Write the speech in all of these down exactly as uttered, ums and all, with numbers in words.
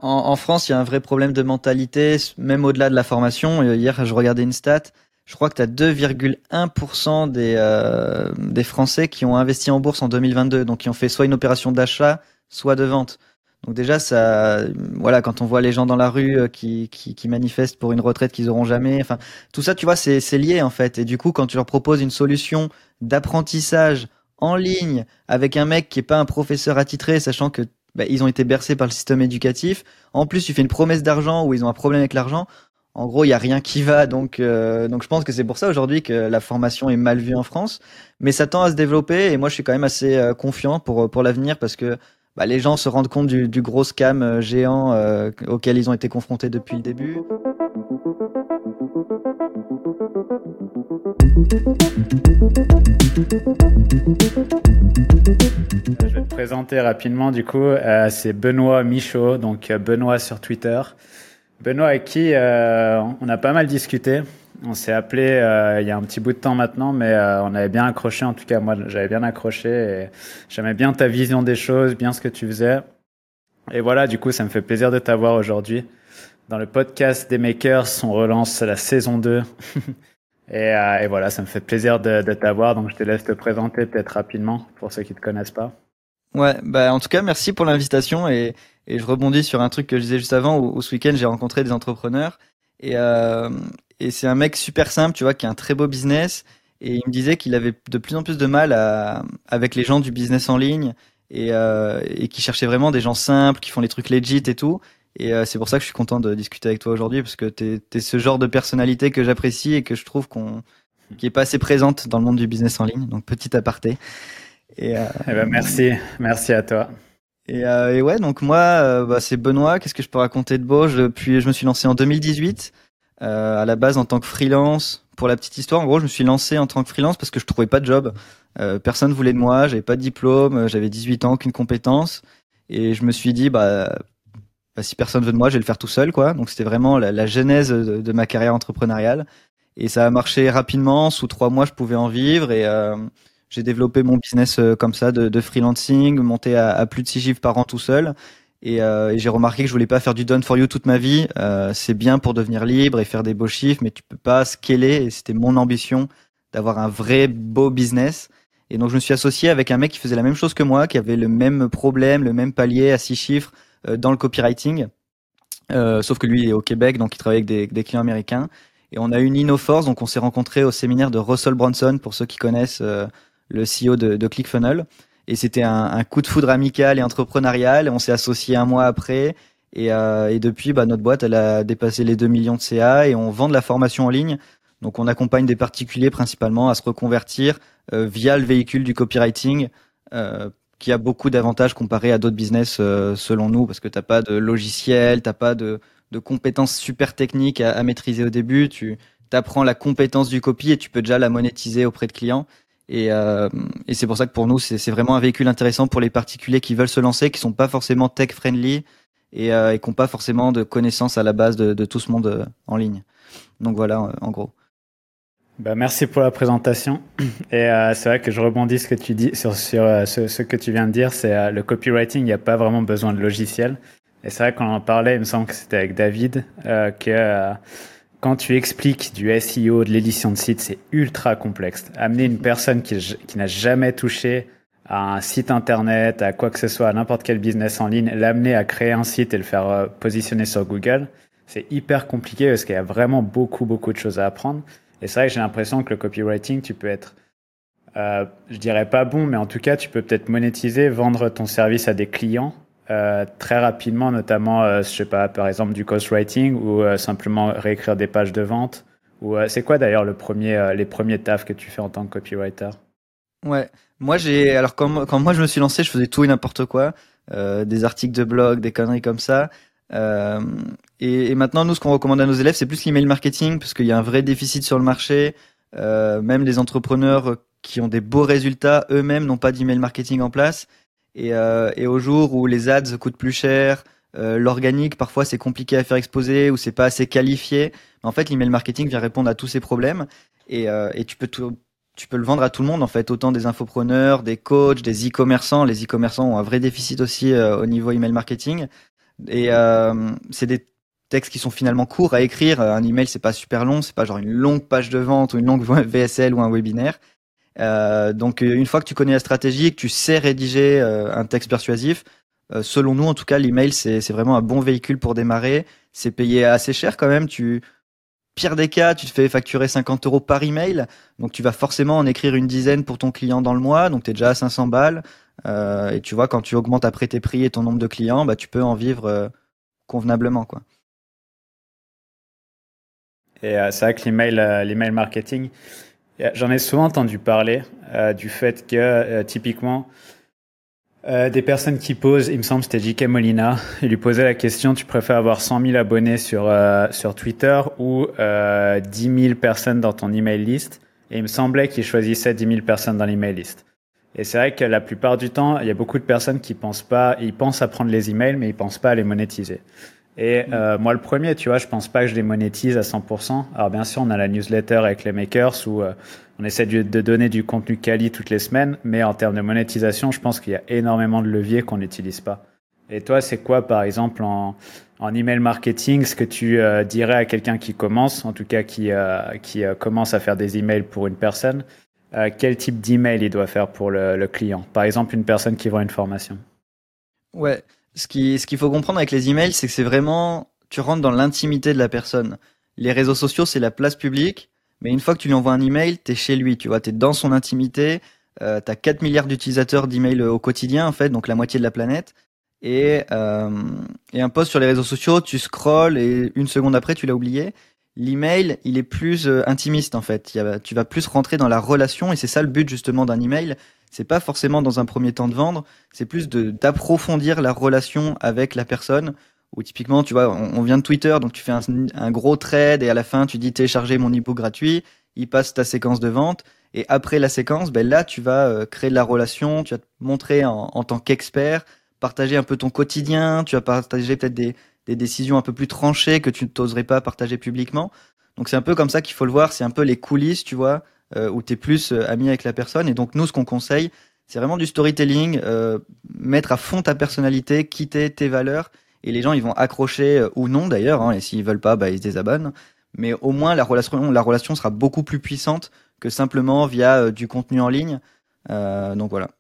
En, en France, il y a un vrai problème de mentalité, même au-delà de la formation. Euh, Hier, je regardais une stat. Je crois que tu as deux virgule un pour cent des, euh, des Français qui ont investi en bourse en deux mille vingt-deux, donc qui ont fait soit une opération d'achat, soit de vente. Donc déjà, ça, voilà, quand on voit les gens dans la rue euh, qui, qui, qui manifestent pour une retraite qu'ils auront jamais, enfin, tout ça, tu vois, c'est, c'est lié en fait. Et du coup, quand tu leur proposes une solution d'apprentissage en ligne avec un mec qui est pas un professeur attitré, sachant que bah, ils ont été bercés par le système éducatif. En plus, tu fais une promesse d'argent où ils ont un problème avec l'argent. En gros, il y a rien qui va. Donc, euh, donc je pense que c'est pour ça aujourd'hui que la formation est mal vue en France. Mais ça tend à se développer et moi, je suis quand même assez euh, confiant pour pour l'avenir parce que bah, les gens se rendent compte du, du gros scam euh, géant euh, auquel ils ont été confrontés depuis le début. Je vais te présenter rapidement du coup, euh, c'est Benoît Michaud, donc euh, Benoît sur Twitter. Benoît avec qui euh, on a pas mal discuté. On s'est appelé euh, il y a un petit bout de temps maintenant, mais euh, on avait bien accroché. En tout cas, moi, j'avais bien accroché et j'aimais bien ta vision des choses, bien ce que tu faisais. Et voilà, du coup, ça me fait plaisir de t'avoir aujourd'hui. Dans le podcast des Makers, on relance la saison deux. et, euh, et voilà, ça me fait plaisir de, de t'avoir. Donc, je te laisse te présenter peut-être rapidement pour ceux qui te connaissent pas. Ouais, bah en tout cas, merci pour l'invitation et, et je rebondis sur un truc que je disais juste avant où, où ce week-end j'ai rencontré des entrepreneurs et, euh, et c'est un mec super simple, tu vois, qui a un très beau business et il me disait qu'il avait de plus en plus de mal à, avec les gens du business en ligne et, euh, et qui cherchait vraiment des gens simples, qui font les trucs legit et tout. Et euh, c'est pour ça que je suis content de discuter avec toi aujourd'hui parce que t'es, t'es ce genre de personnalité que j'apprécie et que je trouve qu'on qui est pas assez présente dans le monde du business en ligne. Donc petit aparté. Et, euh, Eh ben, merci, merci à toi. Et, euh, et ouais, donc moi, euh, bah, c'est Benoît. Qu'est-ce que je peux raconter de beau? Je, puis je me suis lancé en deux mille dix-huit, euh, à la base en tant que freelance. Pour la petite histoire, en gros, je me suis lancé en tant que freelance parce que je trouvais pas de job. Euh, personne voulait de moi, j'avais pas de diplôme, euh, j'avais dix-huit ans, aucune compétence. Et je me suis dit, bah, bah, si personne veut de moi, je vais le faire tout seul, quoi. Donc c'était vraiment la, la genèse de, de ma carrière entrepreneuriale. Et ça a marché rapidement. Sous trois mois, je pouvais en vivre et euh, j'ai développé mon business euh, comme ça de, de freelancing, monté à, à plus de six chiffres par an tout seul. Et, euh, et j'ai remarqué que je voulais pas faire du done for you toute ma vie. Euh, c'est bien pour devenir libre et faire des beaux chiffres, mais tu peux pas scaler. Et c'était mon ambition d'avoir un vrai beau business. Et donc je me suis associé avec un mec qui faisait la même chose que moi, qui avait le même problème, le même palier à six chiffres euh, dans le copywriting. Euh, sauf que lui il est au Québec, donc il travaille avec des, des clients américains. Et on a eu une InnoForce, donc on s'est rencontrés au séminaire de Russell Brunson, pour ceux qui connaissent euh, le C E O de, de ClickFunnels. Et c'était un, un coup de foudre amical et entrepreneurial. On s'est associé un mois après. Et, euh, et depuis, bah, notre boîte, elle a dépassé les deux millions de C A et on vend de la formation en ligne. Donc on accompagne des particuliers principalement à se reconvertir euh, via le véhicule du copywriting, euh, qui a beaucoup d'avantages comparé à d'autres business euh, selon nous, parce que t'as pas de logiciel, t'as pas de, de compétences super techniques à, à maîtriser au début. Tu apprends la compétence du copy et tu peux déjà la monétiser auprès de clients. Et, euh, et c'est pour ça que pour nous, c'est, c'est vraiment un véhicule intéressant pour les particuliers qui veulent se lancer, qui sont pas forcément tech friendly et, euh, et qui n'ont pas forcément de connaissances à la base de, de tout ce monde euh, en ligne. Donc voilà, euh, en gros. Bah, merci pour la présentation. Et euh, c'est vrai que je rebondis ce que tu dis sur, sur euh, ce, ce que tu viens de dire, c'est euh, le copywriting, il n'y a pas vraiment besoin de logiciel. Et c'est vrai qu'on en parlait, il me semble que c'était avec David, euh, que euh, quand tu expliques du S E O, de l'édition de site, c'est ultra complexe. Amener une personne qui, qui n'a jamais touché à un site internet, à quoi que ce soit, à n'importe quel business en ligne, l'amener à créer un site et le faire euh, positionner sur Google, c'est hyper compliqué parce qu'il y a vraiment beaucoup, beaucoup de choses à apprendre. Et c'est vrai que j'ai l'impression que le copywriting, tu peux être, euh, je dirais pas bon, mais en tout cas, tu peux peut-être monétiser, vendre ton service à des clients euh, très rapidement, notamment, euh, je sais pas, par exemple du ghostwriting ou euh, simplement réécrire des pages de vente. Ou euh, c'est quoi d'ailleurs le premier, euh, les premiers tafs que tu fais en tant que copywriter? Ouais, moi j'ai alors quand, quand moi je me suis lancé, je faisais tout et n'importe quoi, euh, des articles de blog, des conneries comme ça. Euh, et, et maintenant nous ce qu'on recommande à nos élèves, c'est plus l'email marketing parce qu'il y a un vrai déficit sur le marché. Euh, même les entrepreneurs qui ont des beaux résultats eux-mêmes n'ont pas d'email marketing en place. Et, euh, et au jour où les ads coûtent plus cher, euh, l'organique parfois c'est compliqué à faire exposer ou c'est pas assez qualifié. En fait, l'email marketing vient répondre à tous ces problèmes et, euh, et tu peux tout tu peux le vendre à tout le monde en fait, autant des infopreneurs, des coachs, des e-commerçants. Les e-commerçants ont un vrai déficit aussi euh, au niveau email marketing. Et euh, c'est des textes qui sont finalement courts à écrire. Un email, c'est pas super long, c'est pas genre une longue page de vente ou une longue V S L ou un webinaire. Euh, donc une fois que tu connais la stratégie et que tu sais rédiger euh, un texte persuasif, euh, selon nous en tout cas, l'email c'est c'est vraiment un bon véhicule pour démarrer. C'est payé assez cher quand même. Tu Pire des cas, tu te fais facturer cinquante euros par email, donc tu vas forcément en écrire une dizaine pour ton client dans le mois, donc tu es déjà à cinq cents balles. Euh, et tu vois, quand tu augmentes après tes prix et ton nombre de clients, bah, tu peux en vivre euh, convenablement, quoi. Et euh, c'est vrai que l'email, euh, l'email marketing, euh, j'en ai souvent entendu parler euh, du fait que euh, typiquement euh, des personnes qui posent, il me semble que c'était J K Molina, il lui posait la question, tu préfères avoir cent mille abonnés sur euh, sur Twitter ou euh, dix mille personnes dans ton email list? Et il me semblait qu'il choisissait dix mille personnes dans l'email list. Et c'est vrai que la plupart du temps, il y a beaucoup de personnes qui pensent pas, ils pensent à prendre les emails, mais ils pensent pas à les monétiser. Et Mm. euh, moi, le premier, tu vois, je pense pas que je les monétise à cent pour cent. Alors bien sûr, on a la newsletter avec les makers où euh, on essaie de, de donner du contenu quali toutes les semaines, mais en termes de monétisation, je pense qu'il y a énormément de leviers qu'on n'utilise pas. Et toi, c'est quoi, par exemple, en, en email marketing, ce que tu euh, dirais à quelqu'un qui commence, en tout cas qui, euh, qui euh, commence à faire des emails pour une personne, euh, quel type d'email il doit faire pour le, le client? Par exemple, une personne qui vend une formation. Ouais, ce qui, ce qu'il faut comprendre avec les emails, c'est que c'est vraiment, tu rentres dans l'intimité de la personne. Les réseaux sociaux, c'est la place publique, mais une fois que tu lui envoies un email, t'es chez lui, tu vois, t'es dans son intimité. Euh, t'as quatre milliards d'utilisateurs d'emails au quotidien, en fait, donc la moitié de la planète. Et, euh, et un post sur les réseaux sociaux, tu scrolles et une seconde après, tu l'as oublié. L'email, il est plus euh, intimiste, en fait. Il y a- tu vas plus rentrer dans la relation, et c'est ça le but, justement, d'un email. C'est pas forcément dans un premier temps de vendre, c'est plus de d'approfondir la relation avec la personne. Ou typiquement, tu vois, on, on vient de Twitter, donc tu fais un, un gros trade et à la fin tu dis télécharger mon ebook gratuit, il passe ta séquence de vente et après la séquence, ben là tu vas euh, créer de la relation, tu vas te montrer en, en tant qu'expert, partager un peu ton quotidien, tu vas partager peut-être des, des décisions un peu plus tranchées que tu n'oserais pas partager publiquement. Donc c'est un peu comme ça qu'il faut le voir, c'est un peu les coulisses, tu vois, euh, où tu es plus euh, ami avec la personne. Et donc nous, ce qu'on conseille, c'est vraiment du storytelling, euh, mettre à fond ta personnalité, quitter tes valeurs, et les gens ils vont accrocher euh, ou non d'ailleurs, hein, et s'ils veulent pas, bah, ils se désabonnent. Mais au moins la relation, la relation sera beaucoup plus puissante que simplement via euh, du contenu en ligne. Euh, donc voilà.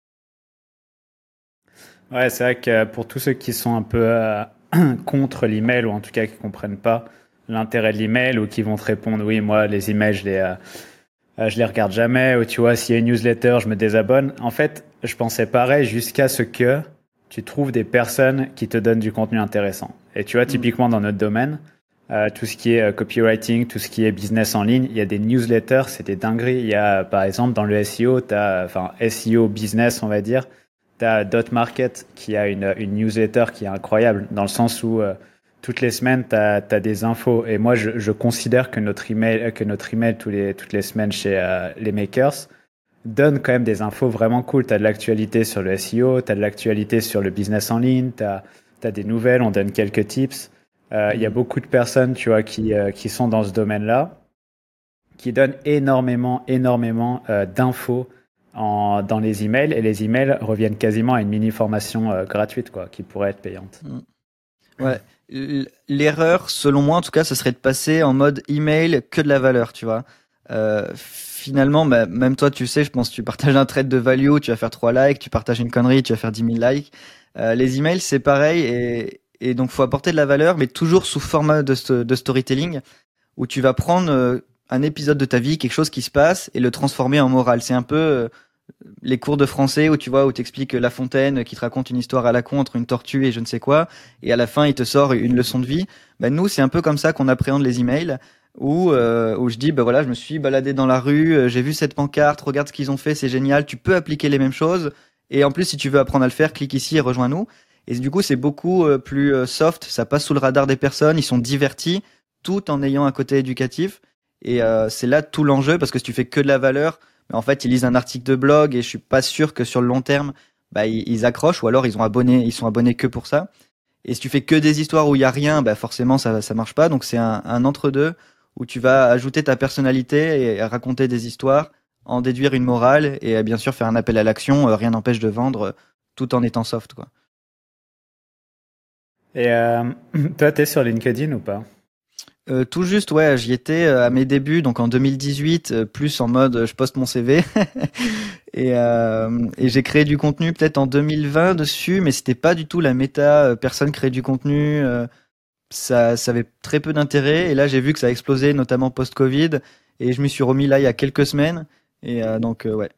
Ouais, c'est vrai que pour tous ceux qui sont un peu euh, contre l'email ou en tout cas qui comprennent pas l'intérêt de l'email ou qui vont te répondre oui, moi les emails je les euh, euh, je les regarde jamais ou tu vois s'il y a une newsletter je me désabonne. En fait, je pensais pareil jusqu'à ce que tu trouves des personnes qui te donnent du contenu intéressant. Et tu vois Mm. typiquement dans notre domaine, euh, tout ce qui est euh, copywriting, tout ce qui est business en ligne, il y a des newsletters, c'est des dingueries. Il y a par exemple dans le S E O, t'as enfin S E O business on va dire. T'as Dot Market qui a une, une newsletter qui est incroyable dans le sens où euh, toutes les semaines t'as as des infos et moi je, je considère que notre email que notre email tous les toutes les semaines chez euh, les makers donne quand même des infos vraiment cool. T'as de l'actualité sur le S E O, t'as de l'actualité sur le business en ligne, t'as t'as des nouvelles, on donne quelques tips. Euh, Il y a Mm. beaucoup de personnes tu vois qui euh, qui sont dans ce domaine-là qui donne énormément, énormément euh, d'infos en, dans les emails et les emails reviennent quasiment à une mini formation euh, gratuite quoi, qui pourrait être payante. Mm. Ouais. L- L'erreur, selon moi en tout cas, ce serait de passer en mode email que de la valeur, tu vois. Euh, finalement, bah, même toi, tu sais, je pense, tu partages un trade de value, tu vas faire trois likes, tu partages une connerie, tu vas faire dix mille likes. Euh, les emails, c'est pareil, et, et donc faut apporter de la valeur, mais toujours sous format de, sto- de storytelling, où tu vas prendre euh, un épisode de ta vie, quelque chose qui se passe, et le transformer en morale. C'est un peu euh, les cours de français où tu vois où t'expliques La Fontaine qui te raconte une histoire à la con entre une tortue et je ne sais quoi et à la fin il te sort une leçon de vie. Ben nous c'est un peu comme ça qu'on appréhende les emails où euh, où je dis ben voilà je me suis baladé dans la rue, euh, j'ai vu cette pancarte, regarde ce qu'ils ont fait, c'est génial, tu peux appliquer les mêmes choses et en plus si tu veux apprendre à le faire clique ici et rejoins-nous. Et du coup c'est beaucoup euh, plus euh, soft, ça passe sous le radar des personnes, ils sont divertis tout en ayant un côté éducatif et euh, c'est là tout l'enjeu parce que si tu fais que de la valeur mais en fait, ils lisent un article de blog et je suis pas sûr que sur le long terme, bah, ils, ils accrochent ou alors ils ont abonné, ils sont abonnés que pour ça. Et si tu fais que des histoires où il y a rien, bah, forcément, ça, ça marche pas. Donc, c'est un, un entre-deux où tu vas ajouter ta personnalité et raconter des histoires, en déduire une morale et euh, bien sûr faire un appel à l'action. Euh, rien n'empêche de vendre euh, tout en étant soft, quoi. Et euh, toi, t'es sur LinkedIn ou pas? Euh, tout juste, ouais, j'y étais euh, à mes débuts, donc en deux mille dix-huit, euh, plus en mode euh, je poste mon C V. et, euh, et j'ai créé du contenu peut-être en deux mille vingt dessus, mais c'était pas du tout la méta. euh, Personne crée du contenu. euh, ça, ça avait très peu d'intérêt. Et là, j'ai vu que ça a explosé, notamment post-Covid. Et je m'y suis remis là il y a quelques semaines. Et euh, donc, euh, ouais.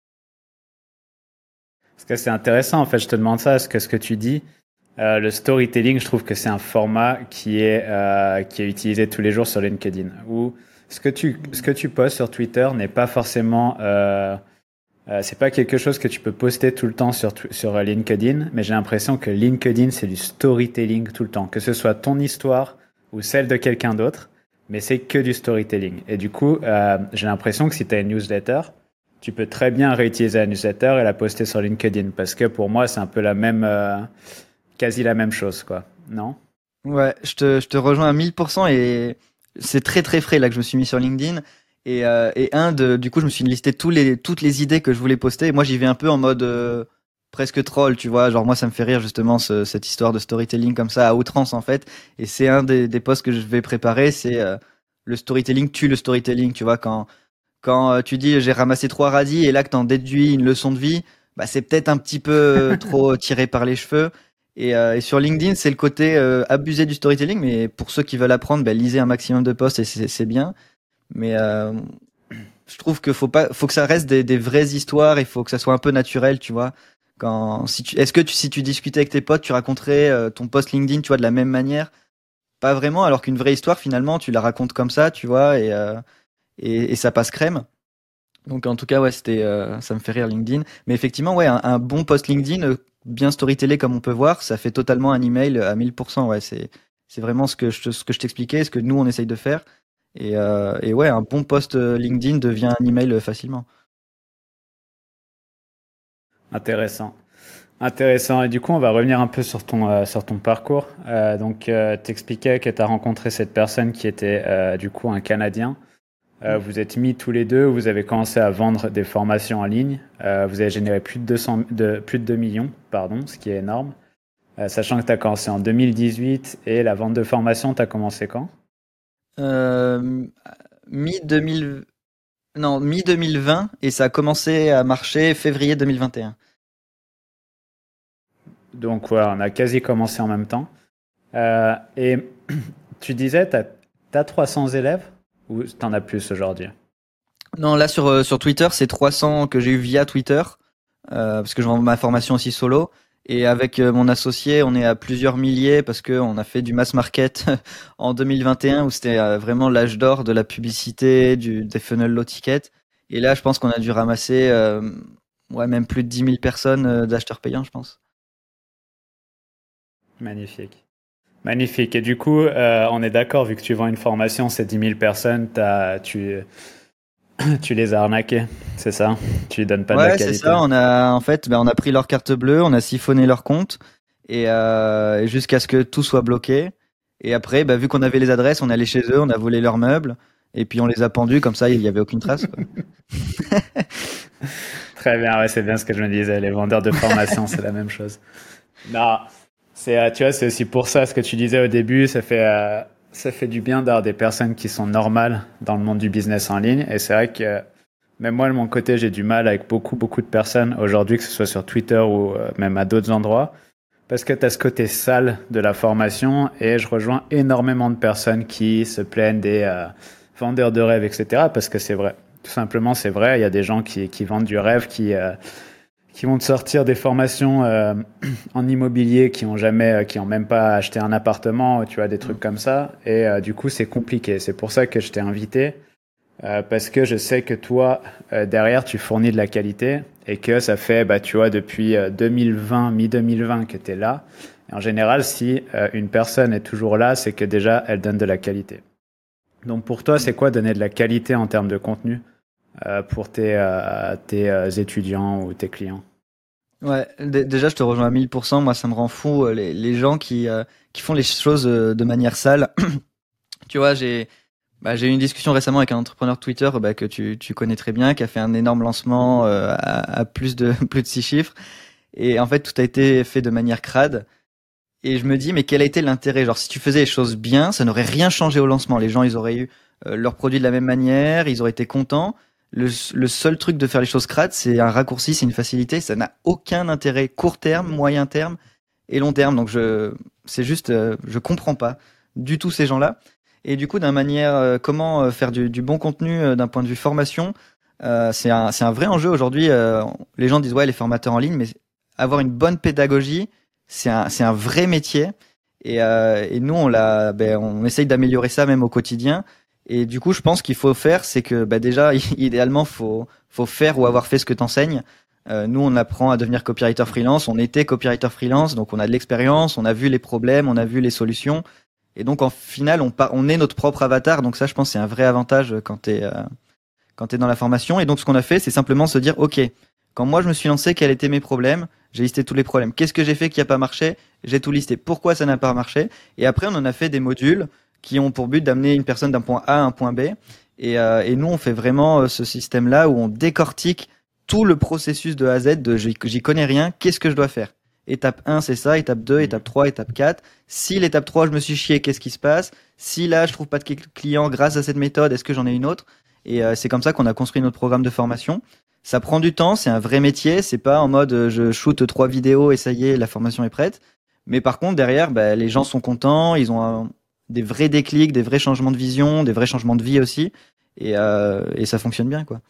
Parce que c'est intéressant, en fait, je te demande ça, parce que ce que tu dis, euh, le storytelling, je trouve que c'est un format qui est, euh, qui est utilisé tous les jours sur LinkedIn, où ce que tu, ce que tu postes sur Twitter n'est pas forcément, euh, euh, c'est pas quelque chose que tu peux poster tout le temps sur, sur LinkedIn, mais j'ai l'impression que LinkedIn, c'est du storytelling tout le temps, que ce soit ton histoire ou celle de quelqu'un d'autre, mais c'est que du storytelling. Et du coup, euh, j'ai l'impression que si tu as une newsletter, tu peux très bien réutiliser la newsletter et la poster sur LinkedIn, parce que pour moi, c'est un peu la même, euh, quasi la même chose, quoi. Non? Ouais, je te, je te rejoins à mille pour cent et c'est très très frais là que je me suis mis sur LinkedIn. Et, euh, et un de, du coup, je me suis listé tous les, toutes les idées que je voulais poster. Et moi, j'y vais un peu en mode euh, presque troll, tu vois. Genre, moi, ça me fait rire justement ce- cette histoire de storytelling comme ça à outrance en fait. Et c'est un des, des posts que je vais préparer, c'est euh, le storytelling tue le storytelling, tu vois. Quand, quand euh, tu dis j'ai ramassé trois radis et là que t'en déduis une leçon de vie, bah c'est peut-être un petit peu euh, trop tiré par les cheveux. Et, euh, et sur LinkedIn, c'est le côté euh, abusé du storytelling, mais pour ceux qui veulent apprendre, bah, lisez un maximum de posts et c'est c'est bien. Mais euh, je trouve que faut pas, faut que ça reste des, des vraies histoires. Il faut que ça soit un peu naturel, tu vois. Quand, si tu, est-ce que tu, si tu discutais avec tes potes, tu raconterais euh, ton post LinkedIn, tu vois, de la même manière? Pas vraiment, alors qu'une vraie histoire, finalement, tu la racontes comme ça, tu vois, et, euh, et, et ça passe crème. Donc en tout cas, ouais, c'était, euh, ça me fait rire LinkedIn. Mais effectivement, ouais, un, un bon post LinkedIn, euh, bien storytellé comme on peut voir, ça fait totalement un email à mille pour cent. Ouais, c'est, c'est vraiment ce que je, te- ce que je t'expliquais, ce que nous on essaye de faire. Et, euh, et ouais, un bon post euh, LinkedIn devient un email euh, facilement. Intéressant. Intéressant. Et du coup, on va revenir un peu sur ton, euh, sur ton parcours. Euh, donc, euh, t'expliquais que tu as rencontré cette personne qui était euh, du coup un Canadien. Euh, Mm. vous êtes mis tous les deux, vous avez commencé à vendre des formations en ligne. Euh, vous avez généré plus de deux cents, de, plus de deux millions, pardon, ce qui est énorme. Euh, sachant que tu as commencé en deux mille dix-huit et la vente de formation, tu as commencé quand? Euh, mi deux mille, non, mi deux mille vingt et ça a commencé à marcher février deux mille vingt et un. Donc, voilà, on a quasi commencé en même temps. Euh, et tu disais, tu as trois cents élèves ou tu en as plus aujourd'hui? Non, là sur, euh, sur Twitter, c'est trois cents que j'ai eu via Twitter. Euh, parce que je vends ma formation aussi solo. Et avec euh, mon associé, on est à plusieurs milliers parce que on a fait du mass market en deux mille vingt et un où c'était euh, vraiment l'âge d'or de la publicité, du, des funnels low ticket. Et là, je pense qu'on a dû ramasser euh, ouais, même plus de dix mille personnes euh, d'acheteurs payants, je pense. Magnifique. Magnifique. Et du coup, euh, on est d'accord, vu que tu vends une formation, c'est dix mille personnes, t'as, tu, tu les as arnaqués, c'est ça? Tu lui donnes pas de la Ouais, c'est qualité. ça. On a en fait, ben, on a pris leur carte bleue, on a siphonné leur compte et euh, jusqu'à ce que tout soit bloqué. Et après, bah, vu qu'on avait les adresses, on est allé chez eux, on a volé leurs meubles et puis on les a pendus comme ça, il y avait aucune trace, quoi. Très bien, ouais, c'est bien ce que je me disais. Les vendeurs de formation, c'est la même chose. Non, c'est, euh, tu vois, c'est aussi pour ça ce que tu disais au début. Ça fait, euh, ça fait du bien d'avoir des personnes qui sont normales dans le monde du business en ligne. Et c'est vrai que euh, même moi, de mon côté, j'ai du mal avec beaucoup, beaucoup de personnes aujourd'hui, que ce soit sur Twitter ou euh, même à d'autres endroits. Parce que tu as ce côté sale de la formation et je rejoins énormément de personnes qui se plaignent des euh, vendeurs de rêves, et cetera. Parce que c'est vrai. Tout simplement, c'est vrai. Il y a des gens qui, qui vendent du rêve, qui, euh, qui vont te sortir des formations euh, en immobilier, qui ont jamais, euh, qui ont même pas acheté un appartement, tu vois, des trucs comme ça. Et euh, du coup, c'est compliqué. C'est pour ça que je t'ai invité. Euh, parce que je sais que toi, euh, derrière, tu fournis de la qualité et que ça fait, bah, tu vois, depuis euh, deux mille vingt, mi-deux mille vingt que tu es là. Et en général, si euh, une personne est toujours là, c'est que déjà, elle donne de la qualité. Donc pour toi, c'est quoi donner de la qualité en termes de contenu euh, pour tes, euh, tes euh, étudiants ou tes clients? Ouais, dé- déjà je te rejoins à mille pour cent. Moi, ça me rend fou euh, les, les gens qui euh, qui font les choses euh, de manière sale. Tu vois, j'ai bah, j'ai eu une discussion récemment avec un entrepreneur Twitter bah, que tu tu connais très bien, qui a fait un énorme lancement euh, à, à plus de plus de six chiffres. Et en fait, tout a été fait de manière crade. Et je me dis, mais quel a été l'intérêt? Genre, si tu faisais les choses bien, ça n'aurait rien changé au lancement. Les gens, ils auraient eu euh, leurs produits de la même manière, ils auraient été contents. Le, le seul truc de faire les choses crades, c'est un raccourci, c'est une facilité. Ça n'a aucun intérêt court terme, moyen terme et long terme. Donc, je, c'est juste, euh, je comprends pas du tout ces gens-là. Et du coup, d'une manière, euh, comment euh, faire du, du bon contenu euh, d'un point de vue formation, euh, c'est un, c'est un vrai enjeu aujourd'hui. Euh, les gens disent ouais, les formateurs en ligne, mais avoir une bonne pédagogie, c'est un, c'est un vrai métier. Et, euh, et nous, on l'a, ben, on essaye d'améliorer ça même au quotidien. Et du coup, je pense qu'il faut faire, c'est que ben, déjà, idéalement, faut, faut faire ou avoir fait ce que t'enseignes. Euh, nous, on apprend à devenir copywriter freelance. On était copywriter freelance, donc on a de l'expérience, on a vu les problèmes, on a vu les solutions. Et donc, en final, on, on est notre propre avatar. Donc ça, je pense, c'est un vrai avantage quand t'es, euh, quand t'es dans la formation. Et donc, ce qu'on a fait, c'est simplement se dire, OK, quand moi, je me suis lancé, quels étaient mes problèmes? J'ai listé tous les problèmes. Qu'est-ce que j'ai fait qui n'a pas marché? J'ai tout listé. Pourquoi ça n'a pas marché? Et après, on en a fait des modules qui ont pour but d'amener une personne d'un point A à un point B. Et, euh, et nous, on fait vraiment euh, ce système-là où on décortique tout le processus de A à Z de j'y j'y connais rien, qu'est-ce que je dois faire? Étape un, c'est ça. Étape deux, étape trois, étape quatre. Si l'étape trois, je me suis chié, qu'est-ce qui se passe? Si là, je trouve pas de client grâce à cette méthode, est-ce que j'en ai une autre? Et euh, c'est comme ça qu'on a construit notre programme de formation. Ça prend du temps, c'est un vrai métier. C'est pas en mode euh, je shoot trois vidéos et ça y est, la formation est prête. Mais par contre, derrière, bah, les gens sont contents, ils ont un, des vrais déclics, des vrais changements de vision, des vrais changements de vie aussi. Et, euh, et ça fonctionne bien, quoi.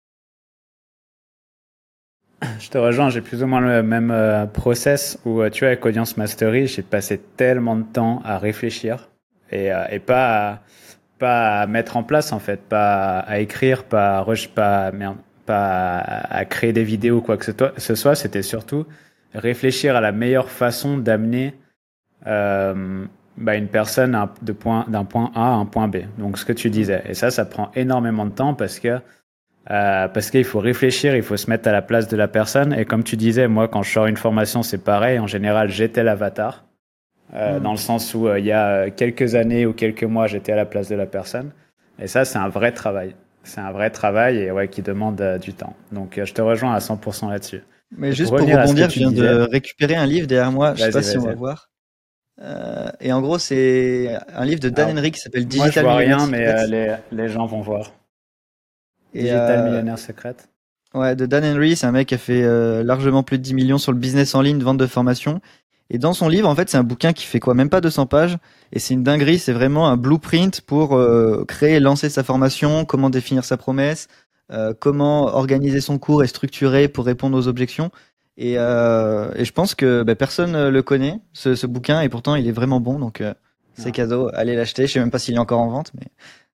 Je te rejoins, j'ai plus ou moins le même euh, process où, euh, tu vois, avec Audience Mastery, j'ai passé tellement de temps à réfléchir et, euh, et pas, à, pas à mettre en place, en fait, pas à écrire, pas à, rush, pas, merde, pas à, à créer des vidéos ou quoi que ce, to- ce soit. C'était surtout réfléchir à la meilleure façon d'amener euh, bah, une personne à- de point, d'un point A à un point B. Donc, ce que tu disais. Et ça, ça prend énormément de temps parce que Euh, parce qu'il faut réfléchir, il faut se mettre à la place de la personne. Et comme tu disais, moi, quand je sors une formation, c'est pareil. En général, j'étais l'avatar, euh, Mm. dans le sens où euh, il y a quelques années ou quelques mois, j'étais à la place de la personne. Et ça, c'est un vrai travail. C'est un vrai travail et ouais, qui demande euh, du temps. Donc, euh, je te rejoins à cent pour cent là-dessus. Mais Et pour juste pour revenir à ce que rebondir, je tu viens disais, de récupérer un livre derrière moi. Je sais pas vas-y, si on va vas-y. voir. Euh, et en gros, c'est un livre de Dan Alors, Henry qui s'appelle moi, je Digital vois Millionaire rien, mais Secrets. euh, les, les gens vont voir. Et Digital euh, Millionnaire Secrète. ouais, de Dan Henry, c'est un mec qui a fait euh, largement plus de dix millions sur le business en ligne, vente de formation. Et dans son livre, en fait, c'est un bouquin qui fait quoi, même pas deux cents pages. Et c'est une dinguerie, c'est vraiment un blueprint pour euh, créer et lancer sa formation, comment définir sa promesse, euh, comment organiser son cours et structurer pour répondre aux objections. Et, euh, et je pense que bah, personne euh, le connaît, ce, ce bouquin, et pourtant il est vraiment bon, donc euh, c'est Non. cadeau, allez l'acheter. Je sais même pas s'il est encore en vente, mais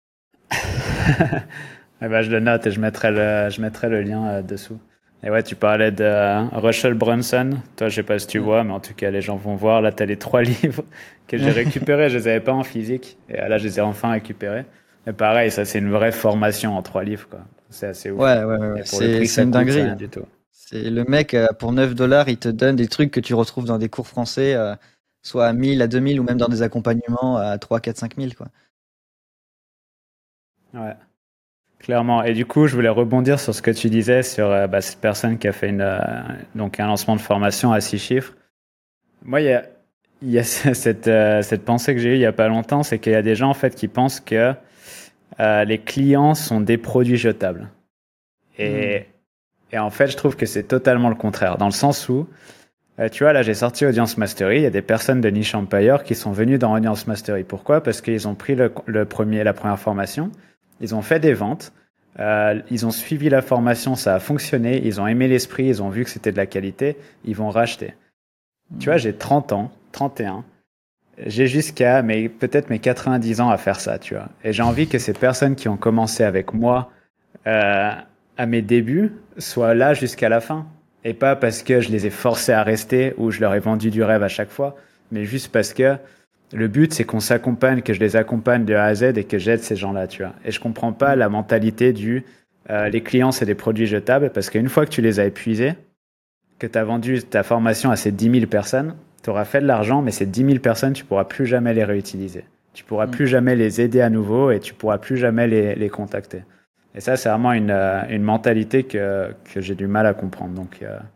Eh ben, je le note et je mettrai le, je mettrai le lien euh, dessous. Et ouais, tu parlais de euh, Russell Brunson. Toi, je sais pas si tu Mm. vois, mais en tout cas, les gens vont voir. Là, tu as les trois livres que j'ai récupérés. Je les avais pas en physique. Et euh, là, je les ai enfin récupérés. Mais pareil, ça, c'est une vraie formation en trois livres, quoi. C'est assez ouf. Ouais, ouais, ouais, ouais. Et pour le c'est prix que c'est ça une coûte, c'est dinguerie, rien hein. du tout. C'est le mec euh, pour neuf dollars, il te donne des trucs que tu retrouves dans des cours français, euh, soit à mille, à deux mille ou même dans des accompagnements à trois, quatre, cinq mille quoi. Ouais, clairement. Et du coup, je voulais rebondir sur ce que tu disais sur euh, bah, cette personne qui a fait une, euh, donc un lancement de formation à six chiffres. Moi, il y a, il y a cette, euh, cette pensée que j'ai eue il y a pas longtemps, c'est qu'il y a des gens en fait qui pensent que euh, les clients sont des produits jetables. Hmm. Et, et en fait, je trouve que c'est totalement le contraire, dans le sens où, euh, tu vois, là, j'ai sorti Audience Mastery, il y a des personnes de Niche Empire qui sont venues dans Audience Mastery. Pourquoi? Parce qu'ils ont pris le, le premier, la première formation, ils ont fait des ventes, euh, ils ont suivi la formation, ça a fonctionné, ils ont aimé l'esprit, ils ont vu que c'était de la qualité, ils vont racheter. Tu vois, Hmm. j'ai trente ans, trente et un. J'ai jusqu'à mes, peut-être mes quatre-vingt-dix ans à faire ça, tu vois. Et j'ai envie que ces personnes qui ont commencé avec moi euh, à mes débuts soient là jusqu'à la fin. Et pas parce que je les ai forcés à rester ou je leur ai vendu du rêve à chaque fois, mais juste parce que le but, c'est qu'on s'accompagne, que je les accompagne de A à Z et que j'aide ces gens-là, tu vois. Et je comprends pas la mentalité du euh, les clients, c'est des produits jetables, parce qu'une fois que tu les as épuisés, que tu as vendu ta formation à ces dix mille personnes, tu auras fait de l'argent, mais ces dix mille personnes, tu pourras plus jamais les réutiliser. Tu pourras Hmm. plus jamais les aider à nouveau et tu pourras plus jamais les, les contacter. Et ça, c'est vraiment une, euh, une mentalité que, que j'ai du mal à comprendre. Donc, euh,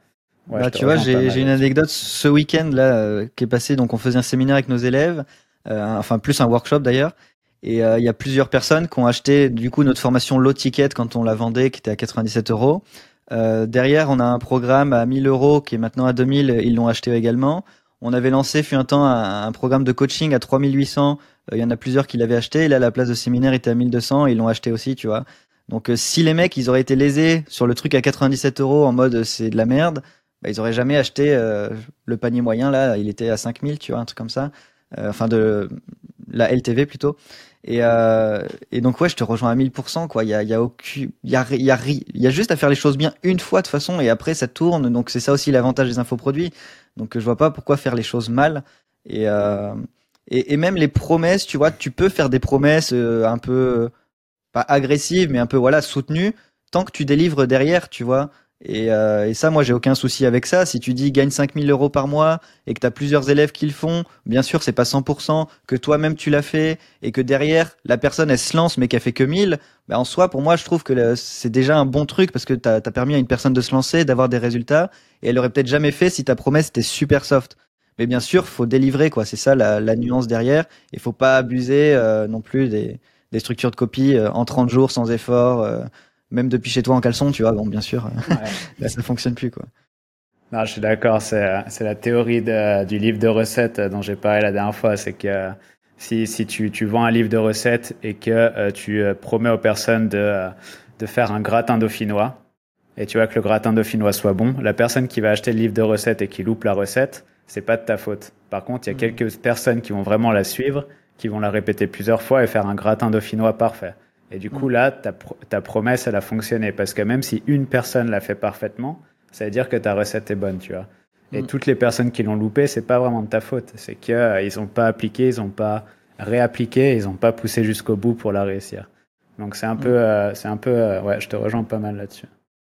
Ouais, Bah, je te tu vois, rejoins pas j'ai mal j'ai une là-dessus. anecdote ce week-end là euh, qui est passé. Donc, on faisait un séminaire avec nos élèves, euh, enfin plus un workshop d'ailleurs. Et euh, il y a plusieurs personnes qui ont acheté du coup notre formation low ticket quand on la vendait, qui était à quatre-vingt-dix-sept euros. Euh, derrière, on a un programme à mille euros qui est maintenant à deux mille. Ils l'ont acheté également. On avait lancé, fut un temps, un, un programme de coaching à trois mille huit cents. Euh, Il y en a plusieurs qui l'avaient acheté. Et là, la place de séminaire était à mille deux cents. Et ils l'ont acheté aussi, tu vois. Donc, euh, si les mecs, ils auraient été lésés sur le truc à quatre-vingt-dix-sept euros en mode euh, c'est de la merde, bah, ils auraient jamais acheté euh, le panier moyen. Là, il était à cinq mille, tu vois, un truc comme ça. Euh, enfin, de la L T V plutôt. Et, euh, et donc ouais, je te rejoins à mille pour cent quoi. Il y a, il y a aucun, il y a, il y a, ri- il y a juste à faire les choses bien une fois de toute façon et après ça tourne. Donc c'est ça aussi l'avantage des infoproduits. Donc je vois pas pourquoi faire les choses mal. Et, euh, et, et même les promesses, tu vois, tu peux faire des promesses euh, un peu pas agressive, mais un peu voilà soutenue, tant que tu délivres derrière, tu vois. Et, euh, et ça, moi, j'ai aucun souci avec ça. Si tu dis gagne cinq mille euros par mois et que tu as plusieurs élèves qui le font, bien sûr, c'est pas cent pour cent, que toi-même tu l'as fait et que derrière, la personne, elle se lance mais qu'elle fait que mille, ben en soi, pour moi, je trouve que le- c'est déjà un bon truc parce que tu as permis à une personne de se lancer, d'avoir des résultats et elle aurait peut-être jamais fait si ta promesse était super soft. Mais bien sûr, faut délivrer, quoi. C'est ça la, la nuance derrière. Il faut pas abuser euh, non plus des, des structures de copie euh, en trente jours sans effort, euh, même depuis chez toi en caleçon, tu vois. Bon, bien sûr, Ouais. là, ça fonctionne plus, quoi. Non, je suis d'accord, c'est, euh, c'est la théorie de- du livre de recettes euh, dont j'ai parlé la dernière fois. C'est que euh, si, si tu, tu vends un livre de recettes et que euh, tu euh, promets aux personnes de, euh, de faire un gratin dauphinois, et tu vois que le gratin dauphinois soit bon, la personne qui va acheter le livre de recettes et qui loupe la recette, c'est pas de ta faute. Par contre, il y a Mm. quelques personnes qui vont vraiment la suivre, qui vont la répéter plusieurs fois et faire un gratin dauphinois parfait. Et du coup, Mm. là, ta, pro- ta promesse, elle a fonctionné. Parce que même si une personne l'a fait parfaitement, ça veut dire que ta recette est bonne, tu vois. Et Mm. toutes les personnes qui l'ont loupé, c'est pas vraiment de ta faute. C'est qu'ils euh, n'ont pas appliqué, ils n'ont pas réappliqué, ils n'ont pas poussé jusqu'au bout pour la réussir. Donc c'est un peu, Mm. euh, c'est un peu, euh, ouais, je te rejoins pas mal là-dessus.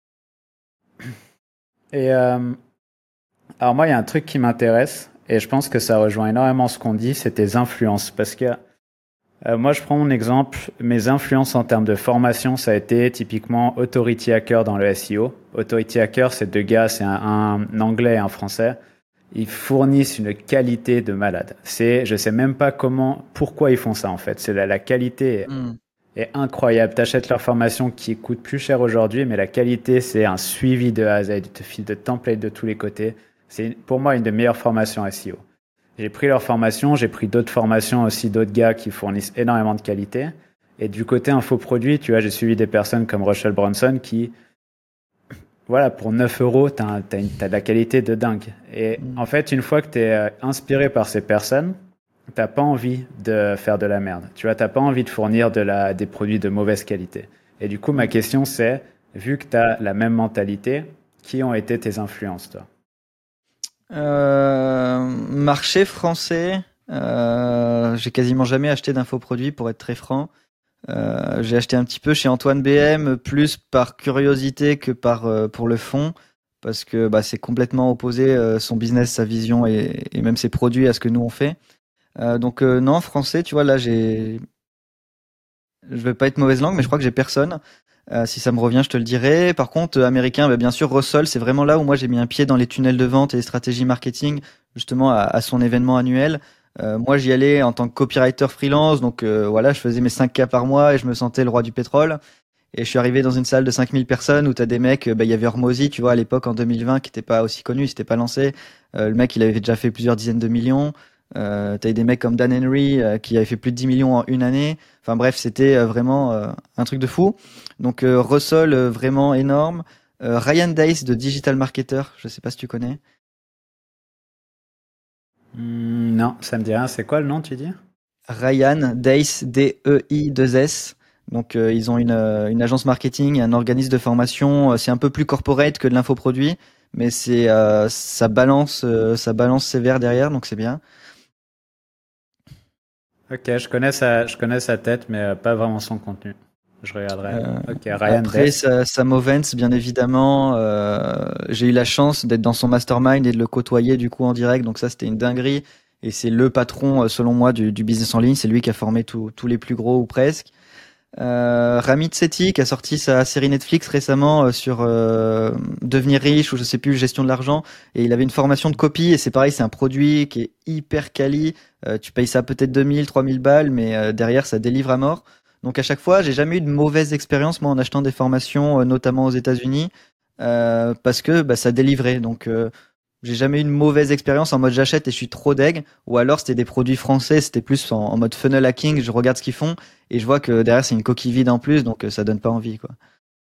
Et euh, alors moi, il y a un truc qui m'intéresse, et je pense que ça rejoint énormément ce qu'on dit, c'est tes influences. Parce que euh, moi, je prends mon exemple, mes influences en termes de formation, ça a été typiquement Authority Hacker dans le S E O. Authority Hacker, c'est deux gars, c'est un, un anglais et un français. Ils fournissent une qualité de malade. C'est, je sais même pas comment, pourquoi ils font ça en fait. C'est la, la qualité Mm. est incroyable. T'achètes leur formation qui coûte plus cher aujourd'hui, mais la qualité, c'est un suivi de A à Z. Ils te filent de templates de tous les côtés. C'est pour moi une des meilleures formations S E O. J'ai pris leur formation, j'ai pris d'autres formations aussi, d'autres gars qui fournissent énormément de qualité. Et du côté infoproduit, tu vois, j'ai suivi des personnes comme Russell Brunson qui, voilà, pour neuf euros, t'as, un- t'as, une- t'as de la qualité de dingue. Et Mm. en fait, une fois que t'es euh, inspiré par ces personnes, t'as pas envie de faire de la merde. Tu vois, t'as pas envie de fournir de la, des produits de mauvaise qualité. Et du coup, ma Mm. question c'est, vu que t'as la même mentalité, qui ont été tes influences, toi? Euh, marché français, euh, j'ai quasiment jamais acheté d'infoproduits pour être très franc. Euh, j'ai acheté un petit peu chez Antoine B M, plus par curiosité que par euh, pour le fond, parce que bah, c'est complètement opposé euh, son business, sa vision et, et même ses produits à ce que nous on fait. Euh, donc euh, non, français, tu vois, là j'ai, je vais pas être mauvaise langue, mais je crois que j'ai personne. Euh, si ça me revient, je te le dirai. Par contre, euh, américain, bah, bien sûr, Russell, c'est vraiment là où moi j'ai mis un pied dans les tunnels de vente et les stratégies marketing, justement à, à son événement annuel. Euh, moi, j'y allais en tant que copywriter freelance, donc euh, voilà, je faisais mes cinq K par mois et je me sentais le roi du pétrole. Et je suis arrivé dans une salle de cinq mille personnes où t'as des mecs, euh, bah, il y avait Hormozy, tu vois, à l'époque en deux mille vingt, qui était pas aussi connu, il s'était pas lancé. Euh, le mec, il avait déjà fait plusieurs dizaines de millions. Euh, t'as eu des mecs comme Dan Henry euh, qui avait fait plus de dix millions en une année. Enfin bref, c'était euh, vraiment euh, un truc de fou. Donc euh, Russell, euh, vraiment énorme. Euh, Ryan Dace de Digital Marketer, je sais pas si tu connais. Hmm, non, ça me dit rien. C'est quoi le nom, tu dis? Ryan Dace, D E I deux S. Donc euh, ils ont une, euh, une agence marketing, un organisme de formation. Euh, C'est un peu plus corporate que de l'infoproduit, mais c'est euh, ça balance, euh, ça balance sévère derrière, donc c'est bien. Ok, je connais sa, je connais sa tête, mais euh, pas vraiment son contenu. Je regarderai. Euh, Ok, Ryan Après, Dess. Sa- Sam Ovens, bien évidemment, euh, j'ai eu la chance d'être dans son mastermind et de le côtoyer du coup en direct, donc ça c'était une dinguerie. Et c'est le patron, euh, selon moi, du, du business en ligne. C'est lui qui a formé tous tous les plus gros ou presque. Euh, Ramit Sethi qui a sorti sa série Netflix récemment euh, sur euh, devenir riche ou je sais plus gestion de l'argent et il avait une formation de copie et c'est pareil, c'est un produit qui est hyper quali. Euh, tu payes ça peut-être deux mille, trois mille balles, mais euh, derrière ça délivre à mort. Donc à chaque fois, j'ai jamais eu de mauvaise expérience moi en achetant des formations, euh, notamment aux États-Unis, euh, parce que bah, ça délivrait. Donc euh, j'ai jamais eu une mauvaise expérience en mode j'achète et je suis trop deg. Ou alors c'était des produits français, c'était plus en, en mode funnel hacking, je regarde ce qu'ils font et je vois que derrière c'est une coquille vide en plus, donc euh, ça donne pas envie quoi.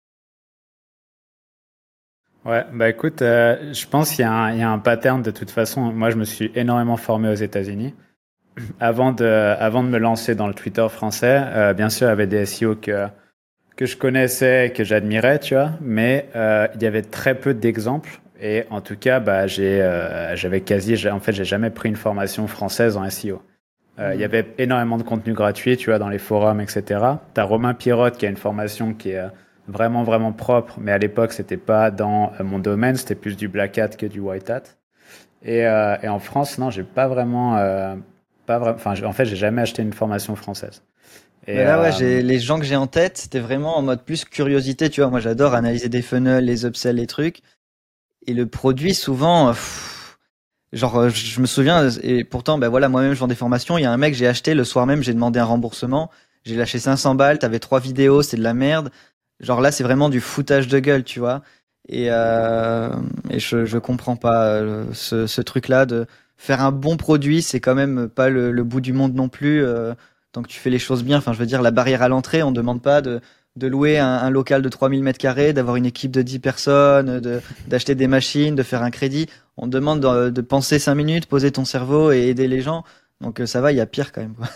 Ouais, bah écoute, euh, je pense qu'il y a un, il y a un pattern de toute façon. Moi, je me suis énormément formé aux États-Unis. Avant de, avant de me lancer dans le Twitter français, euh, bien sûr, il y avait des S E O que, que je connaissais, que j'admirais, tu vois, mais euh, il y avait très peu d'exemples. Et en tout cas, bah, j'ai, euh, j'avais quasi, j'ai- en fait, j'ai jamais pris une formation française en S E O. Euh, Il y Hmm. avait énormément de contenu gratuit, tu vois, dans les forums, et cetera. T'as Romain Pirotte qui a une formation qui est euh, vraiment, vraiment propre, mais à l'époque, c'était pas dans euh, mon domaine, c'était plus du black hat que du white hat. Et, euh, et en France, non, j'ai pas vraiment, euh, pas vraiment, enfin, j'ai- en fait, j'ai jamais acheté une formation française. Et Mais là ouais, euh, j'ai les gens que j'ai en tête, c'était vraiment en mode plus curiosité, tu vois. Moi j'adore analyser des funnels, les upsells, les trucs. Et le produit souvent, euh, pff, genre euh, je me souviens et pourtant ben voilà moi-même je vends des formations. Il y a un mec j'ai acheté le soir même, j'ai demandé un remboursement, j'ai lâché cinq cents balles, t'avais trois vidéos, c'est de la merde. Genre là c'est vraiment du foutage de gueule, tu vois. Et euh, et je je comprends pas euh, ce ce truc-là de faire un bon produit, c'est quand même pas le, le bout du monde non plus. Euh, tant que tu fais les choses bien, enfin je veux dire la barrière à l'entrée, on demande pas de de louer un, un local de trois mille mètres carrés, d'avoir une équipe de dix personnes, de d'acheter des machines, de faire un crédit. On te demande de, de penser cinq minutes, poser ton cerveau et aider les gens. Donc euh, ça va, il y a pire quand même, quoi.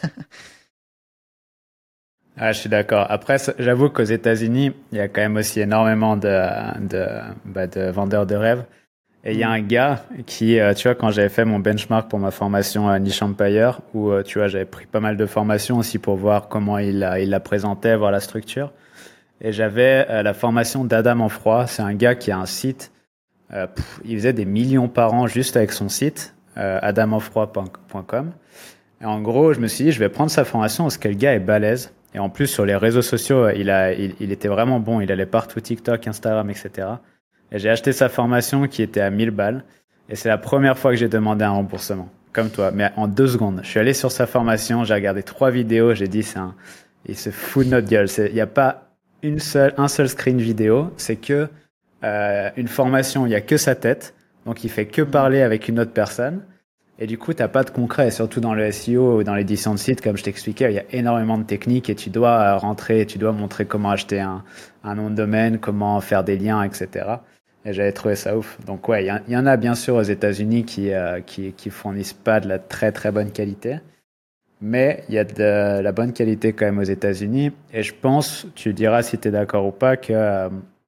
ah, je suis d'accord. Après, ça- j'avoue qu'aux États-Unis, il y a quand même aussi énormément de, de, bah, de vendeurs de rêves. Et il y a Mm. un gars qui, euh, tu vois, quand j'avais fait mon benchmark pour ma formation à Niche Empire, où, euh, tu vois, j'avais pris pas mal de formations aussi pour voir comment il la, il la présentait, voir la structure. Et j'avais euh, la formation d'Adam Enfroy. C'est un gars qui a un site. Euh, pff, il faisait des millions par an juste avec son site, euh, adam enfroy point com. Et en gros, je me suis dit, je vais prendre sa formation parce que le gars est balèze. Et en plus, sur les réseaux sociaux, il, a, il, il était vraiment bon. Il allait partout, TikTok, Instagram, et cetera. Et j'ai acheté sa formation qui était à mille balles. Et c'est la première fois que j'ai demandé un remboursement. Comme toi. Mais en deux secondes. Je suis allé sur sa formation, j'ai regardé trois vidéos, j'ai dit, c'est un, il se fout de notre gueule. Il n'y a pas une seule, un seul screen vidéo. C'est que, euh, une formation, il n'y a que sa tête. Donc, il fait que Mm. parler avec une autre personne. Et du coup, tu n'as pas de concret. Et surtout dans le S E O ou dans l'édition de site, comme je t'expliquais, il y a énormément de techniques et tu dois euh, rentrer, tu dois montrer comment acheter un, un nom de domaine, comment faire des liens, et cetera. Et j'avais trouvé ça ouf. Donc ouais, il y, y, en a bien sûr aux États-Unis qui, euh, qui, qui fournissent pas de la très très bonne qualité. Mais il y a de la bonne qualité quand même aux États-Unis. Et je pense, tu diras si tu es d'accord ou pas, que euh,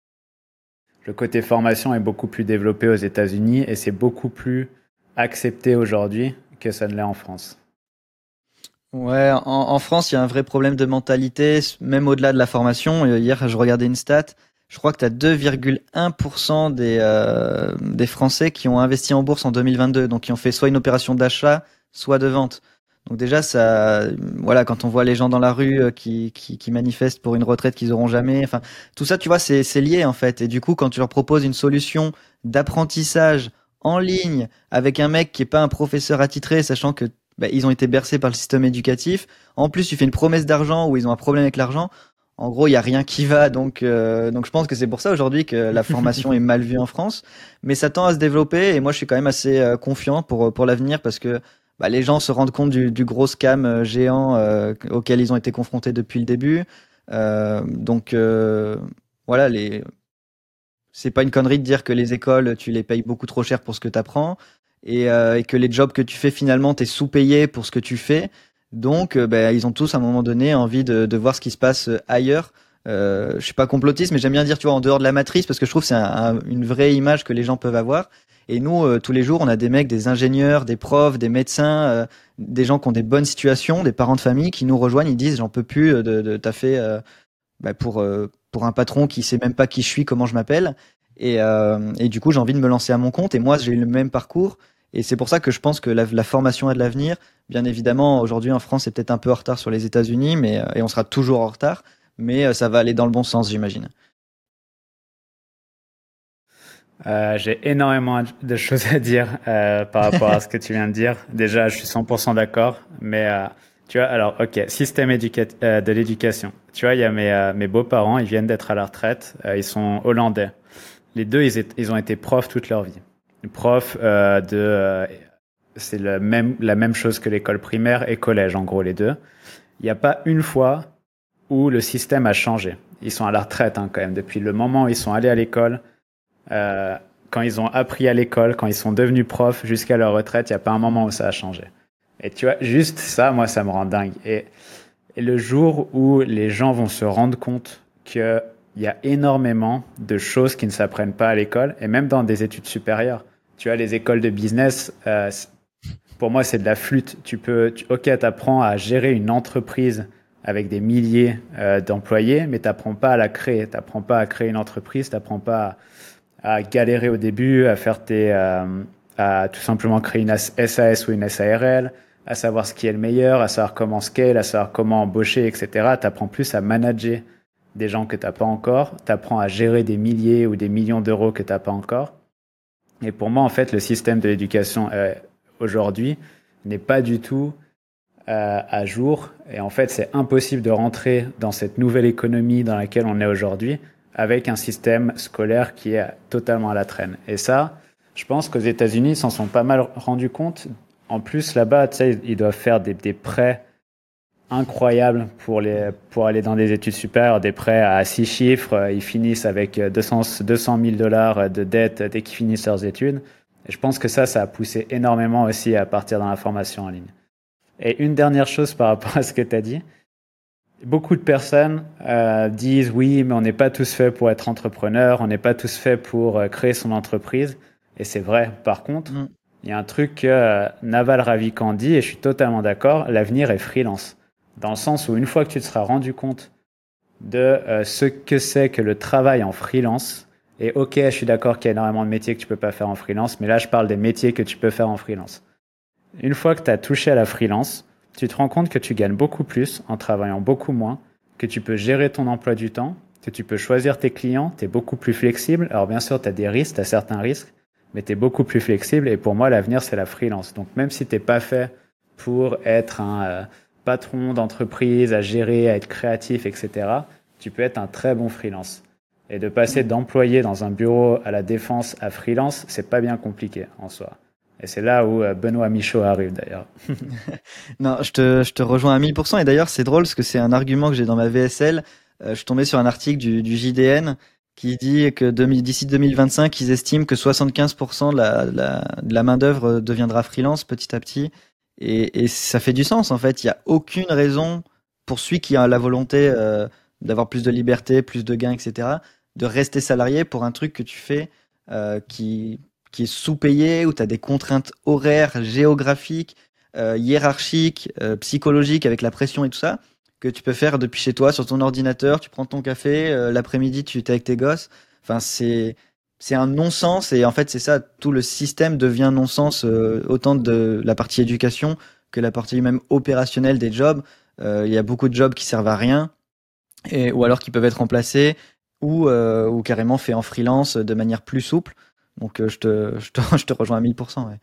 le côté formation est beaucoup plus développé aux États-Unis et c'est beaucoup plus accepté aujourd'hui que ça ne l'est en France. Ouais, en, en France, il y a un vrai problème de mentalité, même au-delà de la formation. Euh, Hier, je regardais une stat. Je crois que tu as deux virgule un pour cent des, euh, des Français qui ont investi en bourse en deux mille vingt-deux, donc qui ont fait soit une opération d'achat, soit de vente. Donc déjà, ça, voilà, quand on voit les gens dans la rue euh, qui, qui, qui manifestent pour une retraite qu'ils auront jamais, enfin, tout ça, tu vois, c'est, c'est lié en fait. Et du coup, quand tu leur proposes une solution d'apprentissage en ligne avec un mec qui est pas un professeur attitré, sachant que bah, ils ont été bercés par le système éducatif. En plus, tu fais une promesse d'argent où ils ont un problème avec l'argent. En gros, il y a rien qui va. Donc, euh, donc je pense que c'est pour ça aujourd'hui que la formation est mal vue en France. Mais ça tend à se développer et moi, je suis quand même assez euh, confiant pour pour l'avenir parce que bah, les gens se rendent compte du, du gros scam euh, géant euh, auquel ils ont été confrontés depuis le début. Euh, donc euh, voilà, les c'est pas une connerie de dire que les écoles, tu les payes beaucoup trop cher pour ce que tu apprends et, euh, et que les jobs que tu fais finalement, t'es sous-payé pour ce que tu fais. Donc, euh, ben, ils ont tous à un moment donné envie de, de voir ce qui se passe euh, ailleurs. Euh, je suis pas complotiste, mais j'aime bien dire, tu vois, en dehors de la matrice, parce que je trouve que c'est un- un- une vraie image que les gens peuvent avoir. Et nous, euh, tous les jours, on a des mecs, des ingénieurs, des profs, des médecins, euh, des gens qui ont des bonnes situations, des parents de famille qui nous rejoignent, ils disent, j'en peux plus euh, de, de taffer euh, bah, pour euh, pour un patron qui sait même pas qui je suis, comment je m'appelle. Et, euh, et du coup, j'ai envie de me lancer à mon compte. Et moi, j'ai eu le même parcours. Et c'est pour ça que je pense que la, la formation a de l'avenir. Bien évidemment, aujourd'hui en France, c'est peut-être un peu en retard sur les États-Unis, mais euh, et on sera toujours en retard. mais euh, ça va aller dans le bon sens, j'imagine. Euh, j'ai énormément de choses à dire euh, par rapport à ce que tu viens de dire. Déjà, je suis cent pour cent d'accord, mais euh, tu vois, alors, ok, système éduca euh, de l'éducation. Tu vois, il y a mes, euh, mes beaux-parents, ils viennent d'être à la retraite, euh, ils sont hollandais. Les deux, ils, ils ont été profs toute leur vie. Profs euh, de, euh, c'est le même, la même chose que l'école primaire et collège, en gros, les deux. Il n'y a pas une fois où le système a changé. Ils sont à la retraite hein, quand même. Depuis le moment où ils sont allés à l'école, euh, quand ils ont appris à l'école, quand ils sont devenus profs jusqu'à leur retraite, il n'y a pas un moment où ça a changé. Et tu vois, juste ça, moi, ça me rend dingue. Et, et le jour où les gens vont se rendre compte qu'il y a énormément de choses qui ne s'apprennent pas à l'école, et même dans des études supérieures. Tu vois, les écoles de business, euh, pour moi, c'est de la flûte. Tu peux, tu, ok, t'apprends à gérer une entreprise avec des milliers euh, d'employés, mais t'apprends pas à la créer. T'apprends pas à créer une entreprise. T'apprends pas à, à galérer au début, à faire tes, euh, à tout simplement créer une S A S ou une S A R L, à savoir ce qui est le meilleur, à savoir comment scale, à savoir comment embaucher, et cetera. T'apprends plus à manager des gens que t'as pas encore. T'apprends à gérer des milliers ou des millions d'euros que t'as pas encore. Et pour moi, en fait, le système de l'éducation euh, aujourd'hui n'est pas du tout euh, à jour. Et en fait, c'est impossible de rentrer dans cette nouvelle économie dans laquelle on est aujourd'hui avec un système scolaire qui est totalement à la traîne. Et ça, je pense qu'aux États-Unis, ils s'en sont pas mal rendus compte. En plus, là-bas, tu sais, ils doivent faire des, des prêts incroyables pour, les, pour aller dans des études supérieures, des prêts à six chiffres. Ils finissent avec deux cent mille dollars de dette dès qu'ils finissent leurs études. Et je pense que ça, ça a poussé énormément aussi à partir dans la formation en ligne. Et une dernière chose par rapport à ce que tu as dit. Beaucoup de personnes euh, disent oui, mais on n'est pas tous faits pour être entrepreneur, on n'est pas tous faits pour euh, créer son entreprise. Et c'est vrai. Par contre, mm. il y a un truc que euh, Naval Ravikant dit, et je suis totalement d'accord, l'avenir est freelance. Dans le sens où une fois que tu te seras rendu compte de euh, ce que c'est que le travail en freelance, et ok, je suis d'accord qu'il y a énormément de métiers que tu peux pas faire en freelance, mais là je parle des métiers que tu peux faire en freelance. Une fois que tu as touché à la freelance, tu te rends compte que tu gagnes beaucoup plus en travaillant beaucoup moins, que tu peux gérer ton emploi du temps, que tu peux choisir tes clients, tu es beaucoup plus flexible. Alors bien sûr, tu as des risques, tu as certains risques, mais tu es beaucoup plus flexible. Et pour moi, l'avenir, c'est la freelance. Donc même si tu n'es pas fait pour être un euh, patron d'entreprise, à gérer, à être créatif, et cetera, tu peux être un très bon freelance. Et de passer d'employé dans un bureau à la défense à freelance, c'est pas bien compliqué en soi. Et c'est là où Benoît Michaud arrive d'ailleurs. Non, je te, je te rejoins à mille pour cent. Et d'ailleurs, c'est drôle parce que c'est un argument que j'ai dans ma V S L. Euh, je suis tombé sur un article du, du J D N qui dit que d'ici deux mille vingt-cinq, ils estiment que soixante-quinze pour cent de la, de la, de la main-d'œuvre deviendra freelance petit à petit. Et, et ça fait du sens en fait. Il n'y a aucune raison pour celui qui a la volonté euh, d'avoir plus de liberté, plus de gains, et cetera, de rester salarié pour un truc que tu fais euh, qui qui est sous-payé, où tu as des contraintes horaires, géographiques, euh, hiérarchiques, euh, psychologiques, avec la pression et tout ça, que tu peux faire depuis chez toi, sur ton ordinateur, tu prends ton café, euh, l'après-midi, tu es avec tes gosses. Enfin, c'est c'est un non-sens, et en fait, c'est ça, tout le système devient non-sens, euh, autant de la partie éducation que la partie même opérationnelle des jobs. Euh, Il y a beaucoup de jobs qui servent à rien, et, ou alors qui peuvent être remplacés, ou, euh, ou carrément fait en freelance de manière plus souple. Donc euh, je, te, je, te, je te rejoins à mille pour cent. Ouais.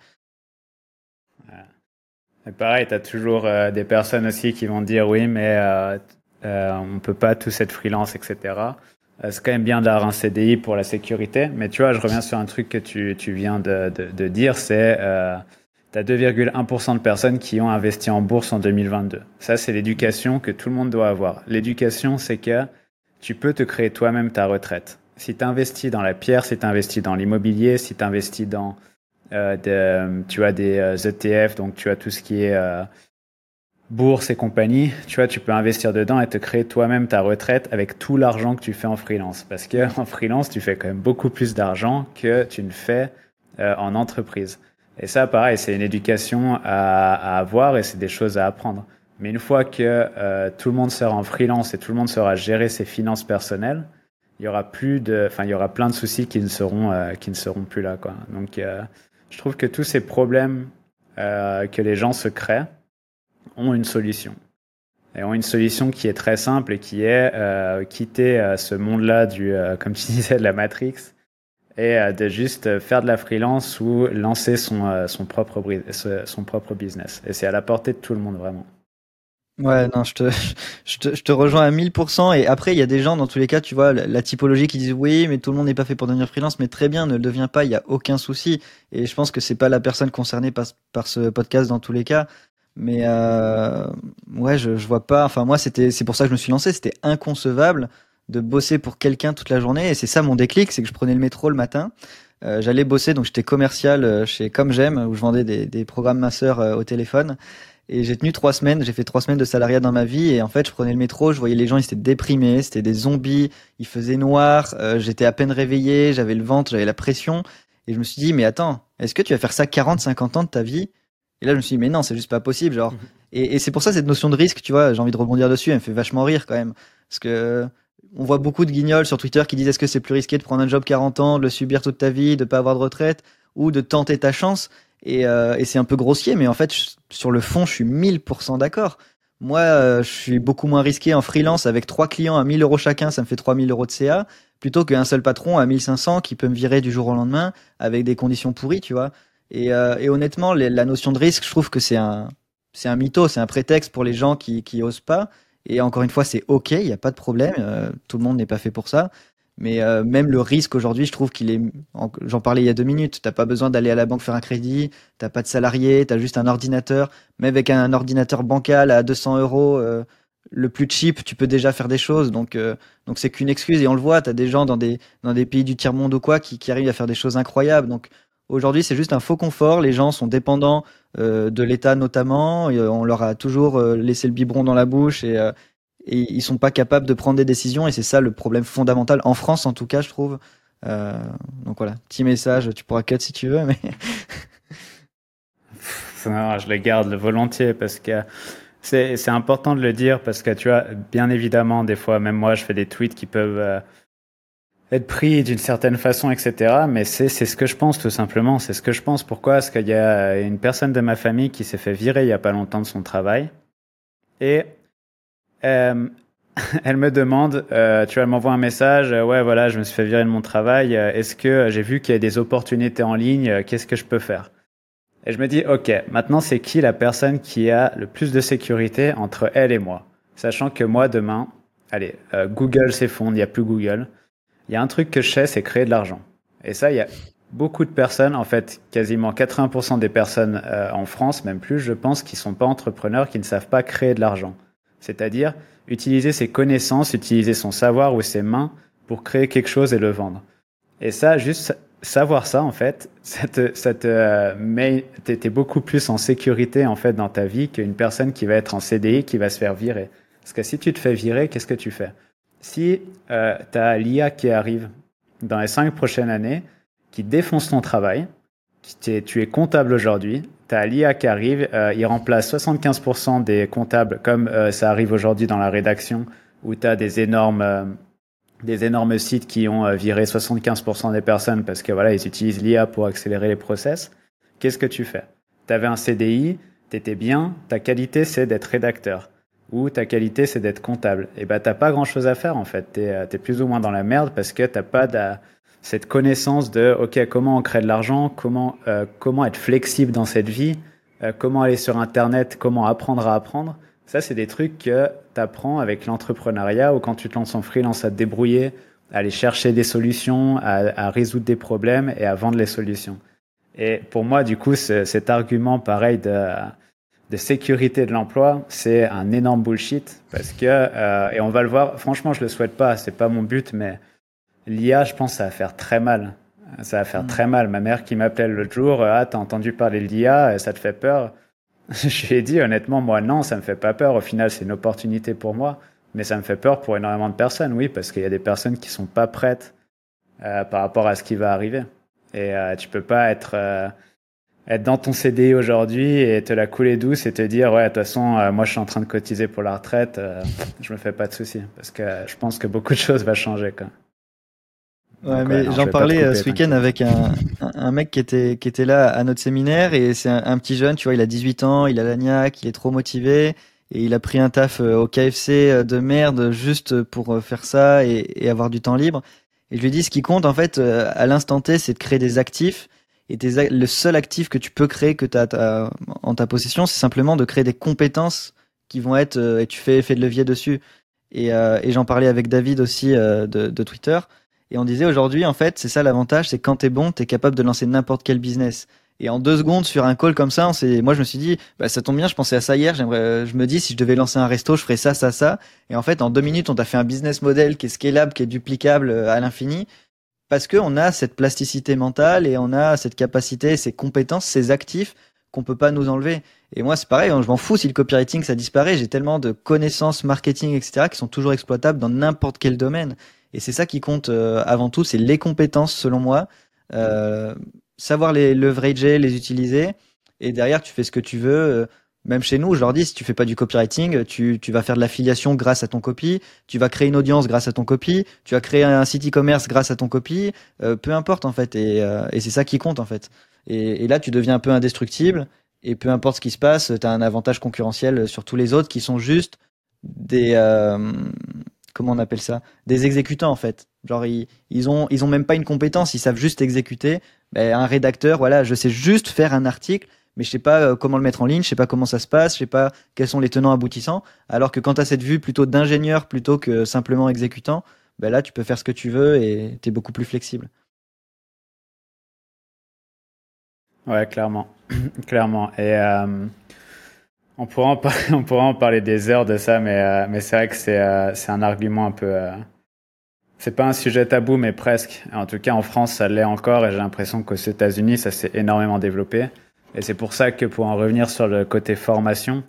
Et pareil, tu as toujours euh, des personnes aussi qui vont dire oui, mais euh, euh, on peut pas tous être freelance, et cetera. Euh, c'est quand même bien d'avoir un C D I pour la sécurité. Mais tu vois, je reviens sur un truc que tu, tu viens de, de, de dire, c'est euh, tu as deux virgule un pour cent de personnes qui ont investi en bourse en deux mille vingt-deux. Ça, c'est l'éducation que tout le monde doit avoir. L'éducation, c'est que tu peux te créer toi-même ta retraite. Si tu investis dans la pierre, si tu investis dans l'immobilier, si tu investis dans euh, de, tu as des euh, E T F, donc tu as tout ce qui est euh, bourse et compagnie, tu vois, tu peux investir dedans et te créer toi-même ta retraite avec tout l'argent que tu fais en freelance. Parce que en freelance, tu fais quand même beaucoup plus d'argent que tu ne fais euh, en entreprise. Et ça, pareil, c'est une éducation à, à avoir et c'est des choses à apprendre. Mais une fois que euh, tout le monde sera en freelance et tout le monde saura gérer ses finances personnelles, il y aura plus de, enfin, il y aura plein de soucis qui ne seront, euh, qui ne seront plus là, quoi. Donc, euh, je trouve que tous ces problèmes euh, que les gens se créent ont une solution. et ont une solution qui est très simple et qui est euh, quitter euh, ce monde-là du, euh, comme tu disais, de la Matrix et euh, de juste faire de la freelance ou lancer son, euh, son, propre, son propre business. Et c'est à la portée de tout le monde, vraiment. Ouais, non, je te, je te, je te rejoins à mille pour cent. Et après, il y a des gens, dans tous les cas, tu vois, la, la typologie qui disent oui, mais tout le monde n'est pas fait pour devenir freelance, mais très bien, ne le deviens pas, il y a aucun souci. Et je pense que c'est pas la personne concernée par, par ce podcast dans tous les cas. Mais euh, ouais, je, je vois pas. Enfin, moi, c'était, c'est pour ça que je me suis lancé. C'était inconcevable de bosser pour quelqu'un toute la journée. Et c'est ça mon déclic, c'est que je prenais le métro le matin. Euh, j'allais bosser, donc j'étais commercial euh, chez Comme J'aime, où je vendais des, des programmes masseurs euh, au téléphone. Et j'ai tenu trois semaines, j'ai fait trois semaines de salariat dans ma vie. Et en fait, je prenais le métro, je voyais les gens, ils étaient déprimés, c'était des zombies, il faisait noir, euh, j'étais à peine réveillé, j'avais le ventre, j'avais la pression. Et je me suis dit, mais attends, est-ce que tu vas faire ça quarante, cinquante ans de ta vie? Et là, je me suis dit, mais non, c'est juste pas possible, genre. Et, et c'est pour ça, cette notion de risque, tu vois, j'ai envie de rebondir dessus, elle me fait vachement rire quand même. Parce que, on voit beaucoup de guignols sur Twitter qui disent, est-ce que c'est plus risqué de prendre un job quarante ans, de le subir toute ta vie, de pas avoir de retraite, ou de tenter ta chance? Et, euh, et c'est un peu grossier, mais en fait, je- sur le fond, je suis mille pour cent d'accord. Moi, euh, je suis beaucoup moins risqué en freelance avec trois clients à mille euros chacun, ça me fait trois mille euros de C A, plutôt qu'un seul patron à mille cinq cents qui peut me virer du jour au lendemain avec des conditions pourries, tu vois. Et, euh, et honnêtement, les- la notion de risque, je trouve que c'est un, c'est un mytho, c'est un prétexte pour les gens qui, qui osent pas. Et encore une fois, c'est ok, il n'y a pas de problème, euh, tout le monde n'est pas fait pour ça. Mais euh, même le risque aujourd'hui, je trouve qu'il est. en- J'en parlais il y a deux minutes. T'as pas besoin d'aller à la banque faire un crédit. T'as pas de salarié. T'as juste un ordinateur. Mais avec un ordinateur bancal à deux cents euros, euh, le plus cheap, tu peux déjà faire des choses. Donc, euh, donc c'est qu'une excuse. Et on le voit. T'as des gens dans des dans des pays du tiers monde ou quoi qui, qui arrivent à faire des choses incroyables. Donc aujourd'hui, c'est juste un faux confort. Les gens sont dépendants euh, de l'État notamment. Et, euh, on leur a toujours euh, laissé le biberon dans la bouche et euh, et ils sont pas capables de prendre des décisions et c'est ça le problème fondamental en France en tout cas je trouve. Euh, donc voilà, petit message, tu pourras cut si tu veux mais Non, je le garde volontiers parce que c'est c'est important de le dire parce que tu vois, bien évidemment, des fois, même moi, je fais des tweets qui peuvent euh, être pris d'une certaine façon, et cetera. Mais c'est c'est ce que je pense tout simplement. C'est ce que je pense. Pourquoi? Parce qu'il y a une personne de ma famille qui s'est fait virer il y a pas longtemps de son travail et euh, elle me demande, euh, tu vois, elle m'envoie un message, euh, ouais, voilà, je me suis fait virer de mon travail. euh, Est-ce que euh, j'ai vu qu'il y a des opportunités en ligne? euh, Qu'est-ce que je peux faire? Et je me dis, ok, maintenant c'est qui la personne qui a le plus de sécurité entre elle et moi? Sachant que moi, demain, allez, euh, Google s'effondre, il n'y a plus Google. Il y a un truc que je sais, c'est créer de l'argent. Et ça, il y a beaucoup de personnes, en fait, quasiment quatre-vingts pour cent des personnes euh, en France, même plus, je pense, qui sont pas entrepreneurs, qui ne savent pas créer de l'argent. C'est-à-dire utiliser ses connaissances, utiliser son savoir ou ses mains pour créer quelque chose et le vendre. Et ça, juste savoir ça, en fait, ça te, ça te euh, met, t'es, t'es beaucoup plus en sécurité, en fait, dans ta vie qu'une personne qui va être en C D I, qui va se faire virer. Parce que si tu te fais virer, qu'est-ce que tu fais? Si euh, tu as l'I A qui arrive dans les cinq prochaines années, qui défonce ton travail, qui t'es- tu es comptable aujourd'hui, tu as l'I A qui arrive, euh, il remplace soixante-quinze pour cent des comptables, comme euh, ça arrive aujourd'hui dans la rédaction, où tu as des énormes... euh, des énormes sites qui ont euh, viré soixante-quinze pour cent des personnes parce que voilà, ils utilisent l'I A pour accélérer les process. Qu'est-ce que tu fais? Tu avais un C D I, tu étais bien, ta qualité c'est d'être rédacteur ou ta qualité c'est d'être comptable. Et ben t'as pas grand-chose à faire en fait. Tu es plus ou moins dans la merde parce que t'as pas de, cette connaissance de OK, comment on crée de l'argent, comment euh, comment être flexible dans cette vie, euh, comment aller sur internet, comment apprendre à apprendre. Ça, c'est des trucs que tu apprends avec l'entrepreneuriat ou quand tu te lances en freelance à te débrouiller, à aller chercher des solutions, à, à résoudre des problèmes et à vendre les solutions. Et pour moi, du coup, ce, cet argument pareil de, de sécurité de l'emploi, c'est un énorme bullshit parce que, euh, et on va le voir, franchement, je le souhaite pas, c'est pas mon but, mais l'I A, je pense, ça va faire très mal. Ça va faire Mm. très mal. Ma mère qui m'appelait l'autre jour, ah, t'as entendu parler de l'I A, ça te fait peur? Je lui ai dit honnêtement, moi non, ça me fait pas peur. Au final, c'est une opportunité pour moi, mais ça me fait peur pour énormément de personnes, oui, parce qu'il y a des personnes qui sont pas prêtes euh, par rapport à ce qui va arriver. Et euh, tu peux pas être euh, être dans ton C D I aujourd'hui et te la couler douce et te dire ouais, de toute façon, euh, moi je suis en train de cotiser pour la retraite, euh, je me fais pas de soucis parce que je pense que beaucoup de choses vont changer quand même. Ouais, Donc ouais, mais non, je j'en vais pas te parlais euh, couper, ce week-end t'inquiète. avec un, un, un mec qui était, qui était là à notre séminaire et c'est un, un petit jeune, tu vois, il a dix-huit ans, il a l'agnac, il est trop motivé. et il a pris un taf euh, au K F C euh, de merde juste pour euh, faire ça et, et avoir du temps libre. Et je lui dis, ce qui compte en fait euh, à l'instant T, c'est de créer des actifs. Et tes, ac- le seul actif que tu peux créer que tu as en ta possession, c'est simplement de créer des compétences qui vont être euh, et tu fais effet de levier dessus. Et, euh, et j'en parlais avec David aussi euh, de, de Twitter. Et on disait aujourd'hui, en fait, c'est ça l'avantage, c'est quand t'es bon, t'es capable de lancer n'importe quel business. Et en deux secondes sur un call comme ça, on s'est, moi je me suis dit, bah ça tombe bien, je pensais à ça hier. J'aimerais, euh, je me dis si je devais lancer un resto, je ferais ça, ça, ça. Et en fait, en deux minutes, on t'a fait un business model qui est scalable, qui est duplicable euh, à l'infini, parce que on a cette plasticité mentale et on a cette capacité, ces compétences, ces actifs qu'on peut pas nous enlever. Et moi, c'est pareil, hein, je m'en fous si le copywriting ça disparaît. J'ai tellement de connaissances marketing, et cetera, qui sont toujours exploitables dans n'importe quel domaine. Et c'est ça qui compte euh, avant tout, c'est les compétences, selon moi. Euh, Savoir les leverager, les utiliser. Et derrière, tu fais ce que tu veux. Euh, Même chez nous, je leur dis, si tu fais pas du copywriting, tu, tu vas faire de l'affiliation grâce à ton copy, tu vas créer une audience grâce à ton copy, tu vas créer un site e-commerce grâce à ton copy, euh, peu importe en fait. Et, euh, et c'est ça qui compte en fait. Et, et là, tu deviens un peu indestructible. Et peu importe ce qui se passe, tu as un avantage concurrentiel sur tous les autres qui sont juste des euh, comment on appelle ça? Des exécutants en fait. Genre ils, ils ont ils ont même pas une compétence, ils savent juste exécuter. Ben, un rédacteur, voilà, je sais juste faire un article, mais je sais pas euh, comment le mettre en ligne, je sais pas comment ça se passe, je sais pas quels sont les tenants aboutissants. Alors que quand tu as cette vue plutôt d'ingénieur plutôt que simplement exécutant, ben là tu peux faire ce que tu veux et tu es beaucoup plus flexible. Ouais, clairement. Clairement. Et euh, on pourra en par- on pourra en parler des heures de ça, mais, euh, mais c'est vrai que c'est euh, c'est un argument un peu. Euh, c'est pas un sujet tabou, mais presque. En tout cas, en France, ça l'est encore, et j'ai l'impression qu'aux États-Unis, ça s'est énormément développé. Et c'est pour ça que pour en revenir sur le côté formation,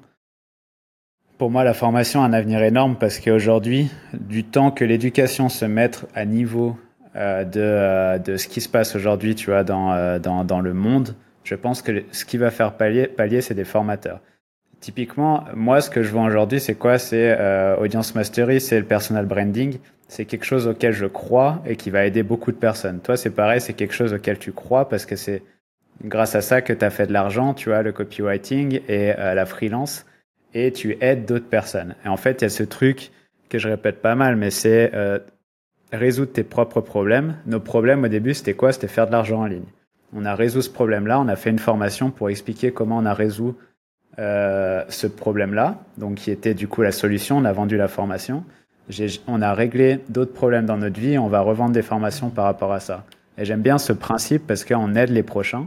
pour moi, la formation a un avenir énorme parce qu'aujourd'hui, du temps que l'éducation se mette à niveau euh, de, euh, de ce qui se passe aujourd'hui, tu vois, dans, euh, dans, dans le monde, je pense que ce qui va faire pallier, pallier c'est des formateurs. Typiquement, moi, ce que je vois aujourd'hui, c'est quoi? C'est euh, Audience Mastery, c'est le personal branding. C'est quelque chose auquel je crois et qui va aider beaucoup de personnes. Toi, c'est pareil, c'est quelque chose auquel tu crois parce que c'est grâce à ça que tu as fait de l'argent, tu vois, le copywriting et euh, la freelance, et tu aides d'autres personnes. Et en fait, il y a ce truc que je répète pas mal, mais c'est euh, résoudre tes propres problèmes. Nos problèmes au début, c'était quoi? C'était faire de l'argent en ligne. On a résolu ce problème-là, on a fait une formation pour expliquer comment on a résolu euh, ce problème-là, donc qui était du coup la solution, on a vendu la formation. J'ai, on a réglé d'autres problèmes dans notre vie, on va revendre des formations par rapport à ça. Et j'aime bien ce principe parce qu'on aide les prochains.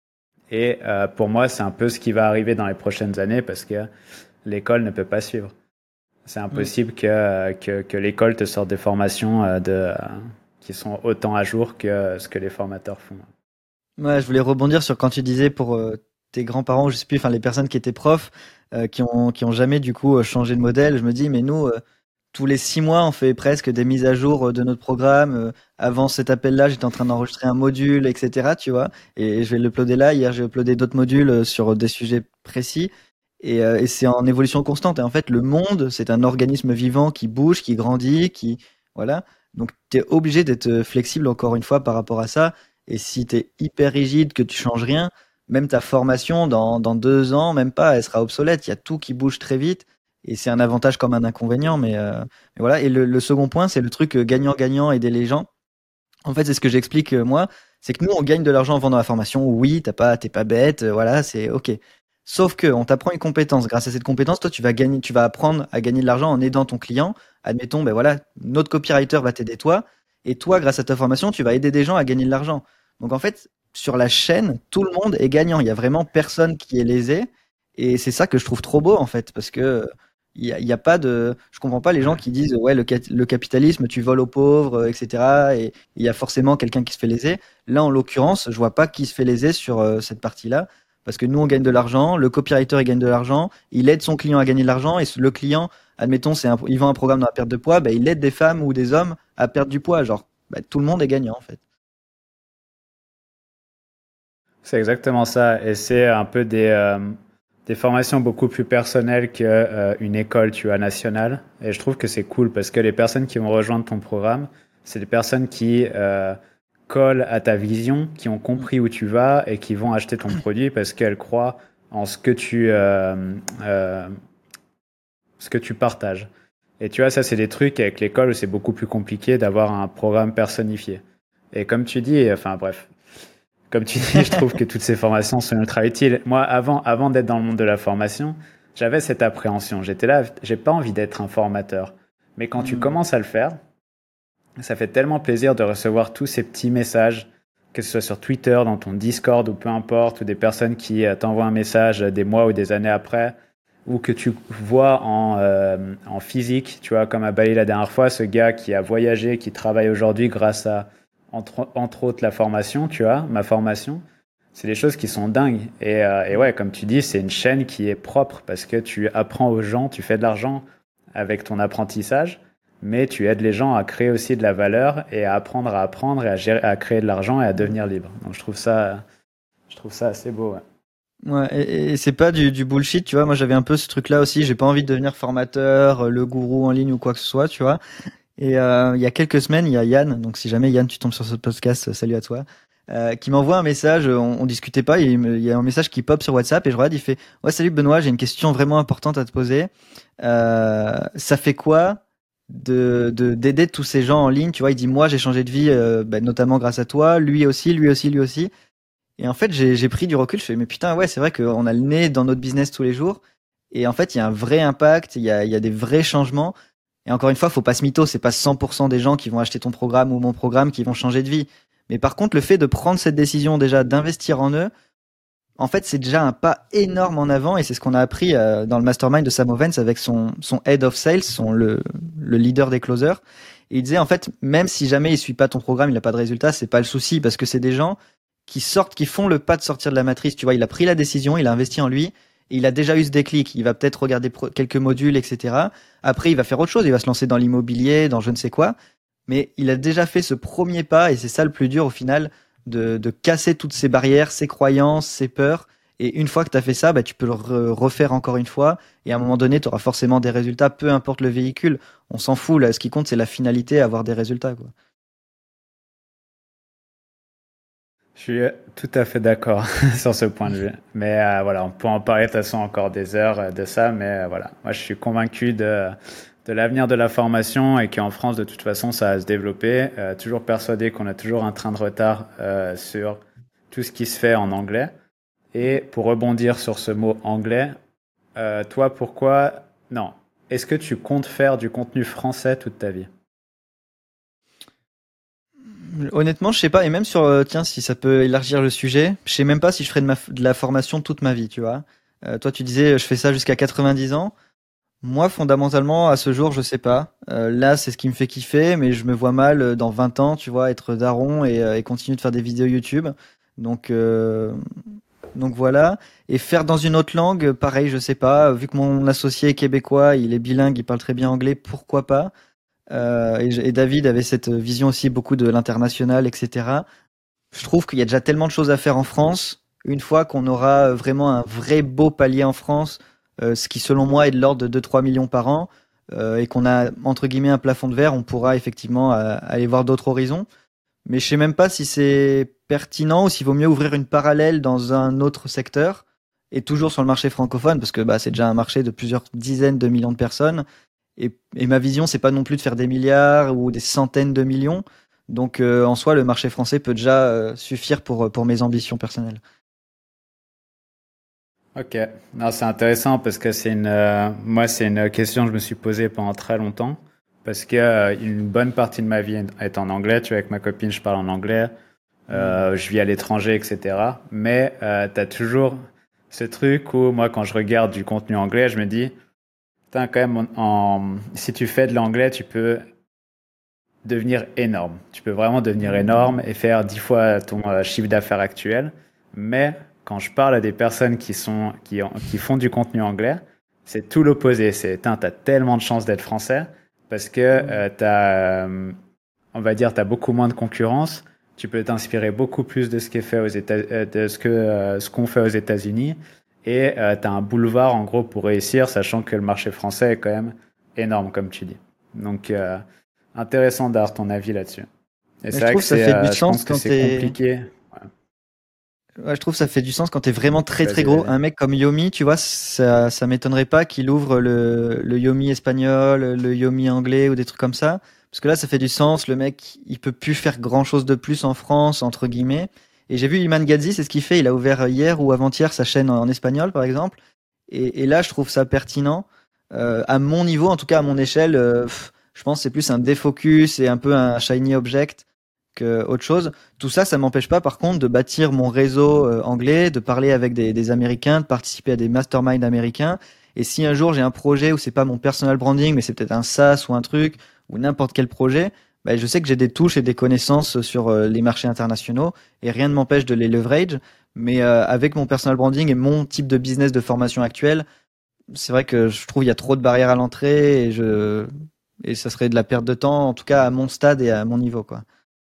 Et euh, pour moi, c'est un peu ce qui va arriver dans les prochaines années parce que l'école ne peut pas suivre. C'est Mm. impossible que, que, que l'école te sorte des formations euh, de, euh, qui sont autant à jour que ce que les formateurs font. Ouais, je voulais rebondir sur quand tu disais pour euh, tes grands-parents, je sais plus, enfin les personnes qui étaient profs, euh, qui ont qui ont jamais du coup euh, changé de modèle. Je me dis, mais nous, euh, tous les six mois, on fait presque des mises à jour euh, de notre programme. Euh, avant cet appel-là, j'étais en train d'enregistrer un module, et cetera. Tu vois, et je vais l'uploader là. Hier, j'ai uploadé d'autres modules euh, sur des sujets précis. Et, euh, et c'est en évolution constante. Et en fait, le monde, c'est un organisme vivant qui bouge, qui grandit, qui voilà. Donc, tu es obligé d'être flexible encore une fois par rapport à ça. Et si tu es hyper rigide, que tu changes rien, même ta formation dans, dans deux ans, même pas, elle sera obsolète. Il y a tout qui bouge très vite. Et c'est un avantage comme un inconvénient. Mais, euh, mais voilà. Et le, le second point, c'est le truc euh, gagnant-gagnant, aider les gens. En fait, c'est ce que j'explique euh, moi. C'est que nous, on gagne de l'argent en vendant la formation. Oui, t'as pas, t'es pas bête. euh, voilà, c'est OK. Sauf que on t'apprend une compétence. Grâce à cette compétence, toi, tu vas gagner, tu vas apprendre à gagner de l'argent en aidant ton client. Admettons, ben voilà, notre copywriter va t'aider toi. Et toi, grâce à ta formation, tu vas aider des gens à gagner de l'argent. Donc en fait, sur la chaîne, tout le monde est gagnant. Il y a vraiment personne qui est lésé. Et c'est ça que je trouve trop beau, en fait, parce que il y a, il y a pas de, je comprends pas les gens qui disent ouais le, ca- le capitalisme, tu voles aux pauvres, euh, et cetera. Et il y a forcément quelqu'un qui se fait léser. Là, en l'occurrence, je vois pas qui se fait léser sur euh, cette partie-là, parce que nous on gagne de l'argent, le copywriter il gagne de l'argent, il aide son client à gagner de l'argent, et le client, admettons, c'est un, il vend un programme dans la perte de poids, ben, il aide des femmes ou des hommes à perdre du poids. Genre, ben, tout le monde est gagnant en fait. C'est exactement ça. Et c'est un peu des, euh, des formations beaucoup plus personnelles qu'une euh, une école, tu vois, nationale. Et je trouve que c'est cool parce que les personnes qui vont rejoindre ton programme, c'est des personnes qui euh, collent à ta vision, qui ont Mm. compris où tu vas et qui vont acheter ton produit parce qu'elles croient en ce que tu, euh, euh, ce que tu partages. Et tu vois, ça, c'est des trucs avec l'école où c'est beaucoup plus compliqué d'avoir un programme personnifié. Et comme tu dis, enfin bref, comme tu dis, je trouve que toutes ces formations sont ultra utiles. Moi, avant, avant d'être dans le monde de la formation, j'avais cette appréhension. J'étais là, j'ai pas envie d'être un formateur. Mais quand tu Hmm. commences à le faire, ça fait tellement plaisir de recevoir tous ces petits messages, que ce soit sur Twitter, dans ton Discord ou peu importe, ou des personnes qui euh, t'envoient un message des mois ou des années après, ou que tu vois en, euh, en physique, tu vois, comme à Bali la dernière fois, ce gars qui a voyagé, qui travaille aujourd'hui grâce à, entre, entre autres, la formation, tu vois, ma formation. C'est des choses qui sont dingues. Et, euh, et ouais, comme tu dis, c'est une chaîne qui est propre parce que tu apprends aux gens, tu fais de l'argent avec ton apprentissage, mais tu aides les gens à créer aussi de la valeur et à apprendre à apprendre et à, gérer, à créer de l'argent et à devenir libre. Donc je trouve ça, je trouve ça assez beau. Ouais. Ouais, et, et c'est pas du, du bullshit, tu vois. Moi, j'avais un peu ce truc-là aussi. J'ai pas envie de devenir formateur, euh, le gourou en ligne ou quoi que ce soit, tu vois. Et euh, il y a quelques semaines, il y a Yann, donc si jamais Yann, tu tombes sur ce podcast, euh, salut à toi, euh, qui m'envoie un message. On, on discutait pas, il, me- il y a un message qui pop sur WhatsApp et je regarde, il fait, ouais, salut Benoît, j'ai une question vraiment importante à te poser. Euh, ça fait quoi de de- d'aider tous ces gens en ligne, tu vois? Il dit, moi, j'ai changé de vie, euh, bah, notamment grâce à toi, lui aussi, lui aussi, lui aussi. Et en fait, j'ai j'ai pris du recul. Je fais, mais putain, ouais, c'est vrai qu'on a le nez dans notre business tous les jours. Et en fait, il y a un vrai impact, il y a, il y a des vrais changements. Et encore une fois, faut pas se mytho, c'est pas cent pour cent des gens qui vont acheter ton programme ou mon programme qui vont changer de vie. Mais par contre, le fait de prendre cette décision déjà d'investir en eux, en fait, c'est déjà un pas énorme en avant et c'est ce qu'on a appris euh, dans le mastermind de Sam Ovens avec son, son head of sales, son, le, le leader des closers. Et il disait, en fait, même si jamais il suit pas ton programme, il n'a pas de résultat, c'est pas le souci parce que c'est des gens qui sortent, qui font le pas de sortir de la matrice. Tu vois, il a pris la décision, il a investi en lui et il a déjà eu ce déclic. Il va peut-être regarder pro- quelques modules, et cetera. Après, il va faire autre chose, il va se lancer dans l'immobilier, dans je ne sais quoi. Mais il a déjà fait ce premier pas et c'est ça le plus dur au final de, de casser toutes ces barrières, ces croyances, ces peurs. Et une fois que tu as fait ça, bah, tu peux le re- refaire encore une fois. Et à un moment donné, tu auras forcément des résultats, peu importe le véhicule. On s'en fout, là. Ce qui compte, c'est la finalité, avoir des résultats, quoi. Je suis tout à fait d'accord sur ce point de vue. Mais euh, voilà, on peut en parler de toute façon encore des heures euh, de ça, mais euh, voilà, moi je suis convaincu de, de l'avenir de la formation et qu'en France, de toute façon, ça va se développer. Euh, toujours persuadé qu'on a toujours un train de retard euh, sur tout ce qui se fait en anglais. Et pour rebondir sur ce mot anglais, euh, toi, pourquoi... Non. Est-ce que tu comptes faire du contenu français toute ta vie? Honnêtement, je sais pas. Et même sur, euh, tiens, si ça peut élargir le sujet, je sais même pas si je ferai de, ma, de la formation toute ma vie, tu vois. Euh, toi, tu disais, je fais ça jusqu'à quatre-vingt-dix ans. Moi, fondamentalement, à ce jour, je sais pas. Euh, là, c'est ce qui me fait kiffer, mais je me vois mal euh, dans vingt ans, tu vois, être daron et, euh, et continuer de faire des vidéos YouTube. Donc, euh, donc voilà. Et faire dans une autre langue, euh, pareil, je sais pas. Vu que mon associé est québécois, il est bilingue, il parle très bien anglais, pourquoi pas? Euh, et, je- et David avait cette vision aussi beaucoup de l'international, et cetera. Je trouve qu'il y a déjà tellement de choses à faire en France. Une fois qu'on aura vraiment un vrai beau palier en France, euh, ce qui selon moi est de l'ordre de deux trois millions par an, euh, et qu'on a entre guillemets un plafond de verre, on pourra effectivement euh, aller voir d'autres horizons. Mais je sais même pas si c'est pertinent ou s'il vaut mieux ouvrir une parallèle dans un autre secteur et toujours sur le marché francophone parce que bah, c'est déjà un marché de plusieurs dizaines de millions de personnes. Et, et ma vision, c'est pas non plus de faire des milliards ou des centaines de millions. Donc euh, en soi, le marché français peut déjà euh, suffire pour, pour mes ambitions personnelles. Ok, non, c'est intéressant parce que c'est une, euh, moi, c'est une question que je me suis posée pendant très longtemps parce que euh, une bonne partie de ma vie est en anglais. Tu vois, avec ma copine, je parle en anglais. Hmm. Euh, je vis à l'étranger, et cetera. Mais euh, t'as toujours ce truc où moi, quand je regarde du contenu anglais, je me dis, putain, quand même, en, en- si tu fais de l'anglais, tu peux devenir énorme. Tu peux vraiment devenir énorme et faire dix fois ton euh, chiffre d'affaires actuel. Mais quand je parle à des personnes qui sont qui, ont- qui font du contenu anglais, c'est tout l'opposé. C'est, putain, t'as tellement de chance d'être français parce que Hmm. euh, t'as, euh, on va dire, t'as beaucoup moins de concurrence. Tu peux t'inspirer beaucoup plus de ce qui est fait aux États, euh, de ce que euh, ce qu'on fait aux États-Unis et euh, t'as un boulevard en gros pour réussir, sachant que le marché français est quand même énorme, comme tu dis. Donc euh, intéressant d'avoir ton avis là-dessus. Et Mais c'est je vrai trouve que que ça c'est, fait du euh, je sens pense que quand c'est t'es. compliqué. Ouais, je trouve que ça fait du sens quand t'es vraiment très très Vas-y, gros. vas-y. Un mec comme Yomi, tu vois, ça, ça m'étonnerait pas qu'il ouvre le, le Yomi espagnol, le Yomi anglais ou des trucs comme ça. Parce que là, ça fait du sens. Le mec, il peut plus faire grand chose de plus en France, entre guillemets. Et j'ai vu Iman Gadzhi, c'est ce qu'il fait. Il a ouvert hier ou avant-hier sa chaîne en, en espagnol, par exemple. Et, et là, je trouve ça pertinent. Euh, à mon niveau, en tout cas à mon échelle, euh, pff, je pense que c'est plus un défocus et un peu un shiny object que autre chose. Tout ça, ça m'empêche pas, par contre, de bâtir mon réseau euh, anglais, de parler avec des, des Américains, de participer à des masterminds américains. Et si un jour j'ai un projet où c'est pas mon personal branding, mais c'est peut-être un SaaS ou un truc, ou n'importe quel projet, bah, je sais que j'ai des touches et des connaissances sur euh, les marchés internationaux, et rien ne m'empêche de les leverage. Mais euh, avec mon personal branding et mon type de business de formation actuel, c'est vrai que je trouve il y a trop de barrières à l'entrée et je et ça serait de la perte de temps, en tout cas à mon stade et à mon niveau, quoi.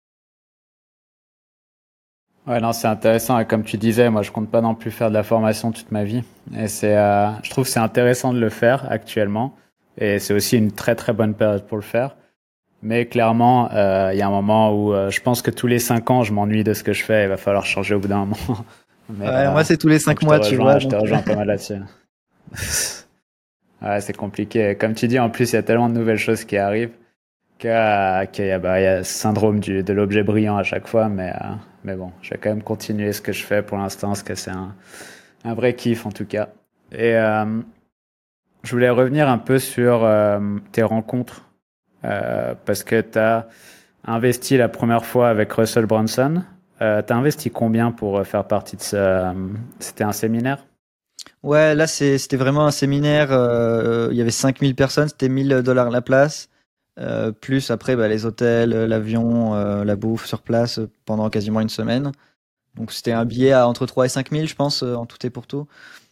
Ouais, non, c'est intéressant. Et comme tu disais, moi, je compte pas non plus faire de la formation toute ma vie. Et c'est, euh, je trouve que c'est intéressant de le faire actuellement. Et c'est aussi une très très bonne période pour le faire. Mais clairement, euh, il y a un moment où euh, je pense que tous les cinq ans, je m'ennuie de ce que je fais. Il va falloir changer au bout d'un moment. Mais Ouais, euh, moi c'est tous les donc cinq je te mois, tu vois. rejoins, je te Donc rejoins pas mal là-dessus. Ouais, c'est compliqué. Comme tu dis, en plus, il y a tellement de nouvelles choses qui arrivent qu'il y a, qu'il y a, bah, il y a ce syndrome du, de l'objet brillant à chaque fois. Mais, euh, mais bon, je vais quand même continuer ce que je fais pour l'instant, parce que c'est un, un vrai kiff en tout cas. Et euh, je voulais revenir un peu sur euh, tes rencontres, euh, parce que tu as investi la première fois avec Russell Brunson. Euh, tu as investi combien pour euh, faire partie de ce... euh, C'était un séminaire? ouais, là c'est c'était vraiment un séminaire. Euh, il y avait cinq mille personnes, c'était mille dollars la place. Euh, plus après bah, les hôtels, l'avion, euh, la bouffe sur place euh, pendant quasiment une semaine. Donc c'était un billet à entre trois et cinq mille, je pense, euh, en tout et pour tout.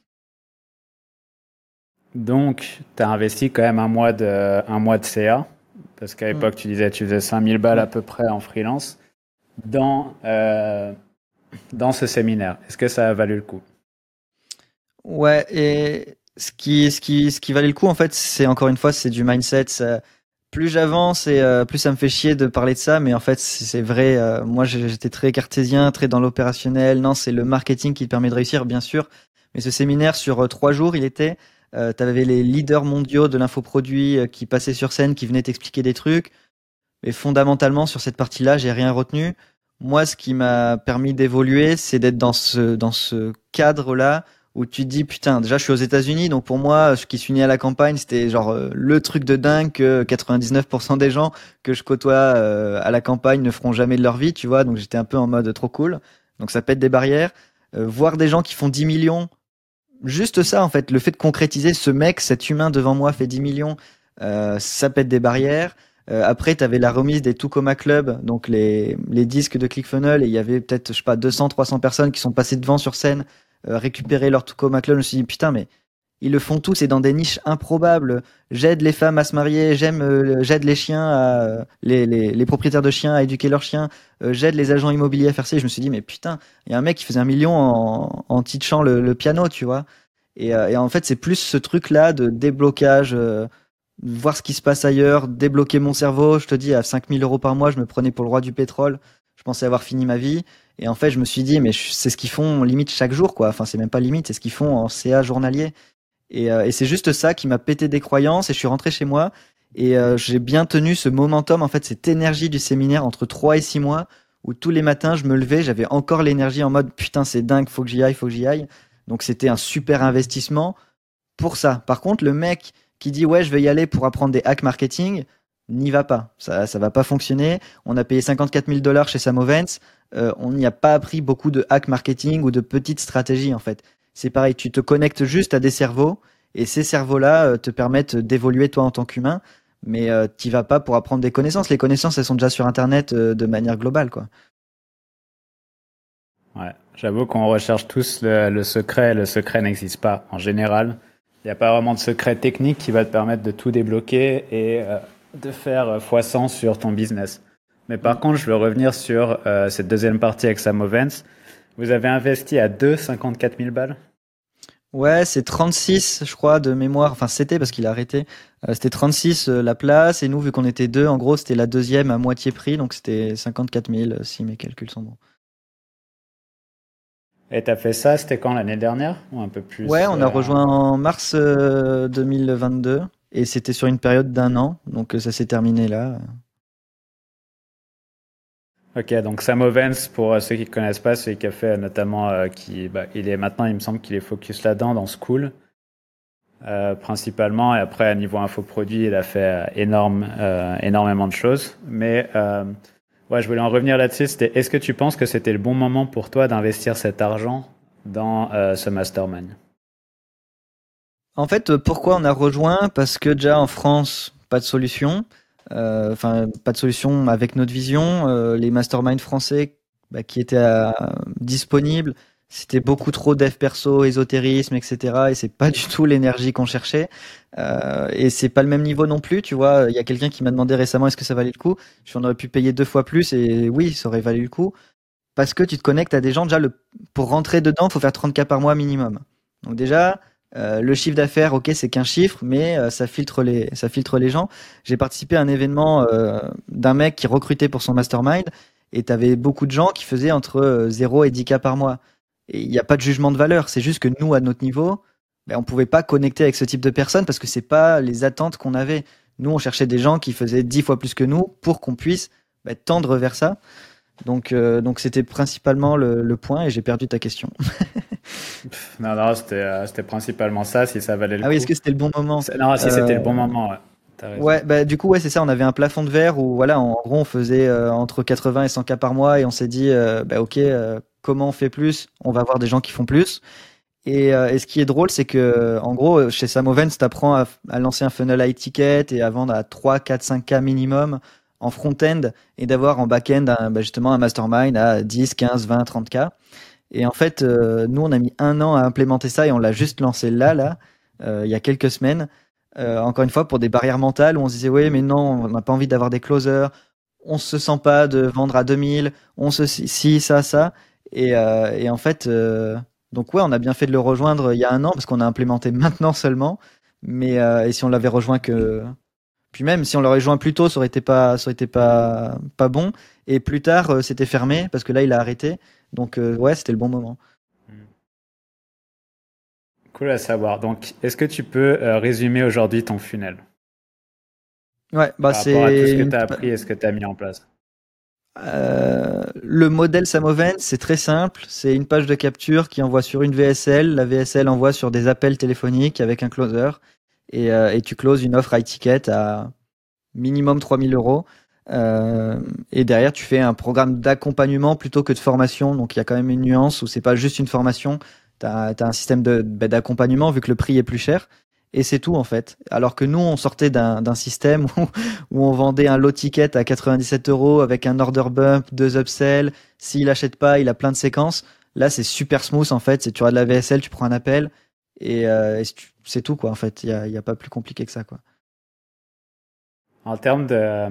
Donc, tu as investi quand même un mois de, un mois de C A, parce qu'à Hmm. l'époque, tu disais que tu faisais cinq mille balles à Ouais. peu près en freelance, dans, euh, dans ce séminaire. Est-ce que ça a valu le coup? Ouais, et ce qui, ce qui, ce qui valait le coup, en fait, c'est encore une fois, c'est du mindset. Ça- plus j'avance et euh, plus ça me fait chier de parler de ça, mais en fait, c'est c'est vrai. Euh, moi, j'ai- j'étais très cartésien, très dans l'opérationnel. Non, c'est le marketing qui te permet de réussir, bien sûr. Mais ce séminaire sur euh, trois jours, il était. Euh, t'avais les leaders mondiaux de l'infoproduit euh, qui passaient sur scène, qui venaient t'expliquer des trucs. Mais fondamentalement, sur cette partie-là, j'ai rien retenu. Moi, ce qui m'a permis d'évoluer, c'est d'être dans ce, dans ce cadre-là où tu te dis, putain, déjà, je suis aux États-Unis, donc pour moi, ce qui suis né à la campagne, c'était genre euh, le truc de dingue que quatre-vingt-dix-neuf pour cent des gens que je côtoie euh, à la campagne ne feront jamais de leur vie, tu vois. Donc j'étais un peu en mode trop cool. Donc ça pète des barrières. Euh, voir des gens qui font dix millions, juste ça, en fait, le fait de concrétiser ce mec, cet humain devant moi fait dix millions, euh, ça pète des barrières. Euh, après, tu avais la remise des Tucoma Club, donc les, les disques de ClickFunnels, et il y avait peut-être, je sais pas, deux cents, trois cents personnes qui sont passées devant sur scène, euh, récupérer leur Tucoma Club. Je me suis dit, putain, mais ils le font tous et dans des niches improbables. J'aide les femmes à se marier, j'aime, euh, j'aide les chiens à, euh, les, les, les propriétaires de chiens à éduquer leurs chiens, euh, j'aide les agents immobiliers à faire ça. Et je me suis dit, mais putain, il y a un mec qui faisait un million en, en teachant le, le piano, tu vois. Et, euh, et en fait, c'est plus ce truc-là de déblocage, euh, voir ce qui se passe ailleurs, débloquer mon cerveau. Je te dis, à cinq mille euros par mois, je me prenais pour le roi du pétrole. Je pensais avoir fini ma vie. Et en fait, je me suis dit, mais je- c'est ce qu'ils font limite chaque jour, quoi. Enfin, c'est même pas limite, c'est ce qu'ils font en C A journalier. Et, euh, et c'est juste ça qui m'a pété des croyances. Et je suis rentré chez moi. Et euh, j'ai bien tenu ce momentum, en fait, cette énergie du séminaire entre trois et six mois, où tous les matins, je me levais, j'avais encore l'énergie en mode, putain, c'est dingue, faut que j'y aille, faut que j'y aille. Donc c'était un super investissement pour ça. Par contre, le mec qui dit ouais, je vais y aller pour apprendre des hacks marketing, n'y va pas. Ça, ça va pas fonctionner. On a payé cinquante-quatre mille dollars chez Samovens. Euh, on n'y a pas appris beaucoup de hacks marketing ou de petites stratégies en fait. C'est pareil, tu te connectes juste à des cerveaux et ces cerveaux-là euh, te permettent d'évoluer toi en tant qu'humain. Mais euh, t'y vas pas pour apprendre des connaissances. Les connaissances, elles sont déjà sur Internet euh, de manière globale, quoi. Ouais, j'avoue qu'on recherche tous le, le secret. Le secret n'existe pas. En général, il n'y a pas vraiment de secret technique qui va te permettre de tout débloquer et euh, de faire euh, fois cent sur ton business. Mais par Mm. contre, je veux revenir sur euh, cette deuxième partie avec Samovens. Vous avez investi à deux cinquante-quatre mille balles? Ouais, c'est trente-six, je crois, de mémoire. Enfin, c'était parce qu'il a arrêté. Euh, c'était trente-six euh, la place. Et nous, vu qu'on était deux, en gros, c'était la deuxième à moitié prix. Donc, c'était cinquante-quatre mille, euh, si mes calculs sont bons. Et t'as fait ça, c'était quand, l'année dernière? Ou un peu Ouais, plus on a euh, rejoint en mars euh, deux mille vingt-deux et c'était sur une période d'un an, donc euh, ça s'est terminé là. Ok, donc Sam Ovens, pour euh, ceux qui ne connaissent pas, c'est qui a fait euh, notamment, euh, qui, bah, il est maintenant, il me semble qu'il est focus là-dedans, dans School, euh, principalement. Et après, à niveau infoproduit, il a fait euh, énorme, euh, énormément de choses. Mais euh, ouais, je voulais en revenir là-dessus. C'était, est-ce que tu penses que c'était le bon moment pour toi d'investir cet argent dans euh, ce mastermind? En fait, euh, pourquoi on a rejoint? Parce que déjà en France, pas de solution. Euh, Enfin, pas de solution avec notre vision. Euh, les masterminds français bah, qui étaient euh, disponibles, c'était beaucoup trop dev perso, ésotérisme, et cetera. Et c'est pas du tout l'énergie qu'on cherchait. Euh, et c'est pas le même niveau non plus. Tu vois, il y a quelqu'un qui m'a demandé récemment est-ce que ça valait le coup. Je suis, on aurait pu payer deux fois plus et oui, ça aurait valu le coup. Parce que tu te connectes à des gens déjà le, pour rentrer dedans, il faut faire trente k par mois minimum. Donc déjà, euh, le chiffre d'affaires, ok, c'est qu'un chiffre, mais euh, ça filtre les, ça filtre les gens. J'ai participé à un événement euh, d'un mec qui recrutait pour son mastermind, et t'avais beaucoup de gens qui faisaient entre euh, zéro et dix k par mois. Et il n'y a pas de jugement de valeur, c'est juste que nous, à notre niveau, ben, on pouvait pas connecter avec ce type de personnes parce que c'est pas les attentes qu'on avait. Nous, on cherchait des gens qui faisaient dix fois plus que nous pour qu'on puisse ben, tendre vers ça. Donc, euh, donc c'était principalement le, le point et j'ai perdu ta question. Pff, non, non, c'était, euh, c'était principalement ça, si ça valait le Ah oui, est-ce coup. que c'était le bon moment? C'est- non, si c'était Euh, le bon moment, ouais. T'as raison. ouais, bah du coup ouais c'est ça. On avait un plafond de verre où voilà, en gros on faisait euh, entre quatre-vingts et cent k par mois et on s'est dit euh, bah ok, euh, comment on fait plus? On va voir des gens qui font plus. Et, euh, et ce qui est drôle, c'est que en gros chez Samovens, t'apprends à, à lancer un funnel high ticket et à vendre à trois, quatre, cinq k minimum en front-end et d'avoir en back-end un- bah, justement un mastermind à dix, quinze, vingt, trente k. Et en fait, euh, nous, on a mis un an à implémenter ça et on l'a juste lancé là, là, euh, il y a quelques semaines. Euh, encore une fois, pour des barrières mentales où on se disait, oui, mais non, on n'a pas envie d'avoir des closers, on se sent pas de vendre à deux mille, on se si, si, ça, ça. Et, euh, et en fait, euh, donc ouais, on a bien fait de le rejoindre il y a un an parce qu'on a implémenté maintenant seulement. Mais euh, et si on l'avait rejoint que, puis même si on l'aurait rejoint plus tôt, ça aurait été pas, ça aurait été pas, pas bon. Et plus tard, euh, c'était fermé parce que là, il a arrêté. Donc euh, ouais, c'était le bon moment. Cool à savoir. Donc, est-ce que tu peux euh, résumer aujourd'hui ton funnel Ouais, bah par rapport à tout ce c'est que une... tu as appris et ce que tu as mis en place? euh, le modèle Samoven, c'est très simple. C'est une page de capture qui envoie sur une V S L. La V S L envoie sur des appels téléphoniques avec un closer. Et, euh, et tu closes une offre high ticket à minimum trois mille euros. Euh, et derrière, tu fais un programme d'accompagnement plutôt que de formation. Donc il y a quand même une nuance où c'est pas juste une formation. Tu as, un système de, bah, d'accompagnement vu que le prix est plus cher. Et c'est tout en fait. Alors que nous, on sortait d'un, d'un système où, où on vendait un lot ticket à quatre-vingt-dix-sept euros avec un order bump, deux upsells. S'il achète pas, il a plein de séquences. Là, c'est super smooth en fait. C'est tu as de la V S L, tu prends un appel et, euh, et c'est tout quoi en fait. Il y a, il y a pas plus compliqué que ça quoi. En termes de,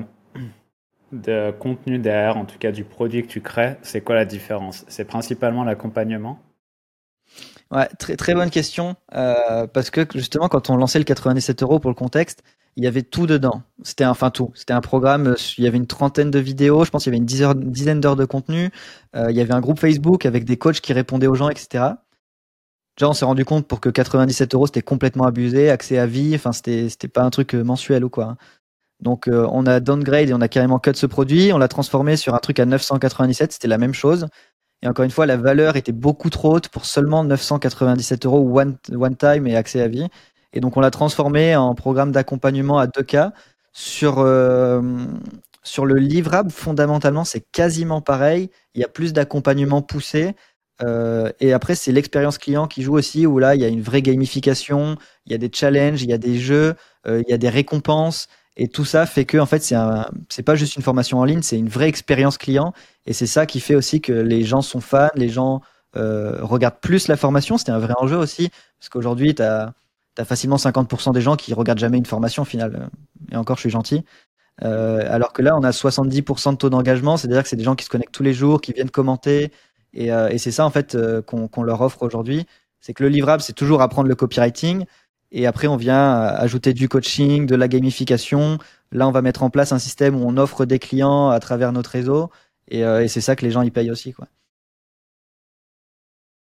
de contenu derrière, en tout cas du produit que tu crées, c'est quoi la différence? C'est principalement l'accompagnement? Ouais, très très bonne question. Euh, parce que justement, quand on lançait le quatre-vingt-dix-sept euros pour le contexte, il y avait tout dedans. C'était enfin tout. C'était un programme. euh, Il y avait une trentaine de vidéos. Je pense qu'il y avait une dizaine heures- une dizaine d'heures de contenu. Euh, il y avait un groupe Facebook avec des coachs qui répondaient aux gens, et cetera. Déjà, on s'est rendu compte pour que quatre-vingt-dix-sept euros, c'était complètement abusé, accès à vie. Enfin, c'était c'était pas un truc euh, mensuel ou quoi, hein. Donc, euh, on a downgrade et on a carrément cut ce produit. On l'a transformé sur un truc à neuf cent quatre-vingt-dix-sept. C'était la même chose. Et encore une fois, la valeur était beaucoup trop haute pour seulement neuf cent quatre-vingt-dix-sept euros one, one time et accès à vie. Et donc, on l'a transformé en programme d'accompagnement à deux k. Sur, euh, sur le livrable, fondamentalement, c'est quasiment pareil. Il y a plus d'accompagnement poussé. Euh, et après, c'est l'expérience client qui joue aussi, où là, il y a une vraie gamification, il y a des challenges, il y a des jeux, euh, il y a des récompenses. Et tout ça fait que, en fait, c'est un, c'est pas juste une formation en ligne, c'est une vraie expérience client. Et c'est ça qui fait aussi que les gens sont fans, les gens euh, regardent plus la formation. C'était un vrai enjeu aussi, parce qu'aujourd'hui, tu as, facilement cinquante pour cent des gens qui regardent jamais une formation au final. Et encore, je suis gentil. Euh, alors que là, on a soixante-dix pour cent de taux d'engagement, c'est-à-dire que c'est des gens qui se connectent tous les jours, qui viennent commenter. Et, euh, et c'est ça, en fait, euh, qu'on qu'on leur offre aujourd'hui. C'est que le livrable, c'est toujours apprendre le copywriting. Et après, on vient euh, ajouter du coaching, de la gamification. Là, on va mettre en place un système où on offre des clients à travers notre réseau. Et, euh, et c'est ça que les gens y payent aussi, quoi.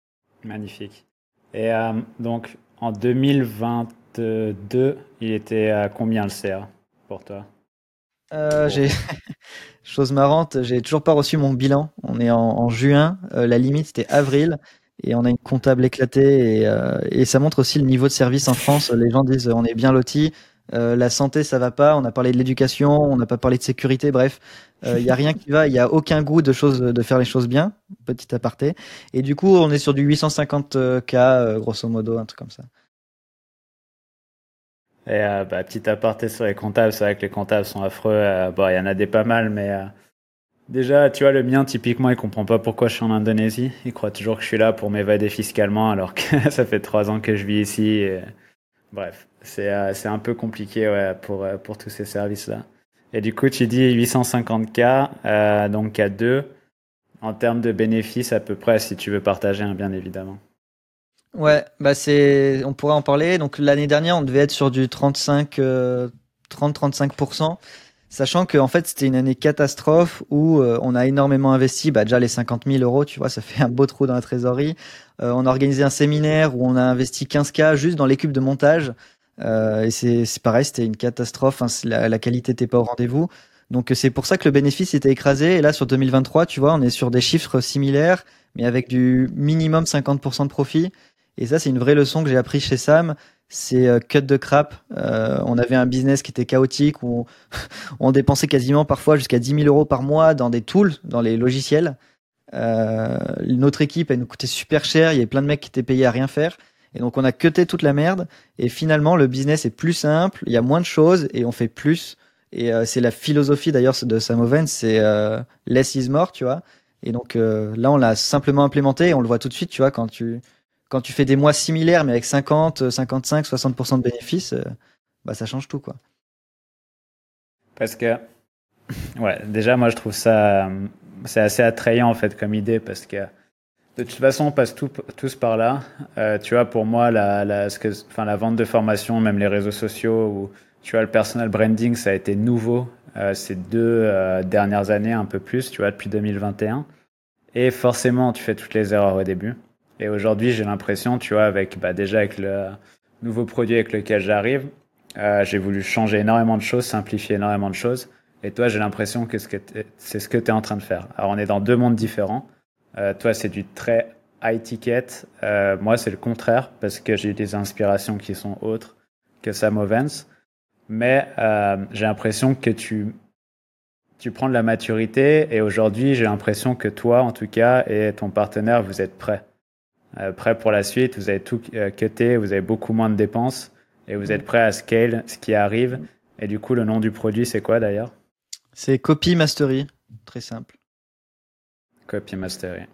Magnifique. Et euh, donc, en deux mille vingt-deux, il était à combien le C A pour toi? Euh, Pour j'ai vous. chose marrante, j'ai toujours pas reçu mon bilan. On est en, en juin, euh, la limite c'était avril, et on a une comptable éclatée, et, euh, et ça montre aussi le niveau de service en France. Les gens disent euh, on est bien lotis, euh, la santé ça va pas, on a parlé de l'éducation, on n'a pas parlé de sécurité, bref, il y a rien qui va, il y a aucun goût de choses de faire les choses bien, petit aparté. Et du coup on est sur du huit cent cinquante k euh, grosso modo, un truc comme ça. Et euh, bah, petit aparté sur les comptables, c'est vrai que les comptables sont affreux. Euh, bon, il y en a des pas mal, mais euh, déjà, tu vois, le mien, typiquement, il comprend pas pourquoi je suis en Indonésie. Il croit toujours que je suis là pour m'évader fiscalement, alors que ça fait trois ans que je vis ici. Et... Bref, c'est euh, c'est un peu compliqué ouais, pour, euh, pour tous ces services-là. Et du coup, tu dis huit cent cinquante k, euh, donc à deux, en termes de bénéfices à peu près, si tu veux partager, hein, bien évidemment. Ouais, bah c'est, on pourrait en parler. Donc l'année dernière, on devait être sur du trente-cinq, euh, trente-trente-cinq pour cent, sachant que en fait c'était une année catastrophe où euh, on a énormément investi. Bah déjà les cinquante mille euros, tu vois, ça fait un beau trou dans la trésorerie. Euh, on a organisé un séminaire où on a investi quinze k juste dans l'équipe de montage. Euh, et c'est c'est pareil, c'était une catastrophe. Hein, c'est- la, la qualité n'était pas au rendez-vous. Donc c'est pour ça que le bénéfice était écrasé. Et là sur deux mille vingt-trois, tu vois, on est sur des chiffres similaires, mais avec du minimum cinquante pour cent de profit. Et ça, c'est une vraie leçon que j'ai appris chez Sam. C'est euh, cut de crap. Euh, on avait un business qui était chaotique où on, on dépensait quasiment parfois jusqu'à dix mille euros par mois dans des tools, dans les logiciels. Euh, notre équipe, elle nous coûtait super cher. Il y avait plein de mecs qui étaient payés à rien faire. Et donc, on a cuté toute la merde. Et finalement, le business est plus simple. Il y a moins de choses et on fait plus. Et euh, c'est la philosophie d'ailleurs de Sam Oven, c'est euh, less is more, tu vois. Et donc euh, là, on l'a simplement implémenté et on le voit tout de suite, tu vois, quand tu quand tu fais des mois similaires mais avec cinquante, cinquante-cinq, soixante pour cent de bénéfices, euh, bah ça change tout, quoi. Parce que, ouais, déjà, moi, je trouve ça, euh, c'est assez attrayant, en fait, comme idée, parce que de toute façon, on passe tout, tous par là. Euh, tu vois, pour moi, la, la, ce que, enfin, la vente de formation, même les réseaux sociaux, ou tu vois, le personal branding, ça a été nouveau euh, ces deux euh, dernières années, un peu plus, tu vois, depuis deux mille vingt et un. Et un. Et forcément, tu fais toutes les erreurs au début. Et aujourd'hui, j'ai l'impression, tu vois, avec bah, déjà avec le nouveau produit avec lequel j'arrive, euh, j'ai voulu changer énormément de choses, simplifier énormément de choses. Et toi, j'ai l'impression que c'est ce que tu es en train de faire. Alors, on est dans deux mondes différents. Euh, toi, c'est du très high ticket. Euh, moi, c'est le contraire parce que j'ai eu des inspirations qui sont autres que Sam Ovens. Mais euh, j'ai l'impression que tu, tu prends de la maturité et aujourd'hui, j'ai l'impression que toi, en tout cas, et ton partenaire, vous êtes prêts. Euh, prêts pour la suite, vous avez tout euh, cuté, vous avez beaucoup moins de dépenses et vous êtes prêts à scale ce qui arrive. Et du coup, le nom du produit, c'est quoi d'ailleurs? C'est Copy Mastery, très simple. Copy Mastery.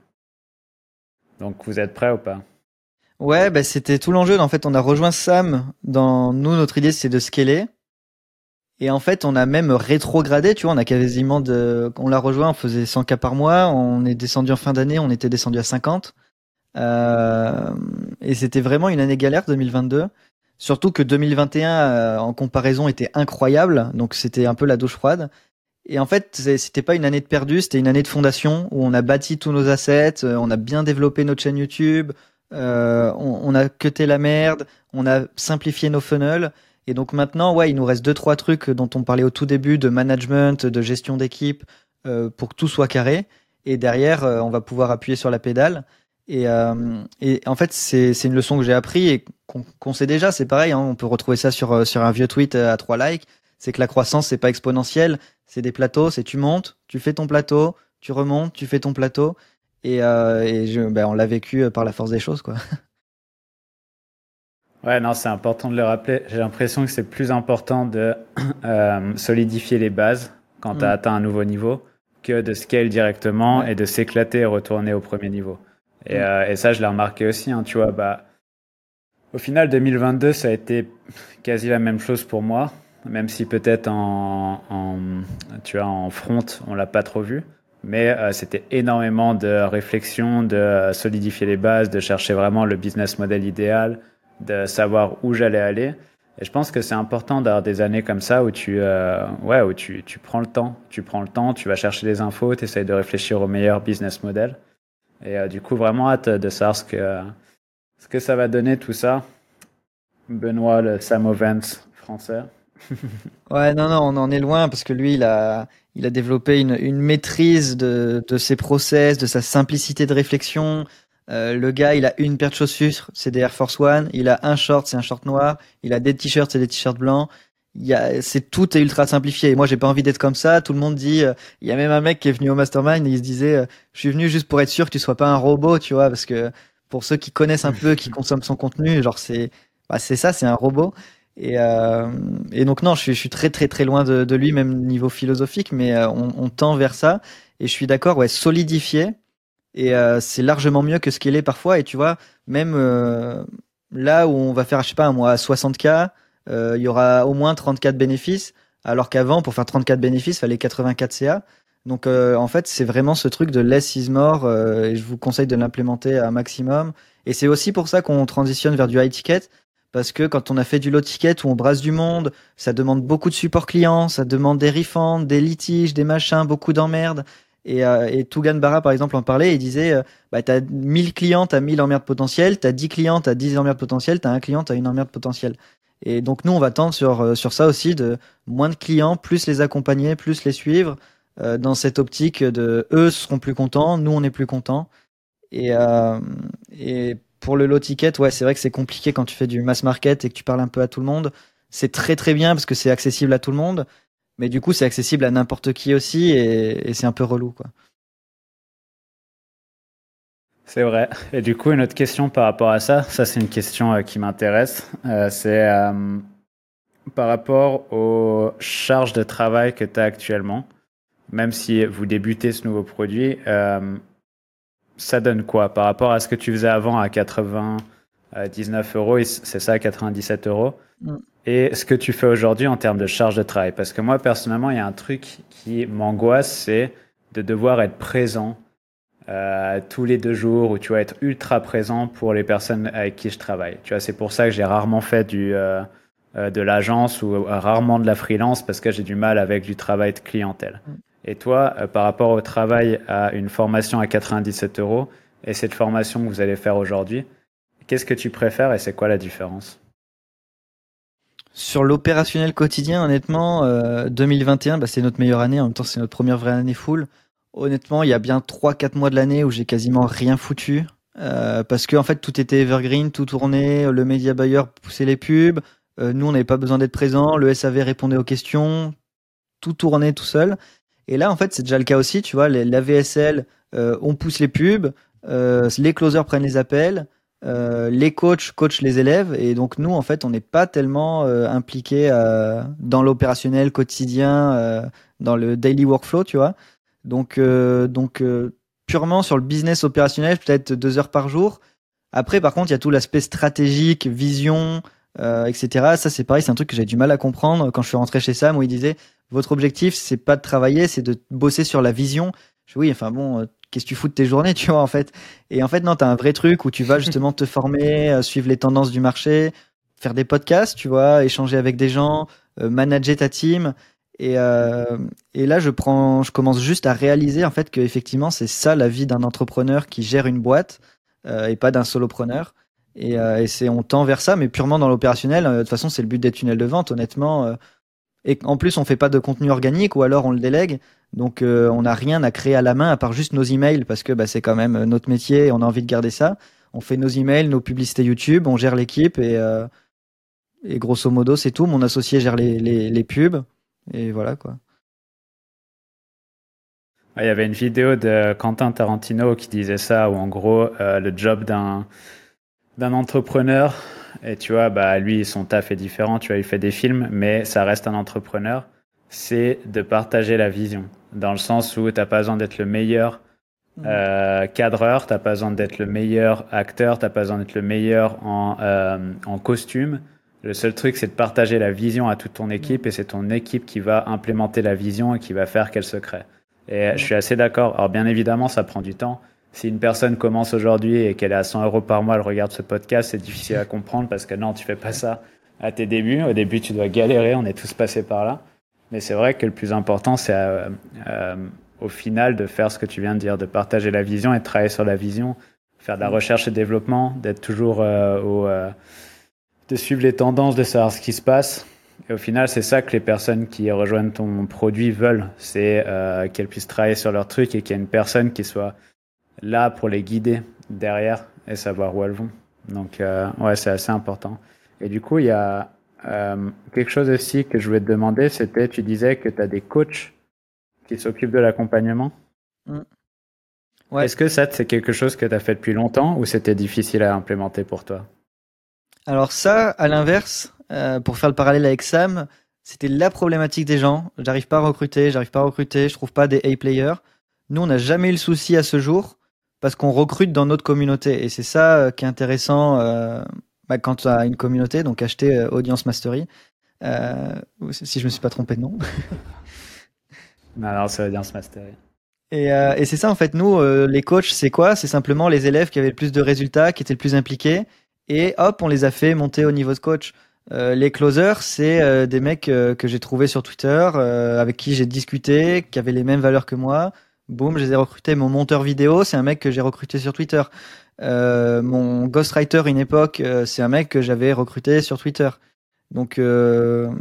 Donc, vous êtes prêts ou pas? Ouais, bah, c'était tout l'enjeu. En fait, on a rejoint Sam. Dans nous, notre idée, c'est de scaler. Et en fait, on a même rétrogradé, tu vois, on a quasiment de, on l'a rejoint, on faisait cent k par mois, on est descendu en fin d'année, on était descendu à cinquante. Euh, et c'était vraiment une année galère, deux mille vingt-deux. Surtout que deux mille vingt et un, euh, en comparaison, était incroyable. Donc c'était un peu la douche froide. Et en fait, c'était pas une année de perdu, c'était une année de fondation où on a bâti tous nos assets, euh, on a bien développé notre chaîne YouTube, euh, on, on a cuté la merde, on a simplifié nos funnels. Et donc maintenant, ouais, il nous reste deux, trois trucs dont on parlait au tout début de management, de gestion d'équipe, euh, pour que tout soit carré. Et derrière, euh, on va pouvoir appuyer sur la pédale. Et, euh, et en fait, c'est c'est une leçon que j'ai appris et qu'on qu'on sait déjà. C'est pareil, hein, on peut retrouver ça sur euh, sur un vieux tweet euh, à trois likes. C'est que la croissance, c'est pas exponentiel, c'est des plateaux. C'est tu montes, tu fais ton plateau, tu remontes, tu fais ton plateau. Et, euh, et je, ben, on l'a vécu euh, par la force des choses, quoi. Ouais, non, c'est important de le rappeler. J'ai l'impression que c'est plus important de euh, solidifier les bases quand tu as Mm. atteint un nouveau niveau que de scale directement Ouais. et de s'éclater et retourner au premier niveau. Et, Mm. euh, et ça, je l'ai remarqué aussi, hein, tu vois, bah, au final, deux mille vingt-deux, ça a été quasi la même chose pour moi, même si peut-être en, en, tu vois, en front, on l'a pas trop vu. Mais euh, c'était énormément de réflexion, de euh, solidifier les bases, de chercher vraiment le business model idéal, de savoir où j'allais aller. Et je pense que c'est important d'avoir des années comme ça où tu, euh, ouais, où tu, tu prends le temps, tu prends le temps, tu vas chercher des infos, tu essayes de réfléchir au meilleur business model. Et euh, du coup, vraiment hâte de savoir ce que, ce que ça va donner tout ça. Benoît, le Sam Ovens français. Ouais, non, non, on en est loin parce que lui, il a, il a développé une, une maîtrise de, de ses process, de sa simplicité de réflexion. Euh, le gars, il a une paire de chaussures, c'est des Air Force One. Il a un short, c'est un short noir. Il a des t-shirts, c'est des t-shirts blancs. Il y a, c'est tout est ultra simplifié. Et moi, j'ai pas envie d'être comme ça. Tout le monde dit, euh, il y a même un mec qui est venu au mastermind et il se disait, euh, je suis venu juste pour être sûr que tu sois pas un robot, tu vois, parce que pour ceux qui connaissent un peu, qui consomment son contenu, genre c'est, bah, c'est ça, c'est un robot. Et, euh, et donc non, je suis, je suis très très très loin de, de lui, même niveau philosophique, mais euh, on, on tend vers ça. Et je suis d'accord, ouais, solidifier. Et euh, c'est largement mieux que ce qu'il est parfois. Et tu vois, même euh, là où on va faire, je sais pas, un mois à soixante k, euh, il y aura au moins trente-quatre bénéfices, alors qu'avant, pour faire trente-quatre bénéfices, il fallait quatre-vingt-quatre C A. Donc euh, en fait, c'est vraiment ce truc de less is more, euh, et je vous conseille de l'implémenter à maximum. Et c'est aussi pour ça qu'on transitionne vers du high ticket, parce que quand on a fait du low ticket où on brasse du monde, ça demande beaucoup de support client, ça demande des refunds, des litiges, des machins, beaucoup d'emmerdes. Et, euh, et Tougan Barra, par exemple, en parlait, il disait, euh, bah, t'as mille clients, t'as mille emmerdes potentielles, t'as dix clients, t'as dix emmerdes potentielles, t'as un client, t'as une emmerde potentielle. Et donc, nous, on va tendre sur, euh, sur ça aussi, de moins de clients, plus les accompagner, plus les suivre, euh, dans cette optique de eux seront plus contents, nous, on est plus contents. Et, euh, et pour le low ticket, ouais, c'est vrai que c'est compliqué quand tu fais du mass market et que tu parles un peu à tout le monde. C'est très très bien parce que c'est accessible à tout le monde, mais du coup, c'est accessible à n'importe qui aussi et, et c'est un peu relou, quoi. C'est vrai. Et du coup, une autre question par rapport à ça, ça c'est une question euh, qui m'intéresse, euh, c'est euh, par rapport aux charges de travail que tu as actuellement, même si vous débutez ce nouveau produit, euh, ça donne quoi par rapport à ce que tu faisais avant à quatre-vingt-dix-neuf euros, et c'est ça, quatre-vingt-dix-sept euros, Mm. et ce que tu fais aujourd'hui en termes de charge de travail? Parce que moi, personnellement, il y a un truc qui m'angoisse, c'est de devoir être présent euh, tous les deux jours, où tu vas être ultra présent pour les personnes avec qui je travaille. Tu vois, c'est pour ça que j'ai rarement fait du, euh, euh, de l'agence ou euh, rarement de la freelance, parce que j'ai du mal avec du travail de clientèle. Et toi, euh, par rapport au travail à une formation à quatre-vingt-dix-sept euros et cette formation que vous allez faire aujourd'hui, qu'est-ce que tu préfères et c'est quoi la différence? Sur l'opérationnel quotidien, honnêtement, euh, deux mille vingt et un, bah, c'est notre meilleure année. En même temps, c'est notre première vraie année full. Honnêtement, il y a bien trois quatre mois de l'année où j'ai quasiment rien foutu. Euh, parce que en fait, tout était evergreen, tout tournait. Le media buyer poussait les pubs. Euh, nous, on n'avait pas besoin d'être présent. Le S A V répondait aux questions. Tout tournait tout seul. Et là, en fait, c'est déjà le cas aussi. Tu vois, les, la V S L, euh, on pousse les pubs. Euh, les closers prennent les appels. Euh, les coachs coachent les élèves et donc nous en fait on n'est pas tellement euh, impliqués euh, dans l'opérationnel quotidien, euh, dans le daily workflow, tu vois. Donc euh, donc euh, purement sur le business opérationnel, peut-être deux heures par jour. Après par contre il y a tout l'aspect stratégique, vision, euh, et cetera. Ça c'est pareil, c'est un truc que j'ai du mal à comprendre quand je suis rentré chez Sam où il disait votre objectif c'est pas de travailler, c'est de bosser sur la vision. Je dis, oui, enfin bon, euh, qu'est-ce que tu fous de tes journées, tu vois, en fait. Et en fait, non, t'as un vrai truc où tu vas justement te former, euh, suivre les tendances du marché, faire des podcasts, tu vois, échanger avec des gens, euh, manager ta team. Et, euh, et là, je prends, je commence juste à réaliser en fait que effectivement, c'est ça la vie d'un entrepreneur qui gère une boîte euh, et pas d'un solopreneur. Et, euh, et c'est, on tend vers ça, mais purement dans l'opérationnel. Euh, De toute façon, c'est le but des tunnels de vente, honnêtement. Euh, et en plus, on fait pas de contenu organique ou alors on le délègue. Donc, euh, on n'a rien à créer à la main à part juste nos emails parce que bah, c'est quand même euh, notre métier et on a envie de garder ça. On fait nos emails, nos publicités YouTube, on gère l'équipe et, euh, et grosso modo, c'est tout. Mon associé gère les, les, les pubs et voilà quoi. Il y avait une vidéo de Quentin Tarantino qui disait ça, où en gros, euh, le job d'un d'un entrepreneur, et tu vois, bah, lui, son taf est différent, tu vois, il fait des films, mais ça reste un entrepreneur, c'est de partager la vision, dans le sens où tu n'as pas besoin d'être le meilleur Mm. euh, cadreur, tu n'as pas besoin d'être le meilleur acteur, tu n'as pas besoin d'être le meilleur en, euh, en costume. Le seul truc, c'est de partager la vision à toute ton équipe, et c'est ton équipe qui va implémenter la vision et qui va faire qu'elle se crée. Et je Mm. suis assez d'accord. Alors bien évidemment, ça prend du temps. Si une personne commence aujourd'hui et qu'elle est à cent euros par mois, elle regarde ce podcast, c'est difficile à comprendre, parce que non, tu fais pas ça à tes débuts. Au début, tu dois galérer, on est tous passés par là. Mais c'est vrai que le plus important, c'est euh, euh, au final de faire ce que tu viens de dire, de partager la vision et de travailler sur la vision, faire de la recherche et développement, d'être toujours euh, au, euh, de suivre les tendances, de savoir ce qui se passe. Et au final, c'est ça que les personnes qui rejoignent ton produit veulent, c'est euh, qu'elles puissent travailler sur leur truc et qu'il y ait une personne qui soit là pour les guider derrière et savoir où elles vont. Donc, euh, ouais, c'est assez important. Et du coup, il y a euh, quelque chose aussi que je voulais te demander, c'était, tu disais que tu as des coachs qui s'occupent de l'accompagnement. Mm. Ouais. Est-ce que ça, c'est quelque chose que tu as fait depuis longtemps ou c'était difficile à implémenter pour toi? Alors ça, à l'inverse, euh, pour faire le parallèle avec Sam, c'était la problématique des gens. J'arrive pas à recruter, j'arrive pas à recruter, je trouve pas des A-players. Nous, on n'a jamais eu le souci à ce jour parce qu'on recrute dans notre communauté. Et c'est ça euh, qui est intéressant euh, bah, quand tu as une communauté, donc acheter euh, Audience Mastery. Euh, si je me suis pas trompé de nom. Non, non, c'est Audience Mastery. Et, euh, et c'est ça en fait, nous, euh, les coachs, c'est quoi? C'est simplement les élèves qui avaient le plus de résultats, qui étaient le plus impliqués, et hop, on les a fait monter au niveau de coach. Euh, les closers, c'est euh, des mecs euh, que j'ai trouvés sur Twitter, euh, avec qui j'ai discuté, qui avaient les mêmes valeurs que moi. Boum, je les ai recrutés. Mon monteur vidéo, c'est un mec que j'ai recruté sur Twitter. Euh, mon ghostwriter, une époque, euh, c'est un mec que j'avais recruté sur Twitter. Donc euh,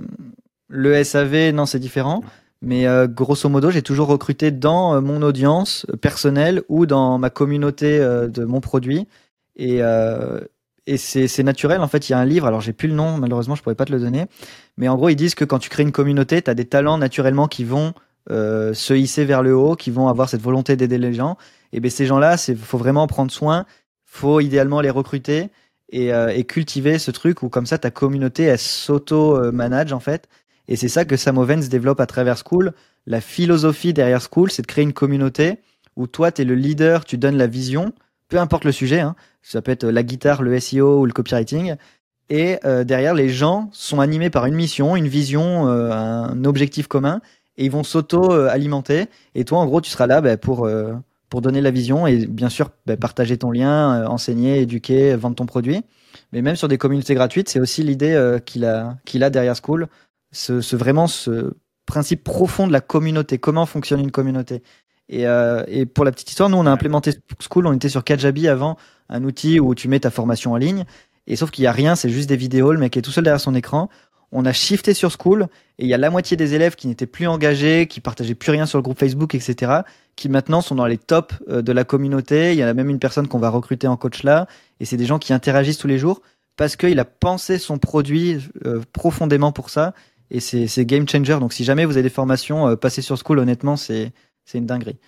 le S A V, non, c'est différent. Mais euh, grosso modo, j'ai toujours recruté dans euh, mon audience personnelle ou dans ma communauté euh, de mon produit. Et, euh, et c'est, c'est naturel. En fait, il y a un livre, alors j'ai plus le nom, malheureusement, je pourrais pas te le donner. Mais en gros, ils disent que quand tu crées une communauté, tu as des talents naturellement qui vont euh, se hisser vers le haut, qui vont avoir cette volonté d'aider les gens. Et ben ces gens-là, c'est faut vraiment en prendre soin. Faut idéalement les recruter et, euh, et cultiver ce truc où comme ça, ta communauté, elle s'auto-manage en fait. Et c'est ça que Sam Ovens développe à travers School. La philosophie derrière School, c'est de créer une communauté où toi, tu es le leader, tu donnes la vision, peu importe le sujet, hein. Ça peut être la guitare, le S E O ou le copywriting. Et euh, derrière, les gens sont animés par une mission, une vision, euh, un objectif commun, et ils vont s'auto-alimenter. Et toi, en gros, tu seras là bah, pour, euh, pour donner la vision et bien sûr bah, partager ton lien, euh, enseigner, éduquer, vendre ton produit. Mais même sur des communautés gratuites, c'est aussi l'idée euh, qu'il a, qu'il a derrière School. Ce, ce vraiment ce principe profond de la communauté, comment fonctionne une communauté. Et, euh, et pour la petite histoire, nous on a implémenté School, on était sur Kajabi avant, un outil où tu mets ta formation en ligne, et sauf qu'il y a rien, c'est juste des vidéos, le mec est tout seul derrière son écran. On a shifté sur School, et il y a la moitié des élèves qui n'étaient plus engagés, qui partageaient plus rien sur le groupe Facebook, et cetera, qui maintenant sont dans les tops de la communauté. Il y en a même une personne qu'on va recruter en coach là, et c'est des gens qui interagissent tous les jours parce qu'il a pensé son produit euh, profondément pour ça. Et c'est, c'est game changer. Donc, si jamais vous avez des formations, euh, passez sur School, honnêtement, c'est, c'est une dinguerie.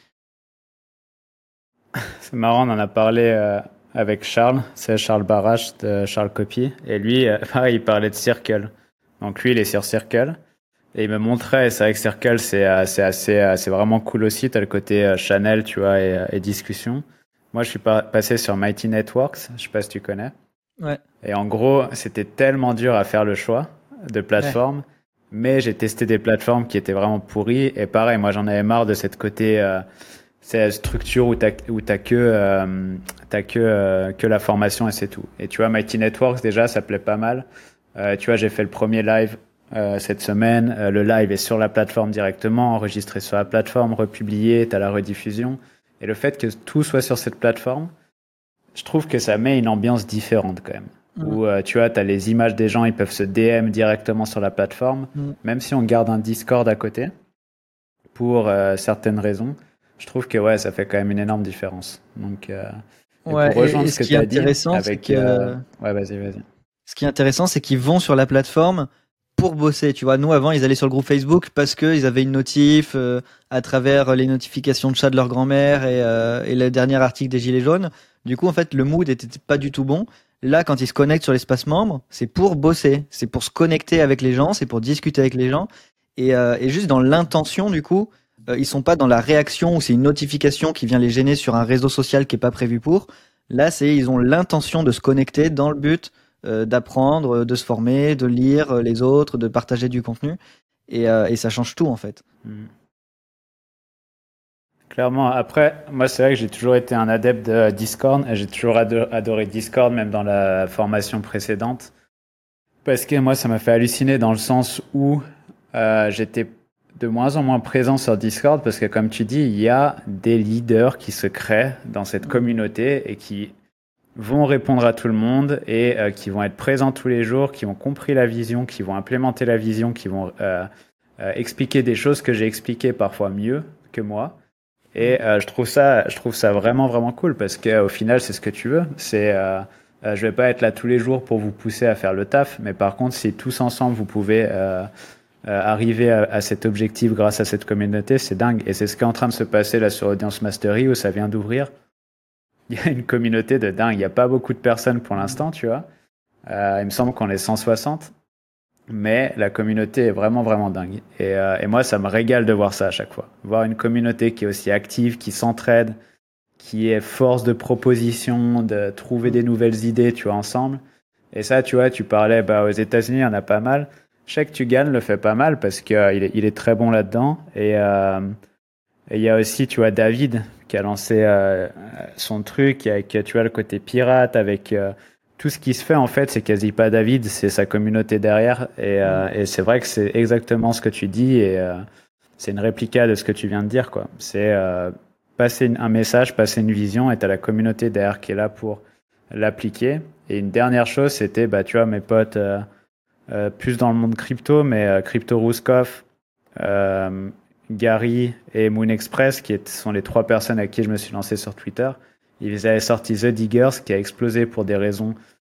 C'est marrant, on en a parlé euh, avec Charles, c'est Charles Barache de Charles Copy. Et lui, euh, pareil, il parlait de Circle. Donc, lui, il est sur Circle. Et il me montrait, et c'est vrai que Circle, c'est, euh, c'est assez, euh, c'est vraiment cool aussi. T'as le côté euh, channel, tu vois, et, et discussion. Moi, je suis pas, passé sur Mighty Networks. Je sais pas si tu connais. Ouais. Et en gros, c'était tellement dur à faire le choix de plateforme. Ouais. Mais j'ai testé des plateformes qui étaient vraiment pourries. Et pareil, moi, j'en avais marre de cette côté, euh, cette structure où t'as, où t'as que, euh, t'as que, euh, que la formation et c'est tout. Et tu vois, Mighty Networks, déjà, ça plaît pas mal. Euh, tu vois, j'ai fait le premier live, euh, cette semaine. Euh, le live est sur la plateforme directement, enregistré sur la plateforme, republié, t'as la rediffusion. Et le fait que tout soit sur cette plateforme, je trouve que ça met une ambiance différente quand même. Mmh. Où euh, tu vois, tu as les images des gens, ils peuvent se D M directement sur la plateforme, mmh. même si on garde un Discord à côté, pour euh, certaines raisons. Je trouve que ouais, ça fait quand même une énorme différence. Donc, euh, ouais, pour rejoindre et, et ce que tu as dit, avec, c'est que... euh, ouais, vas-y, vas-y. Ce qui est intéressant, c'est qu'ils vont sur la plateforme pour bosser. Tu vois, nous avant, ils allaient sur le groupe Facebook parce qu'ils avaient une notif euh, à travers les notifications de chat de leur grand-mère et, euh, et le dernier article des Gilets jaunes. Du coup, en fait, le mood était pas du tout bon. Là, quand ils se connectent sur l'espace membre, c'est pour bosser, c'est pour se connecter avec les gens, c'est pour discuter avec les gens. Et, euh, et juste dans l'intention, du coup, euh, ils sont pas dans la réaction où c'est une notification qui vient les gêner sur un réseau social qui est pas prévu pour. Là, c'est ils ont l'intention de se connecter dans le but euh, d'apprendre, de se former, de lire les autres, de partager du contenu. Et, euh, et ça change tout, en fait. Mmh. Clairement. Après, moi, c'est vrai que j'ai toujours été un adepte de Discord et j'ai toujours adoré Discord, même dans la formation précédente. Parce que moi, ça m'a fait halluciner dans le sens où euh, j'étais de moins en moins présent sur Discord parce que, comme tu dis, il y a des leaders qui se créent dans cette communauté et qui vont répondre à tout le monde et euh, qui vont être présents tous les jours, qui ont compris la vision, qui vont implémenter la vision, qui vont euh, euh, expliquer des choses que j'ai expliquées parfois mieux que moi. Et euh, je trouve ça, je trouve ça vraiment vraiment cool parce que au final, c'est ce que tu veux. C'est, euh, euh, je vais pas être là tous les jours pour vous pousser à faire le taf, mais par contre, si tous ensemble vous pouvez euh, euh, arriver à, à cet objectif grâce à cette communauté, c'est dingue. Et c'est ce qui est en train de se passer là sur Audience Mastery où ça vient d'ouvrir. Il y a une communauté de dingue. Il n'y a pas beaucoup de personnes pour l'instant, tu vois. Euh, il me semble qu'on est cent soixante. Mais la communauté est vraiment, vraiment dingue. Et, euh, et moi, ça me régale de voir ça à chaque fois. Voir une communauté qui est aussi active, qui s'entraide, qui est force de proposition, de trouver des nouvelles idées, tu vois, ensemble. Et ça, tu vois, tu parlais, bah, aux États-Unis, il y en a pas mal. Shake Tugan le fait pas mal parce qu'il euh, est, il est très bon là-dedans. Et euh, et il y a aussi, tu vois, David qui a lancé euh, son truc avec, tu vois, le côté pirate, avec euh, tout ce qui se fait, en fait, c'est quasi pas David, c'est sa communauté derrière. Et, euh, et c'est vrai que c'est exactement ce que tu dis et euh, c'est une réplica de ce que tu viens de dire, quoi. C'est euh, passer une, un message, passer une vision et t'as la communauté derrière qui est là pour l'appliquer. Et une dernière chose, c'était, bah, tu vois, mes potes euh, euh, plus dans le monde crypto, mais euh, Crypto Rouskov, euh, Gary et Moon Express, qui sont les trois personnes à qui je me suis lancé sur Twitter. Ils avaient sorti The Diggers, qui a explosé pour des raisons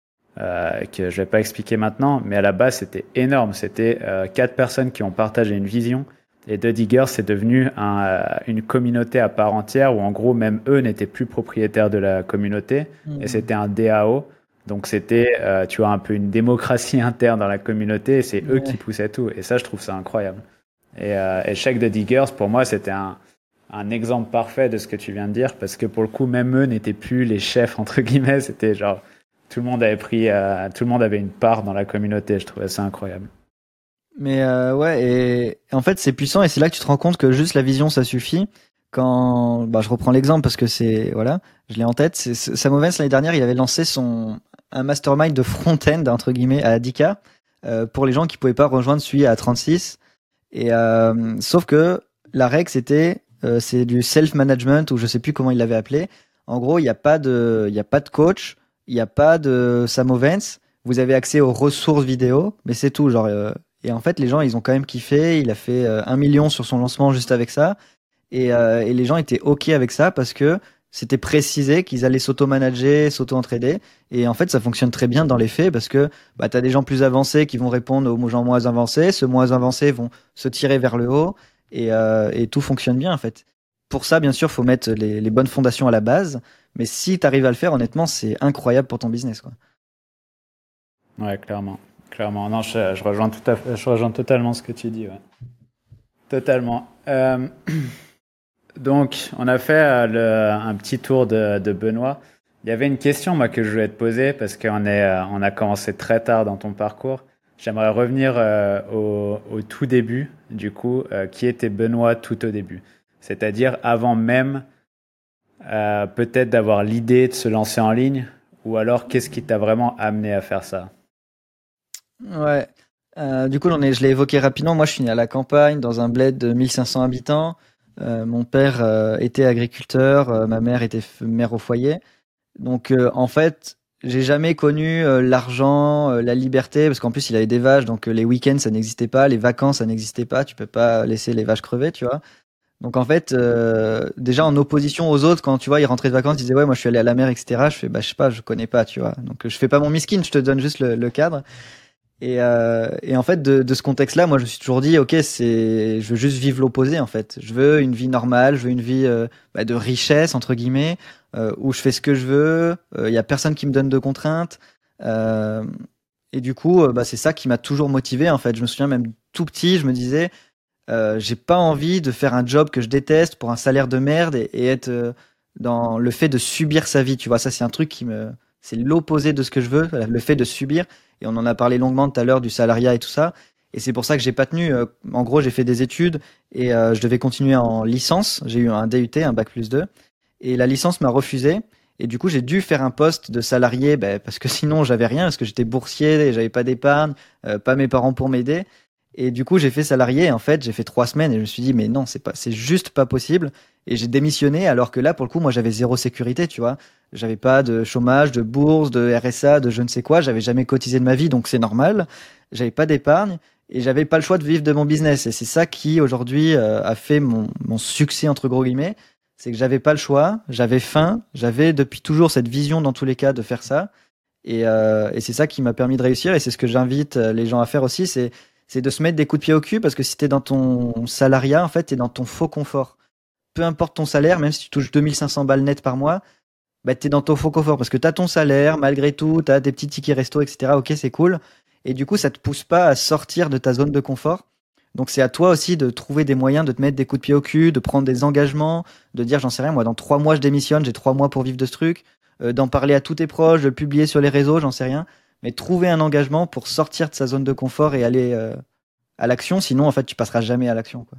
euh, que je vais pas expliquer maintenant, mais à la base, c'était énorme. C'était euh, quatre personnes qui ont partagé une vision. Et The Diggers, c'est devenu un, euh, une communauté à part entière, où en gros, même eux n'étaient plus propriétaires de la communauté. Mmh. Et c'était un D A O. Donc c'était, euh, tu vois, un peu une démocratie interne dans la communauté. Et c'est ouais. eux qui poussaient tout. Et ça, je trouve ça incroyable. Et, euh, et Shake the Diggers, pour moi, c'était un, un exemple parfait de ce que tu viens de dire, parce que pour le coup, même eux n'étaient plus les chefs, entre guillemets. C'était genre, tout le monde avait pris, euh, tout le monde avait une part dans la communauté. Je trouvais ça incroyable. Mais euh, ouais, et en fait, c'est puissant, et c'est là que tu te rends compte que juste la vision, ça suffit. Quand, bah, je reprends l'exemple parce que c'est, voilà, je l'ai en tête. C'est, Sam Ovens, l'année dernière, il avait lancé son, un mastermind de front-end, entre guillemets, à dix K, euh, pour les gens qui pouvaient pas rejoindre celui à trente-six. Et euh, sauf que la règle c'était euh, c'est du self-management ou je sais plus comment il l'avait appelé. En gros, il n'y a pas de il y a pas de coach, il n'y a pas de Sam Ovens. Vous avez accès aux ressources vidéo, mais c'est tout. Genre euh, et en fait les gens ils ont quand même kiffé. Il a fait euh, un million sur son lancement juste avec ça. Et, euh, et les gens étaient ok avec ça parce que c'était précisé qu'ils allaient s'auto-manager, s'auto-entraider. Et en fait, ça fonctionne très bien dans les faits parce que bah, tu as des gens plus avancés qui vont répondre aux gens moins avancés. Ceux moins avancés vont se tirer vers le haut et, euh, et tout fonctionne bien en fait. Pour ça, bien sûr, faut mettre les, les bonnes fondations à la base. Mais si tu arrives à le faire, honnêtement, c'est incroyable pour ton business, quoi. Ouais, clairement. Clairement. Non, je, je, rejoins tout à fait, je rejoins totalement ce que tu dis. Ouais. Totalement. Euh... Donc, on a fait le, un petit tour de, de Benoît. Il y avait une question moi, que je voulais te poser parce qu'on est, on a commencé très tard dans ton parcours. J'aimerais revenir euh, au, au tout début, du coup, euh, qui était Benoît tout au début. C'est-à-dire avant même euh, peut-être d'avoir l'idée de se lancer en ligne, ou alors qu'est-ce qui t'a vraiment amené à faire ça? Ouais, euh, du coup, j'en ai, je l'ai évoqué rapidement. Moi, je suis né à la campagne, dans un bled de mille cinq cents habitants. Euh, mon père euh, était agriculteur, euh, ma mère était f- mère au foyer. Donc euh, en fait, j'ai jamais connu euh, l'argent, euh, la liberté, parce qu'en plus il avait des vaches, donc euh, les week-ends ça n'existait pas, les vacances ça n'existait pas, tu peux pas laisser les vaches crever, tu vois. Donc en fait, euh, déjà en opposition aux autres, quand tu vois, ils rentraient de vacances, ils disaient ouais moi je suis allé à la mer, et cetera. Je fais bah je sais pas, je connais pas, tu vois. Donc je fais pas mon miskin, je te donne juste le, le cadre. Et, euh, et en fait, de, de ce contexte-là, moi, je me suis toujours dit, ok, c'est, je veux juste vivre l'opposé, en fait. Je veux une vie normale, je veux une vie euh, bah, de richesse entre guillemets, euh, où je fais ce que je veux. Il euh, y a personne qui me donne de contraintes. Euh, et du coup, euh, bah, c'est ça qui m'a toujours motivé, en fait. Je me souviens même tout petit, je me disais, euh, j'ai pas envie de faire un job que je déteste pour un salaire de merde et, et être euh, dans le fait de subir sa vie. Tu vois, ça, c'est un truc qui me, c'est l'opposé de ce que je veux, le fait de subir. Et on en a parlé longuement tout à l'heure du salariat et tout ça. Et c'est pour ça que j'ai pas tenu. En gros, j'ai fait des études et euh, je devais continuer en licence. J'ai eu un D U T, un bac plus deux. Et la licence m'a refusé. Et du coup, j'ai dû faire un poste de salarié ben, parce que sinon, j'avais rien, parce que j'étais boursier et j'avais pas d'épargne, euh, pas mes parents pour m'aider. Et du coup, j'ai fait salarié. En fait, j'ai fait trois semaines et je me suis dit, mais non, c'est pas, c'est juste pas possible. Et j'ai démissionné alors que là, pour le coup, moi, j'avais zéro sécurité, tu vois. J'avais pas de chômage, de bourse, de R S A, de je ne sais quoi. J'avais jamais cotisé de ma vie, donc c'est normal. J'avais pas d'épargne et j'avais pas le choix de vivre de mon business. Et c'est ça qui, aujourd'hui, euh, a fait mon, mon succès, entre gros guillemets. C'est que j'avais pas le choix, j'avais faim, j'avais depuis toujours cette vision dans tous les cas de faire ça. Et, euh, et c'est ça qui m'a permis de réussir. Et c'est ce que j'invite euh, les gens à faire aussi, c'est c'est de se mettre des coups de pied au cul parce que si t'es dans ton salariat, en fait, t'es dans ton faux confort. Peu importe ton salaire, même si tu touches deux mille cinq cents balles net par mois, bah, t'es dans ton faux confort parce que t'as ton salaire, malgré tout, t'as des petits tickets resto, et cetera. Ok, c'est cool. Et du coup, ça te pousse pas à sortir de ta zone de confort. Donc, c'est à toi aussi de trouver des moyens de te mettre des coups de pied au cul, de prendre des engagements, de dire, j'en sais rien, moi, dans trois mois, je démissionne, j'ai trois mois pour vivre de ce truc, euh, d'en parler à tous tes proches, de le publier sur les réseaux, j'en sais rien. Mais trouver un engagement pour sortir de sa zone de confort et aller euh, à l'action. Sinon, en fait, tu passeras jamais à l'action, quoi.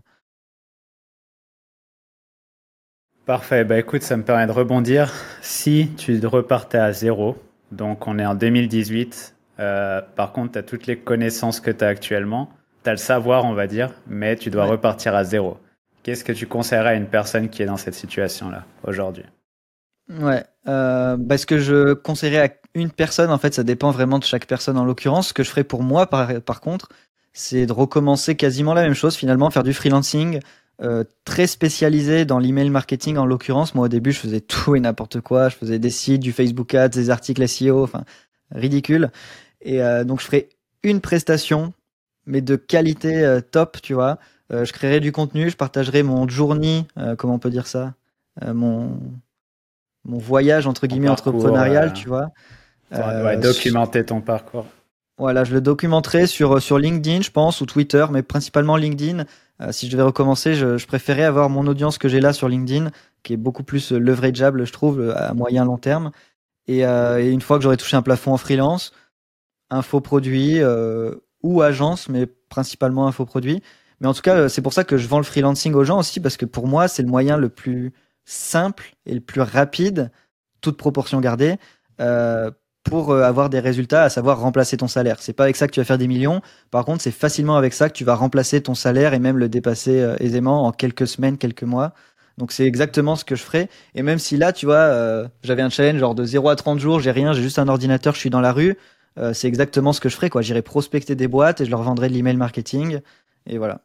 Parfait. Bah écoute, ça me permet de rebondir. Si tu repartais à zéro, donc on est en deux mille dix-huit, euh, par contre, tu as toutes les connaissances que tu as actuellement, tu as le savoir, on va dire, mais tu dois Ouais. repartir à zéro. Qu'est-ce que tu conseillerais à une personne qui est dans cette situation-là aujourd'hui? Ouais. Euh, bah, ce que je conseillerais à une personne, en fait, ça dépend vraiment de chaque personne en l'occurrence. Ce que je ferais pour moi, par, par contre, c'est de recommencer quasiment la même chose, finalement, faire du freelancing, euh, très spécialisé dans l'email marketing en l'occurrence. Moi, au début, je faisais tout et n'importe quoi. Je faisais des sites, du Facebook Ads, des articles S E O, enfin, ridicule. Et euh, donc, je ferais une prestation, mais de qualité euh, top, tu vois. Euh, je créerais du contenu, je partagerais mon journey, euh, comment on peut dire ça, Euh, mon mon voyage entre Ton guillemets parcours, entrepreneurial, euh, tu vois. ton- ouais, Euh, su- documenter ton parcours. voilà, je le documenterai sur sur LinkedIn, je pense, ou Twitter, mais principalement LinkedIn. Euh, si je devais recommencer, je, je préférais avoir mon audience que j'ai là sur LinkedIn, qui est beaucoup plus euh, leverageable, je trouve, euh, à moyen long terme. Et, euh, et une fois que j'aurai touché un plafond en freelance, infoproduit euh, ou agence, mais principalement infoproduit. Mais en tout cas, euh, c'est pour ça que je vends le freelancing aux gens aussi, parce que pour moi, c'est le moyen le plus simple et le plus rapide, toute proportion gardée, euh, pour euh, avoir des résultats, à savoir remplacer ton salaire. C'est pas avec ça que tu vas faire des millions. Par contre, c'est facilement avec ça que tu vas remplacer ton salaire et même le dépasser euh, aisément en quelques semaines, quelques mois. Donc c'est exactement ce que je ferai. Et même si là, tu vois, euh, j'avais un challenge genre de zéro à trente jours, j'ai rien, j'ai juste un ordinateur, je suis dans la rue, euh, c'est exactement ce que je ferais, quoi. J'irais prospecter des boîtes et je leur vendrais de l'email marketing. Et voilà.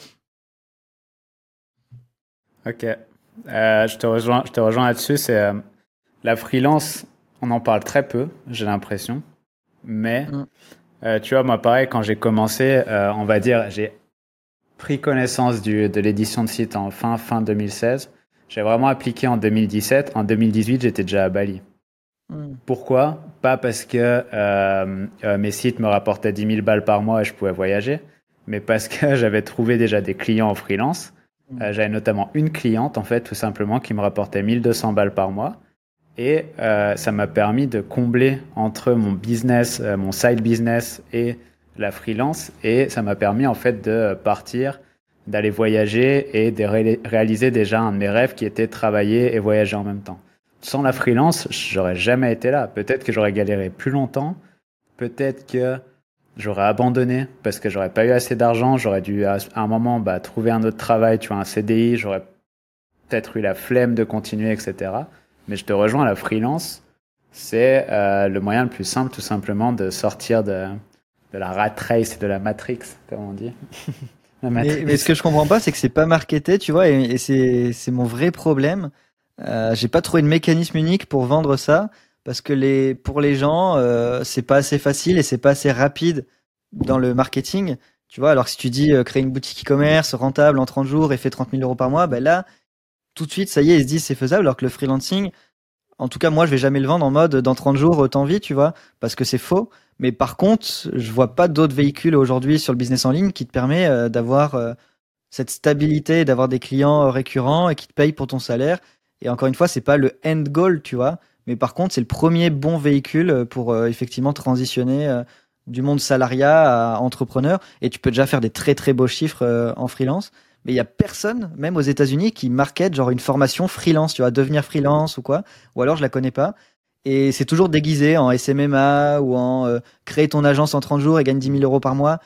Ok. Euh, je te rejoins, je te rejoins là-dessus. C'est euh, la freelance, on en parle très peu, j'ai l'impression. Mais Mm. euh, tu vois, moi, pareil, quand j'ai commencé, euh, on va dire, j'ai pris connaissance du, de l'édition de site en fin fin deux mille seize. J'ai vraiment appliqué en deux mille dix-sept. En deux mille dix-huit, j'étais déjà à Bali. Mm. Pourquoi? Pas parce que euh, euh, mes sites me rapportaient dix mille balles par mois et je pouvais voyager, mais parce que j'avais trouvé déjà des clients en freelance. Mm. Euh, j'avais notamment une cliente, en fait, tout simplement, qui me rapportait mille deux cents balles par mois. Et euh, ça m'a permis de combler entre mon business, euh, mon side business et la freelance. Et ça m'a permis, en fait, de partir, d'aller voyager et de ré- réaliser déjà un de mes rêves qui était travailler et voyager en même temps. Sans la freelance, j'aurais jamais été là. Peut-être que j'aurais galéré plus longtemps. Peut-être que j'aurais abandonné parce que j'aurais pas eu assez d'argent. J'aurais dû à un moment bah, trouver un autre travail, tu vois, un C D I. J'aurais peut-être eu la flemme de continuer, et cetera. Mais je te rejoins, la freelance, c'est euh, le moyen le plus simple, tout simplement, de sortir de, de la rat race et de la matrix, comme on dit. La Mais, mais ce que matrice. je comprends pas, c'est que c'est pas marketé, tu vois, et, et c'est, c'est mon vrai problème. Euh, j'ai pas trouvé de mécanisme unique pour vendre ça, parce que les, pour les gens, euh, c'est pas assez facile et c'est pas assez rapide dans le marketing. Tu vois, alors que si tu dis euh, créer une boutique e-commerce rentable en trente jours et fait trente mille euros par mois, ben là, tout de suite, ça y est, ils se disent c'est faisable, alors que le freelancing, en tout cas, moi, je vais jamais le vendre en mode dans trente jours, autant vite, tu vois, parce que c'est faux. Mais par contre, je vois pas d'autres véhicules aujourd'hui sur le business en ligne qui te permet euh, d'avoir euh, cette stabilité, d'avoir des clients euh, récurrents et qui te payent pour ton salaire. Et encore une fois, c'est pas le end goal, tu vois. Mais par contre, c'est le premier bon véhicule euh, pour euh, effectivement transitionner euh, du monde salariat à entrepreneur. Et tu peux déjà faire des très très beaux chiffres euh, en freelance. Mais il y a personne, même aux États-Unis, qui market genre une formation freelance, tu vois, devenir freelance ou quoi. Ou alors je la connais pas. Et c'est toujours déguisé en S M M A ou en euh, créer ton agence en trente jours et gagne dix mille euros par mois.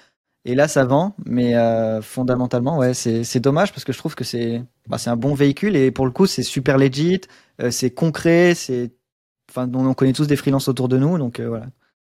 Et là, ça vend, mais euh, fondamentalement, ouais, c'est c'est dommage parce que je trouve que c'est bah, c'est un bon véhicule et pour le coup, c'est super legit, euh, c'est concret, c'est enfin, on, on connaît tous des freelances autour de nous, donc euh, voilà.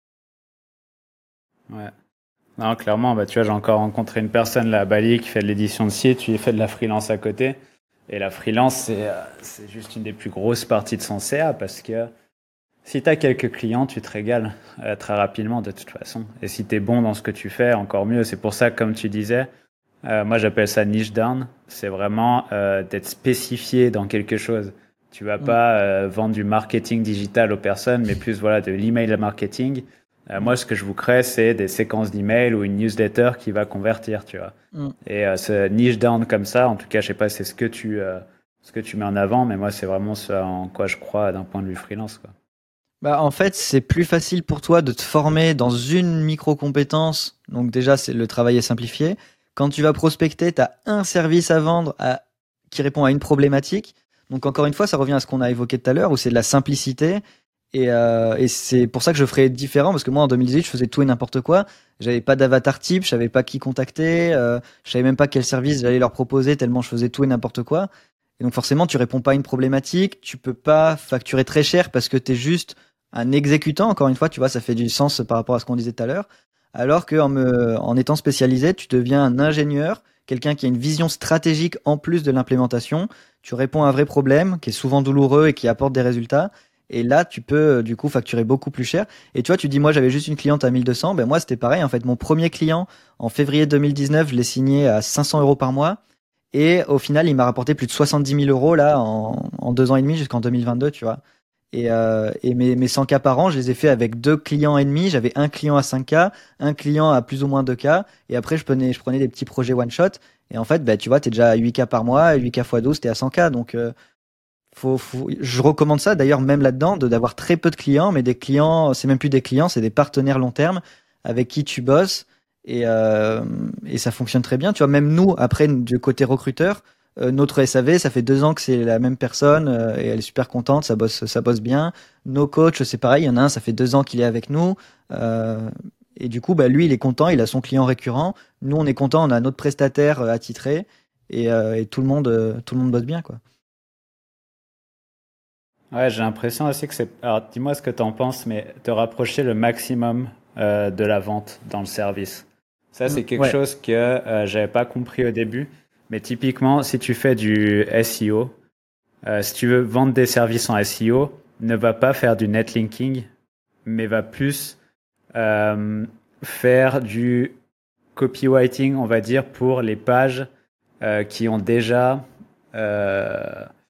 Ouais. Non, clairement, bah, tu vois, j'ai encore rencontré une personne là à Bali qui fait de l'édition de site, tu fait de la freelance à côté. Et la freelance, c'est euh, c'est juste une des plus grosses parties de son C A parce que si tu as quelques clients, tu te régales euh, très rapidement de toute façon. Et si tu es bon dans ce que tu fais, encore mieux. C'est pour ça que, comme tu disais, euh, moi j'appelle ça niche down. C'est vraiment euh, d'être spécifié dans quelque chose. Tu vas Mm, pas euh, vendre du marketing digital aux personnes, mais plus voilà de l'email marketing. Euh, mm, moi, ce que je vous crée, c'est des séquences d'emails ou une newsletter qui va convertir, tu vois. mm. Et euh, ce niche down comme ça, en tout cas, je sais pas, c'est ce que tu euh, ce que tu mets en avant, mais moi, c'est vraiment ce en quoi je crois d'un point de vue freelance, quoi. Bah, en fait, c'est plus facile pour toi de te former dans une micro-compétence. Donc déjà, c'est le travail est simplifié. Quand tu vas prospecter, tu as un service à vendre à- qui répond à une problématique. Donc encore une fois, ça revient à ce qu'on a évoqué tout à l'heure, où c'est de la simplicité. Et, euh, et c'est pour ça que je ferais différent, parce que moi en deux mille dix-huit, je faisais tout et n'importe quoi. J'avais pas d'avatar type, je savais pas qui contacter, euh, je savais même pas quel service j'allais leur proposer, tellement je faisais tout et n'importe quoi. Et donc forcément, tu réponds pas à une problématique, tu peux pas facturer très cher parce que tu es juste un exécutant, encore une fois, tu vois, ça fait du sens par rapport à ce qu'on disait tout à l'heure. Alors qu'en me, en étant spécialisé, tu deviens un ingénieur, quelqu'un qui a une vision stratégique en plus de l'implémentation. Tu réponds à un vrai problème qui est souvent douloureux et qui apporte des résultats. Et là, tu peux euh, du coup facturer beaucoup plus cher. Et tu vois, tu dis, moi, j'avais juste une cliente à mille deux cents. Ben moi, c'était pareil. En fait, mon premier client en février deux mille dix-neuf, je l'ai signé à cinq cents euros par mois. Et au final, il m'a rapporté plus de soixante-dix mille euros là en, en deux ans et demi jusqu'en deux mille vingt-deux, tu vois. Et, euh, et mes, mes cent cas par an, je les ai fait avec deux clients et demi. J'avais un client à cinq K, un client à plus ou moins deux K. Et après, je prenais, je prenais des petits projets one shot. Et en fait, bah, tu vois, t'es déjà à huit K par mois. huit K fois douze, t'es à cent K. Donc, euh, faut, faut, je recommande ça d'ailleurs, même là-dedans, de d'avoir très peu de clients, mais des clients, c'est même plus des clients, c'est des partenaires long terme avec qui tu bosses. Et, euh, et ça fonctionne très bien. Tu vois, même nous, après, du côté recruteur, euh, notre S A V, ça fait deux ans que c'est la même personne euh, et elle est super contente, ça bosse, ça bosse bien. Nos coachs, c'est pareil, il y en a un, ça fait deux ans qu'il est avec nous. Euh, et du coup, bah, lui, il est content, il a son client récurrent. Nous, on est content, on a notre prestataire euh, attitré et, euh, et tout le monde, euh, tout le monde bosse bien, quoi. Ouais, j'ai l'impression aussi que c'est. Alors, dis-moi ce que tu en penses, mais te rapprocher le maximum euh, de la vente dans le service. Ça, Mm, c'est quelque ouais. chose que euh, j'avais pas compris au début. Mais typiquement, si tu fais du S E O, euh, si tu veux vendre des services en S E O, ne va pas faire du netlinking, mais va plus euh, faire du copywriting, on va dire, pour les pages euh, qui ont déjà euh,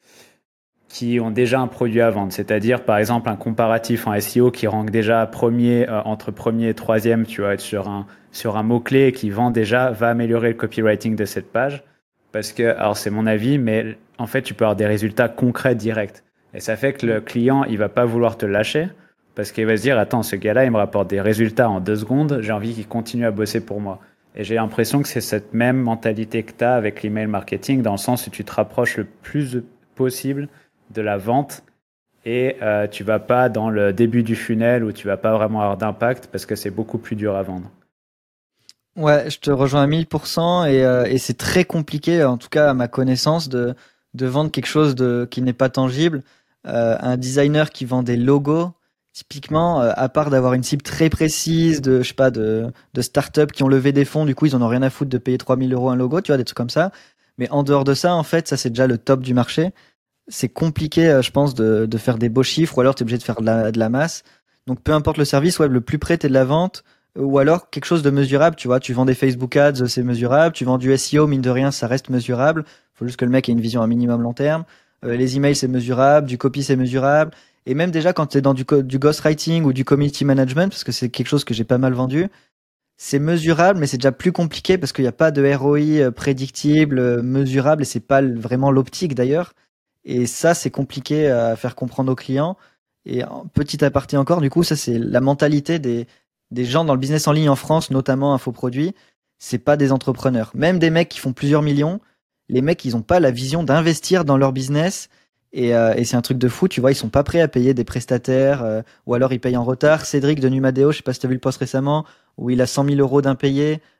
qui ont déjà un produit à vendre. C'est-à-dire, par exemple, un comparatif en S E O qui rank déjà premier, euh, entre premier et troisième, tu vas être sur un, sur un mot-clé qui vend déjà, va améliorer le copywriting de cette page. Parce que, alors c'est mon avis, mais en fait, tu peux avoir des résultats concrets directs. Et ça fait que le client, il va pas vouloir te lâcher parce qu'il va se dire, attends, ce gars-là, il me rapporte des résultats en deux secondes, j'ai envie qu'il continue à bosser pour moi. Et j'ai l'impression que c'est cette même mentalité que tu as avec l'email marketing, dans le sens où tu te rapproches le plus possible de la vente et euh, tu vas pas dans le début du funnel où tu vas pas vraiment avoir d'impact parce que c'est beaucoup plus dur à vendre. Ouais, je te rejoins à mille pour cent et, euh, et c'est très compliqué, en tout cas à ma connaissance, de, de vendre quelque chose de, qui n'est pas tangible. Euh, un designer qui vend des logos, typiquement, euh, à part d'avoir une cible très précise de, je sais pas, de, de start-up qui ont levé des fonds, du coup ils en ont rien à foutre de payer trois mille euros un logo, tu vois, des trucs comme ça. Mais en dehors de ça, en fait, ça c'est déjà le top du marché. C'est compliqué, euh, je pense, de, de faire des beaux chiffres ou alors tu es obligé de faire de la, de la masse. Donc peu importe le service, ouais, le plus près t'es de la vente ou alors quelque chose de mesurable, tu vois, tu vends des Facebook Ads, c'est mesurable, tu vends du S E O, mine de rien, ça reste mesurable. Faut juste que le mec ait une vision un minimum long terme. Euh, les emails, c'est mesurable, du copy, c'est mesurable. Et même déjà quand tu es dans du, co- du ghostwriting ou du community management, parce que c'est quelque chose que j'ai pas mal vendu, c'est mesurable, mais c'est déjà plus compliqué parce qu'il n'y a pas de R O I euh, prédictible, euh, mesurable, et c'est pas l- vraiment l'optique d'ailleurs. Et ça, c'est compliqué à faire comprendre aux clients. Et en petit aparté encore, du coup, ça, c'est la mentalité des, des gens dans le business en ligne en France, notamment infoproduits. C'est pas des entrepreneurs. Même des mecs qui font plusieurs millions, les mecs, ils ont pas la vision d'investir dans leur business. Et, euh, et c'est un truc de fou, tu vois, ils sont pas prêts à payer des prestataires, euh, ou alors ils payent en retard. Cédric de Numadeo, je sais pas si tu as vu le post récemment, où il a cent mille euros d'impayés,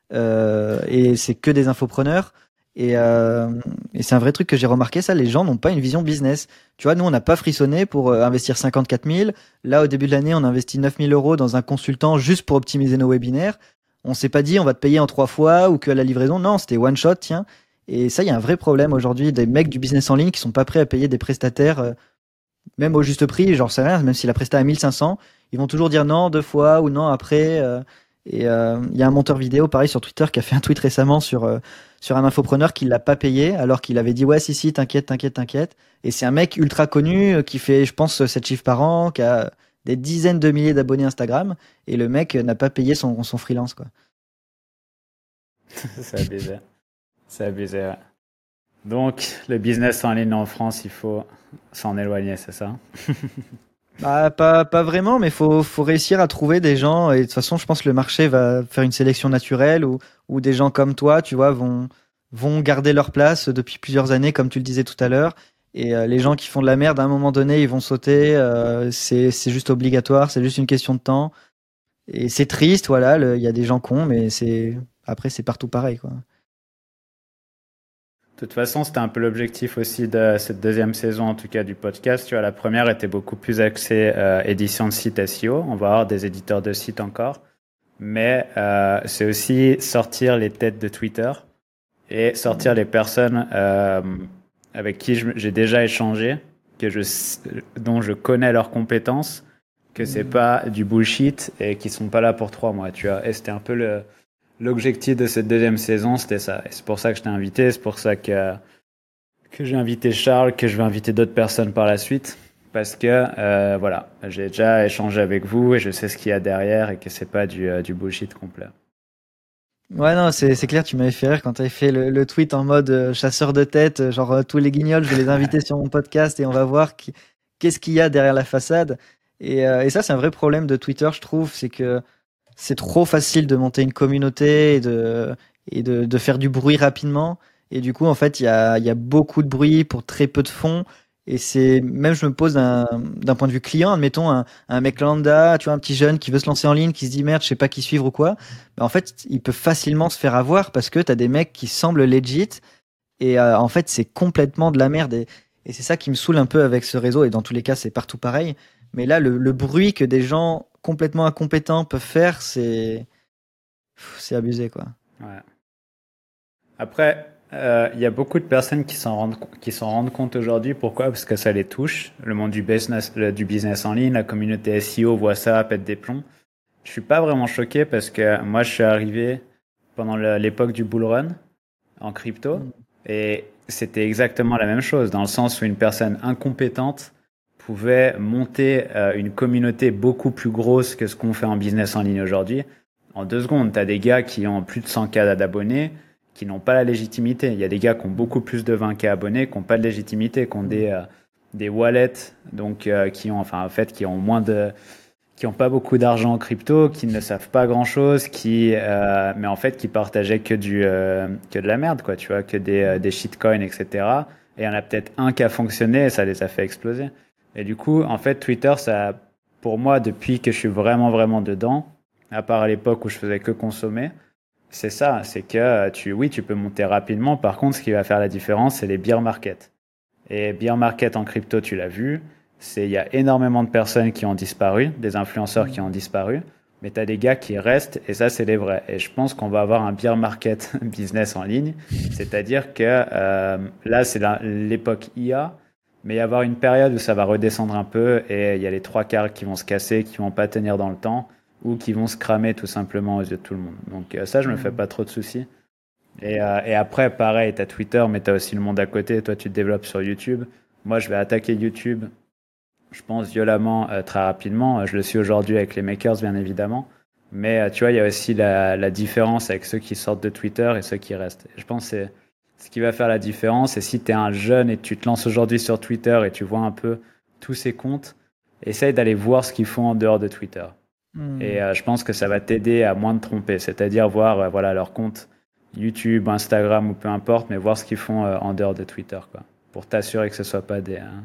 euh, et c'est que des infopreneurs. Et, euh, et c'est un vrai truc que j'ai remarqué, ça, les gens n'ont pas une vision business. Tu vois, nous, on n'a pas frissonné pour euh, investir cinquante-quatre mille. Là, au début de l'année, on a investi neuf mille euros dans un consultant juste pour optimiser nos webinaires. On s'est pas dit, on va te payer en trois fois ou que à la livraison. Non, c'était one shot, tiens. Et ça, il y a un vrai problème aujourd'hui des mecs du business en ligne qui sont pas prêts à payer des prestataires, euh, même au juste prix, genre c'est rien, même si la presta à mille cinq cents, ils vont toujours dire non deux fois ou non après. euh, et euh, il y a un monteur vidéo, pareil sur Twitter, qui a fait un tweet récemment sur euh, sur un infopreneur qui l'a pas payé alors qu'il avait dit ouais si si t'inquiète t'inquiète t'inquiète. Et c'est un mec ultra connu euh, qui fait je pense sept chiffres par an, qui a des dizaines de milliers d'abonnés Instagram et le mec euh, n'a pas payé son son freelance quoi. C'est abusé. C'est abusé, ouais. Donc, le business en ligne en France, il faut s'en éloigner, c'est ça? Bah, pas, pas vraiment, mais faut, faut réussir à trouver des gens. Et de toute façon, je pense que le marché va faire une sélection naturelle où, où des gens comme toi, tu vois, vont, vont garder leur place depuis plusieurs années, comme tu le disais tout à l'heure. Et euh, les gens qui font de la merde, à un moment donné, ils vont sauter. Euh, c'est, c'est juste obligatoire, c'est juste une question de temps. Et c'est triste, voilà, le- il y a des gens cons, mais c'est, après, c'est partout pareil, quoi. De toute façon, c'était un peu l'objectif aussi de cette deuxième saison, en tout cas du podcast. Tu vois, la première était beaucoup plus axée euh, édition de site S E O. On va avoir des éditeurs de sites encore. Mais euh, c'est aussi sortir les têtes de Twitter et sortir les personnes euh, avec qui je- j'ai déjà échangé, que je, dont je connais leurs compétences, que c'est pas du bullshit et qui sont pas là pour trois mois, tu vois. Et c'était un peu le, l'objectif de cette deuxième saison, c'était ça. Et c'est pour ça que je t'ai invité, c'est pour ça que, que j'ai invité Charles, que je vais inviter d'autres personnes par la suite. Parce que, euh, voilà, j'ai déjà échangé avec vous et je sais ce qu'il y a derrière et que c'est pas du, euh, du bullshit complet. Ouais, non, c'est c'est clair, tu m'avais fait rire quand tu avais fait le, le tweet en mode euh, chasseur de tête, euh, genre euh, tous les guignols, je vais les inviter sur mon podcast et on va voir qui- qu'est-ce qu'il y a derrière la façade. Et, euh, et ça, c'est un vrai problème de Twitter, je trouve, c'est que c'est trop facile de monter une communauté et de, et de, de faire du bruit rapidement. Et du coup, en fait, il y a, il y a beaucoup de bruit pour très peu de fond. Et c'est, même je me pose d'un, d'un point de vue client, admettons un, un mec lambda, tu vois, un petit jeune qui veut se lancer en ligne, qui se dit merde, je sais pas qui suivre ou quoi. Bah, en fait, il peut facilement se faire avoir parce que t'as des mecs qui semblent legit et euh, en fait, c'est complètement de la merde. Et, et c'est ça qui me saoule un peu avec ce réseau. Et dans tous les cas, c'est partout pareil. Mais là, le, le bruit que des gens complètement incompétents peuvent faire, c'est c'est abusé, quoi. Ouais. Après, euh, il y a beaucoup de personnes qui s'en rendent, qui s'en rendent compte aujourd'hui. Pourquoi? Parce que ça les touche. Le monde du business, le- du business en ligne, la communauté S E O voit ça, pète des plombs. Je suis pas vraiment choqué parce que moi, je suis arrivé pendant le- l'époque du bull run en crypto Mm. et c'était exactement la même chose dans le sens où une personne incompétente pouvait monter euh, une communauté beaucoup plus grosse que ce qu'on fait en business en ligne aujourd'hui. En deux secondes, tu as des gars qui ont plus de cent K d'abonnés qui n'ont pas la légitimité. Il y a des gars qui ont beaucoup plus de vingt K abonnés qui n'ont pas de légitimité, qui ont des, euh, des wallets, donc euh, qui ont, enfin, en fait, qui ont moins de, qui ont pas beaucoup d'argent en crypto, qui ne savent pas grand chose, qui, euh, mais en fait, qui partageaient que du, euh, que de la merde, quoi, tu vois, que des, euh, des shitcoins, et cetera. Et il y en a peut-être un qui a fonctionné et ça les a fait exploser. Et du coup, en fait, Twitter, ça, pour moi, depuis que je suis vraiment, vraiment dedans, à part à l'époque où je faisais que consommer, c'est ça, c'est que euh, tu, oui, tu peux monter rapidement. Par contre, ce qui va faire la différence, c'est les bear markets. Et bear market en crypto, tu l'as vu, c'est il y a énormément de personnes qui ont disparu, des influenceurs qui ont disparu, mais tu as des gars qui restent et ça, c'est les vrais. Et je pense qu'on va avoir un bear market business en ligne, c'est-à-dire que euh, là, c'est la- l'époque I A, mais il va y avoir une période où ça va redescendre un peu et il y a les trois quarts qui vont se casser, qui vont pas tenir dans le temps ou qui vont se cramer tout simplement aux yeux de tout le monde. Donc euh, ça, je me fais Mm. pas trop de soucis. Et, euh, et après, pareil, tu as Twitter, mais tu as aussi le monde à côté. Toi, tu te développes sur YouTube. Moi, je vais attaquer YouTube, je pense, violemment, euh, très rapidement. Je le suis aujourd'hui avec les makers, bien évidemment. Mais euh, tu vois, il y a aussi la, la différence avec ceux qui sortent de Twitter et ceux qui restent. Et je pense que c'est ce qui va faire la différence. Et si tu es un jeune et que tu te lances aujourd'hui sur Twitter et tu vois un peu tous ces comptes, essaye d'aller voir ce qu'ils font en dehors de Twitter. Et Mm. euh, je pense que ça va t'aider à moins te tromper, c'est-à-dire voir euh, voilà, leur compte YouTube, Instagram ou peu importe, mais voir ce qu'ils font euh, en dehors de Twitter, quoi, pour t'assurer que ce ne soit pas des, hein,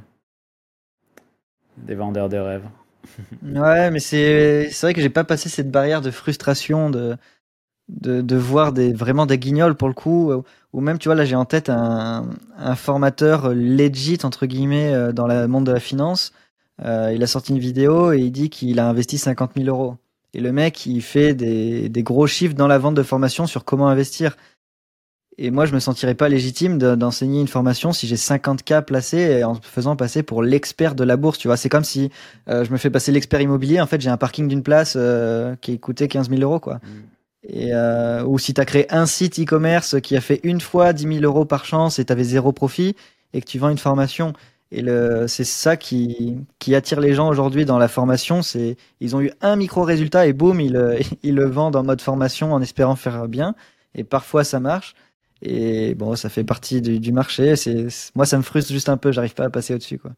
des vendeurs de rêves. Ouais, mais c'est c'est vrai que j'ai pas passé cette barrière de frustration de de, de voir des, vraiment des guignols pour le coup, euh, ou même, tu vois, là, j'ai en tête un, un formateur legit, entre guillemets, euh, dans le monde de la finance. Euh, il a sorti une vidéo et il dit qu'il a investi cinquante mille euros. Et le mec, il fait des, des gros chiffres dans la vente de formation sur comment investir. Et moi, je me sentirais pas légitime de- d'enseigner une formation si j'ai cinquante K placés et en me faisant passer pour l'expert de la bourse. Tu vois, c'est comme si euh, je me fais passer l'expert immobilier. En fait, j'ai un parking d'une place euh, qui coûtait quinze mille euros, quoi. Mm. Et euh, ou si tu as créé un site e-commerce qui a fait une fois dix mille euros par chance et tu avais zéro profit et que tu vends une formation. Et le, c'est ça qui, qui attire les gens aujourd'hui dans la formation. C'est, ils ont eu un micro résultat et boum, ils, le- ils le vendent en mode formation en espérant faire bien. Et parfois ça marche. Et bon, ça fait partie du, du marché. C'est, c'est- moi, ça me frustre juste un peu. J'arrive pas à passer au-dessus, quoi.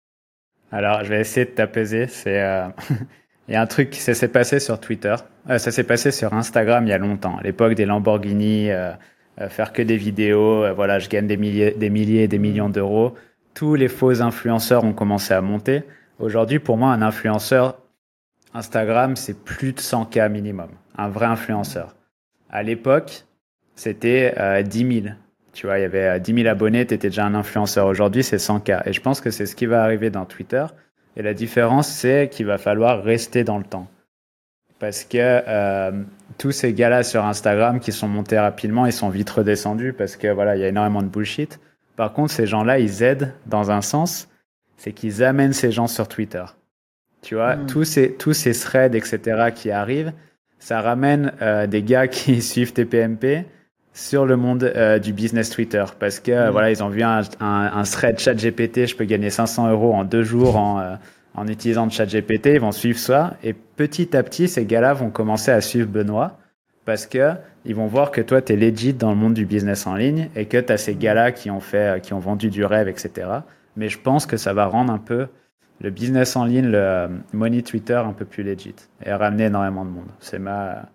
Alors, je vais essayer de t'apaiser. C'est, euh, il y a un truc qui s'est s'est passé sur Twitter. Euh, ça s'est passé sur Instagram il y a longtemps, à l'époque des Lamborghini, euh, euh, faire que des vidéos. Euh, voilà, je gagne des milliers, des milliers, des Mm. millions d'euros. Tous les faux influenceurs ont commencé à monter. Aujourd'hui, pour moi, un influenceur Instagram, c'est plus de cent K minimum. Un vrai influenceur. À l'époque, c'était euh, dix mille. Tu vois, il y avait euh, dix mille abonnés, tu étais déjà un influenceur. Aujourd'hui, c'est cent K. Et je pense que c'est ce qui va arriver dans Twitter. Et la différence, c'est qu'il va falloir rester dans le temps. Parce que euh, tous ces gars-là sur Instagram qui sont montés rapidement, ils sont vite redescendus parce que voilà, il y a énormément de bullshit. Par contre, ces gens-là, ils aident dans un sens, c'est qu'ils amènent ces gens sur Twitter. Tu vois, Mm. tous ces, tous ces threads, et cetera qui arrivent, ça ramène euh, des gars qui suivent T P M P sur le monde euh, du business Twitter. Parce que euh, Mm. voilà, ils ont vu un, un, un thread ChatGPT, je peux gagner cinq cents euros en deux jours en, euh, en utilisant ChatGPT, ils vont suivre ça. Et petit à petit, ces gars-là vont commencer à suivre Benoît parce que ils vont voir que toi, tu es legit dans le monde du business en ligne et que tu as ces gars-là qui ont fait, qui ont vendu du rêve, et cetera. Mais je pense que ça va rendre un peu le business en ligne, le euh, money Twitter un peu plus legit et ramener énormément de monde. C'est ma,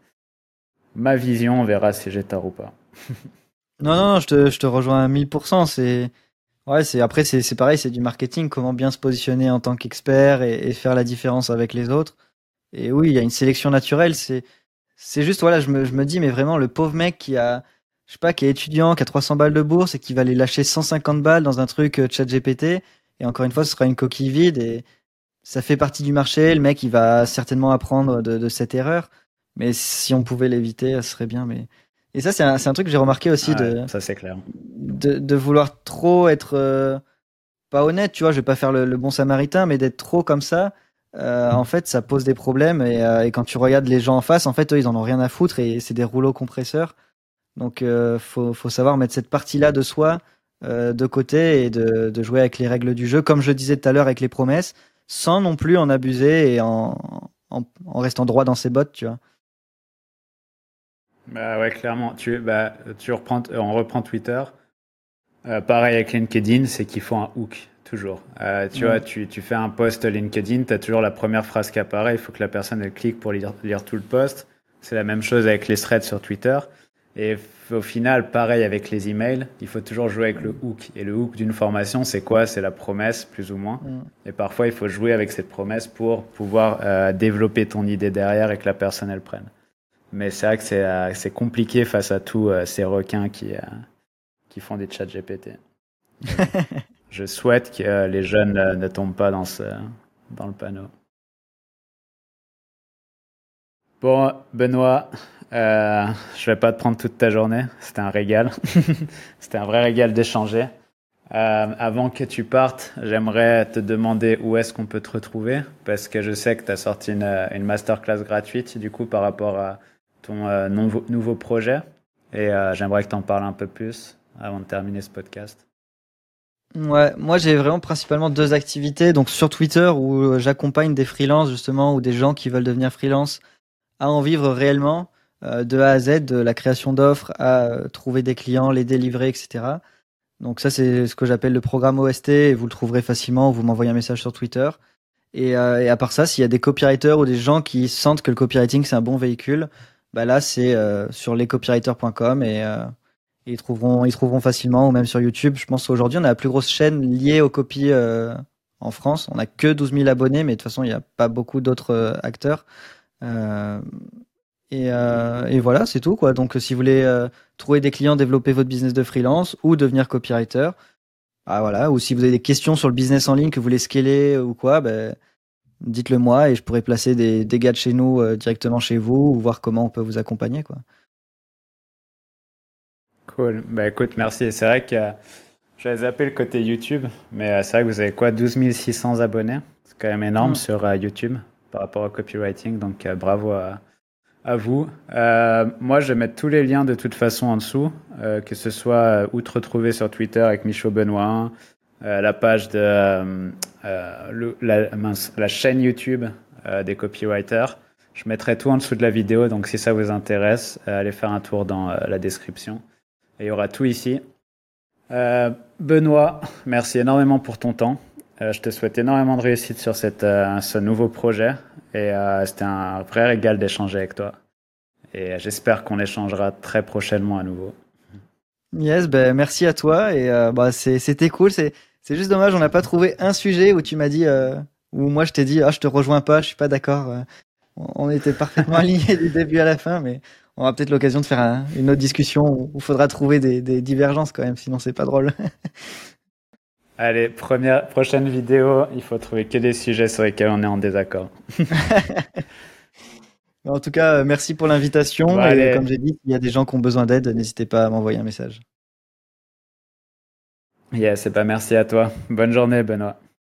ma vision, on verra si j'ai tort ou pas. Non, non, je te, je te rejoins à mille pour cent. C'est, ouais, c'est, après, c'est, c'est pareil, c'est du marketing, comment bien se positionner en tant qu'expert et, et faire la différence avec les autres. Et oui, il y a une sélection naturelle. C'est, c'est juste, voilà, je me, je me dis, mais vraiment, le pauvre mec qui a, je sais pas, qui est étudiant, qui a trois cents balles de bourse et qui va aller lâcher cent cinquante balles dans un truc euh, ChatGPT. Et encore une fois, ce sera une coquille vide et ça fait partie du marché. Le mec, il va certainement apprendre de, de cette erreur. Mais si on pouvait l'éviter, ce serait bien. Mais, et ça, c'est un, c'est un truc que j'ai remarqué aussi Ouais, de, ça c'est clair. de, de vouloir trop être, euh, pas honnête, tu vois, je vais pas faire le, le bon samaritain, mais d'être trop comme ça, euh, en fait, ça pose des problèmes. Et, euh, et quand tu regardes les gens en face, en fait, eux, ils en ont rien à foutre et c'est des rouleaux compresseurs. Donc, euh, faut, faut savoir mettre cette partie-là de soi euh, de côté et de, de jouer avec les règles du jeu, comme je disais tout à l'heure avec les promesses, sans non plus en abuser et en, en, en restant droit dans ses bottes, tu vois. Bah ouais, clairement. Tu, bah, tu reprends, euh, on reprend Twitter. Euh, pareil avec LinkedIn, c'est qu'il faut un hook, toujours. Euh, tu vois, Ouais. tu, tu fais un post LinkedIn, tu as toujours la première phrase qui apparaît, il faut que la personne elle clique pour lire, lire tout le post. C'est la même chose avec les threads sur Twitter. Et f- au final, pareil avec les emails, il faut toujours jouer avec le hook. Et le hook d'une formation, c'est quoi? C'est la promesse, plus ou moins. Mm. Et parfois, il faut jouer avec cette promesse pour pouvoir euh, développer ton idée derrière et que la personne elle prenne. Mais c'est vrai que c'est euh, c'est compliqué face à tous euh, ces requins qui, euh, qui font des chats G P T. Mais bon, je souhaite que euh, les jeunes euh, ne tombent pas dans, ce, dans le panneau. Bon, Benoît, euh, je vais pas te prendre toute ta journée. C'était un régal. C'était un vrai régal d'échanger. Euh, avant que tu partes, j'aimerais te demander où est-ce qu'on peut te retrouver, parce que je sais que tu as sorti une, une masterclass gratuite, du coup, par rapport à ton euh, nouveau, nouveau projet. Et euh, j'aimerais que tu en parles un peu plus avant de terminer ce podcast. Ouais, moi j'ai vraiment principalement deux activités. Donc sur Twitter où euh, j'accompagne des freelances justement ou des gens qui veulent devenir freelance à en vivre réellement euh, de A à Z, de la création d'offres à euh, trouver des clients, les délivrer, et cetera. Donc ça c'est ce que j'appelle le programme O S T et vous le trouverez facilement. Vous m'envoyez un message sur Twitter. Et, euh, et à part ça, s'il y a des copywriters ou des gens qui sentent que le copywriting c'est un bon véhicule, bah là c'est euh, sur lescopywriters point com et euh, ils trouveront, ils trouveront facilement ou même sur YouTube. Je pense qu'aujourd'hui on a la plus grosse chaîne liée aux copies euh, en France. On a que douze mille abonnés, mais de toute façon il n'y a pas beaucoup d'autres euh, acteurs. Euh, Et, euh, et voilà, c'est tout quoi. Donc si vous voulez euh, trouver des clients, développer votre business de freelance ou devenir copywriter, ah voilà, ou si vous avez des questions sur le business en ligne que vous voulez scaler ou quoi, ben dites-le moi et je pourrais placer des, des gars de chez nous euh, directement chez vous ou voir comment on peut vous accompagner quoi. Cool. Bah écoute, merci. C'est vrai que euh, j'avais zappé le côté YouTube, mais euh, c'est vrai que vous avez quoi, douze mille six cents abonnés? C'est quand même énorme Mm. sur euh, YouTube par rapport au copywriting, donc euh, bravo à, à vous. Euh, moi, je vais mettre tous les liens de toute façon en dessous, euh, que ce soit euh, où te retrouver sur Twitter avec Michaud Benoît, euh, la page de euh, euh, le- la, mince, la chaîne YouTube euh, des copywriters. Je mettrai tout en dessous de la vidéo, donc si ça vous intéresse, euh, allez faire un tour dans euh, la description. Et il y aura tout ici. Euh, Benoît, merci énormément pour ton temps. Euh, je te souhaite énormément de réussite sur cette, euh, ce nouveau projet. Et euh, c'était un vrai régal d'échanger avec toi. Et j'espère qu'on échangera très prochainement à nouveau. Yes, ben merci à toi et euh, bah c'est c'était cool. C'est c'est juste dommage, on n'a pas trouvé un sujet où tu m'as dit euh, où moi je t'ai dit ah je te rejoins pas, je suis pas d'accord. euh. On on était parfaitement alignés du début à la fin, mais on aura peut-être l'occasion de faire un- une autre discussion où il faudra trouver des, des divergences quand même, sinon c'est pas drôle. Allez, première, prochaine vidéo, il faut trouver que des sujets sur lesquels on est en désaccord. En tout cas, euh, merci pour Bon, l'invitation et allez, comme j'ai dit, s'il y a des gens qui ont besoin d'aide, n'hésitez pas à m'envoyer un message. yeah, c'est pas merci à toi. Bonne journée, Benoît.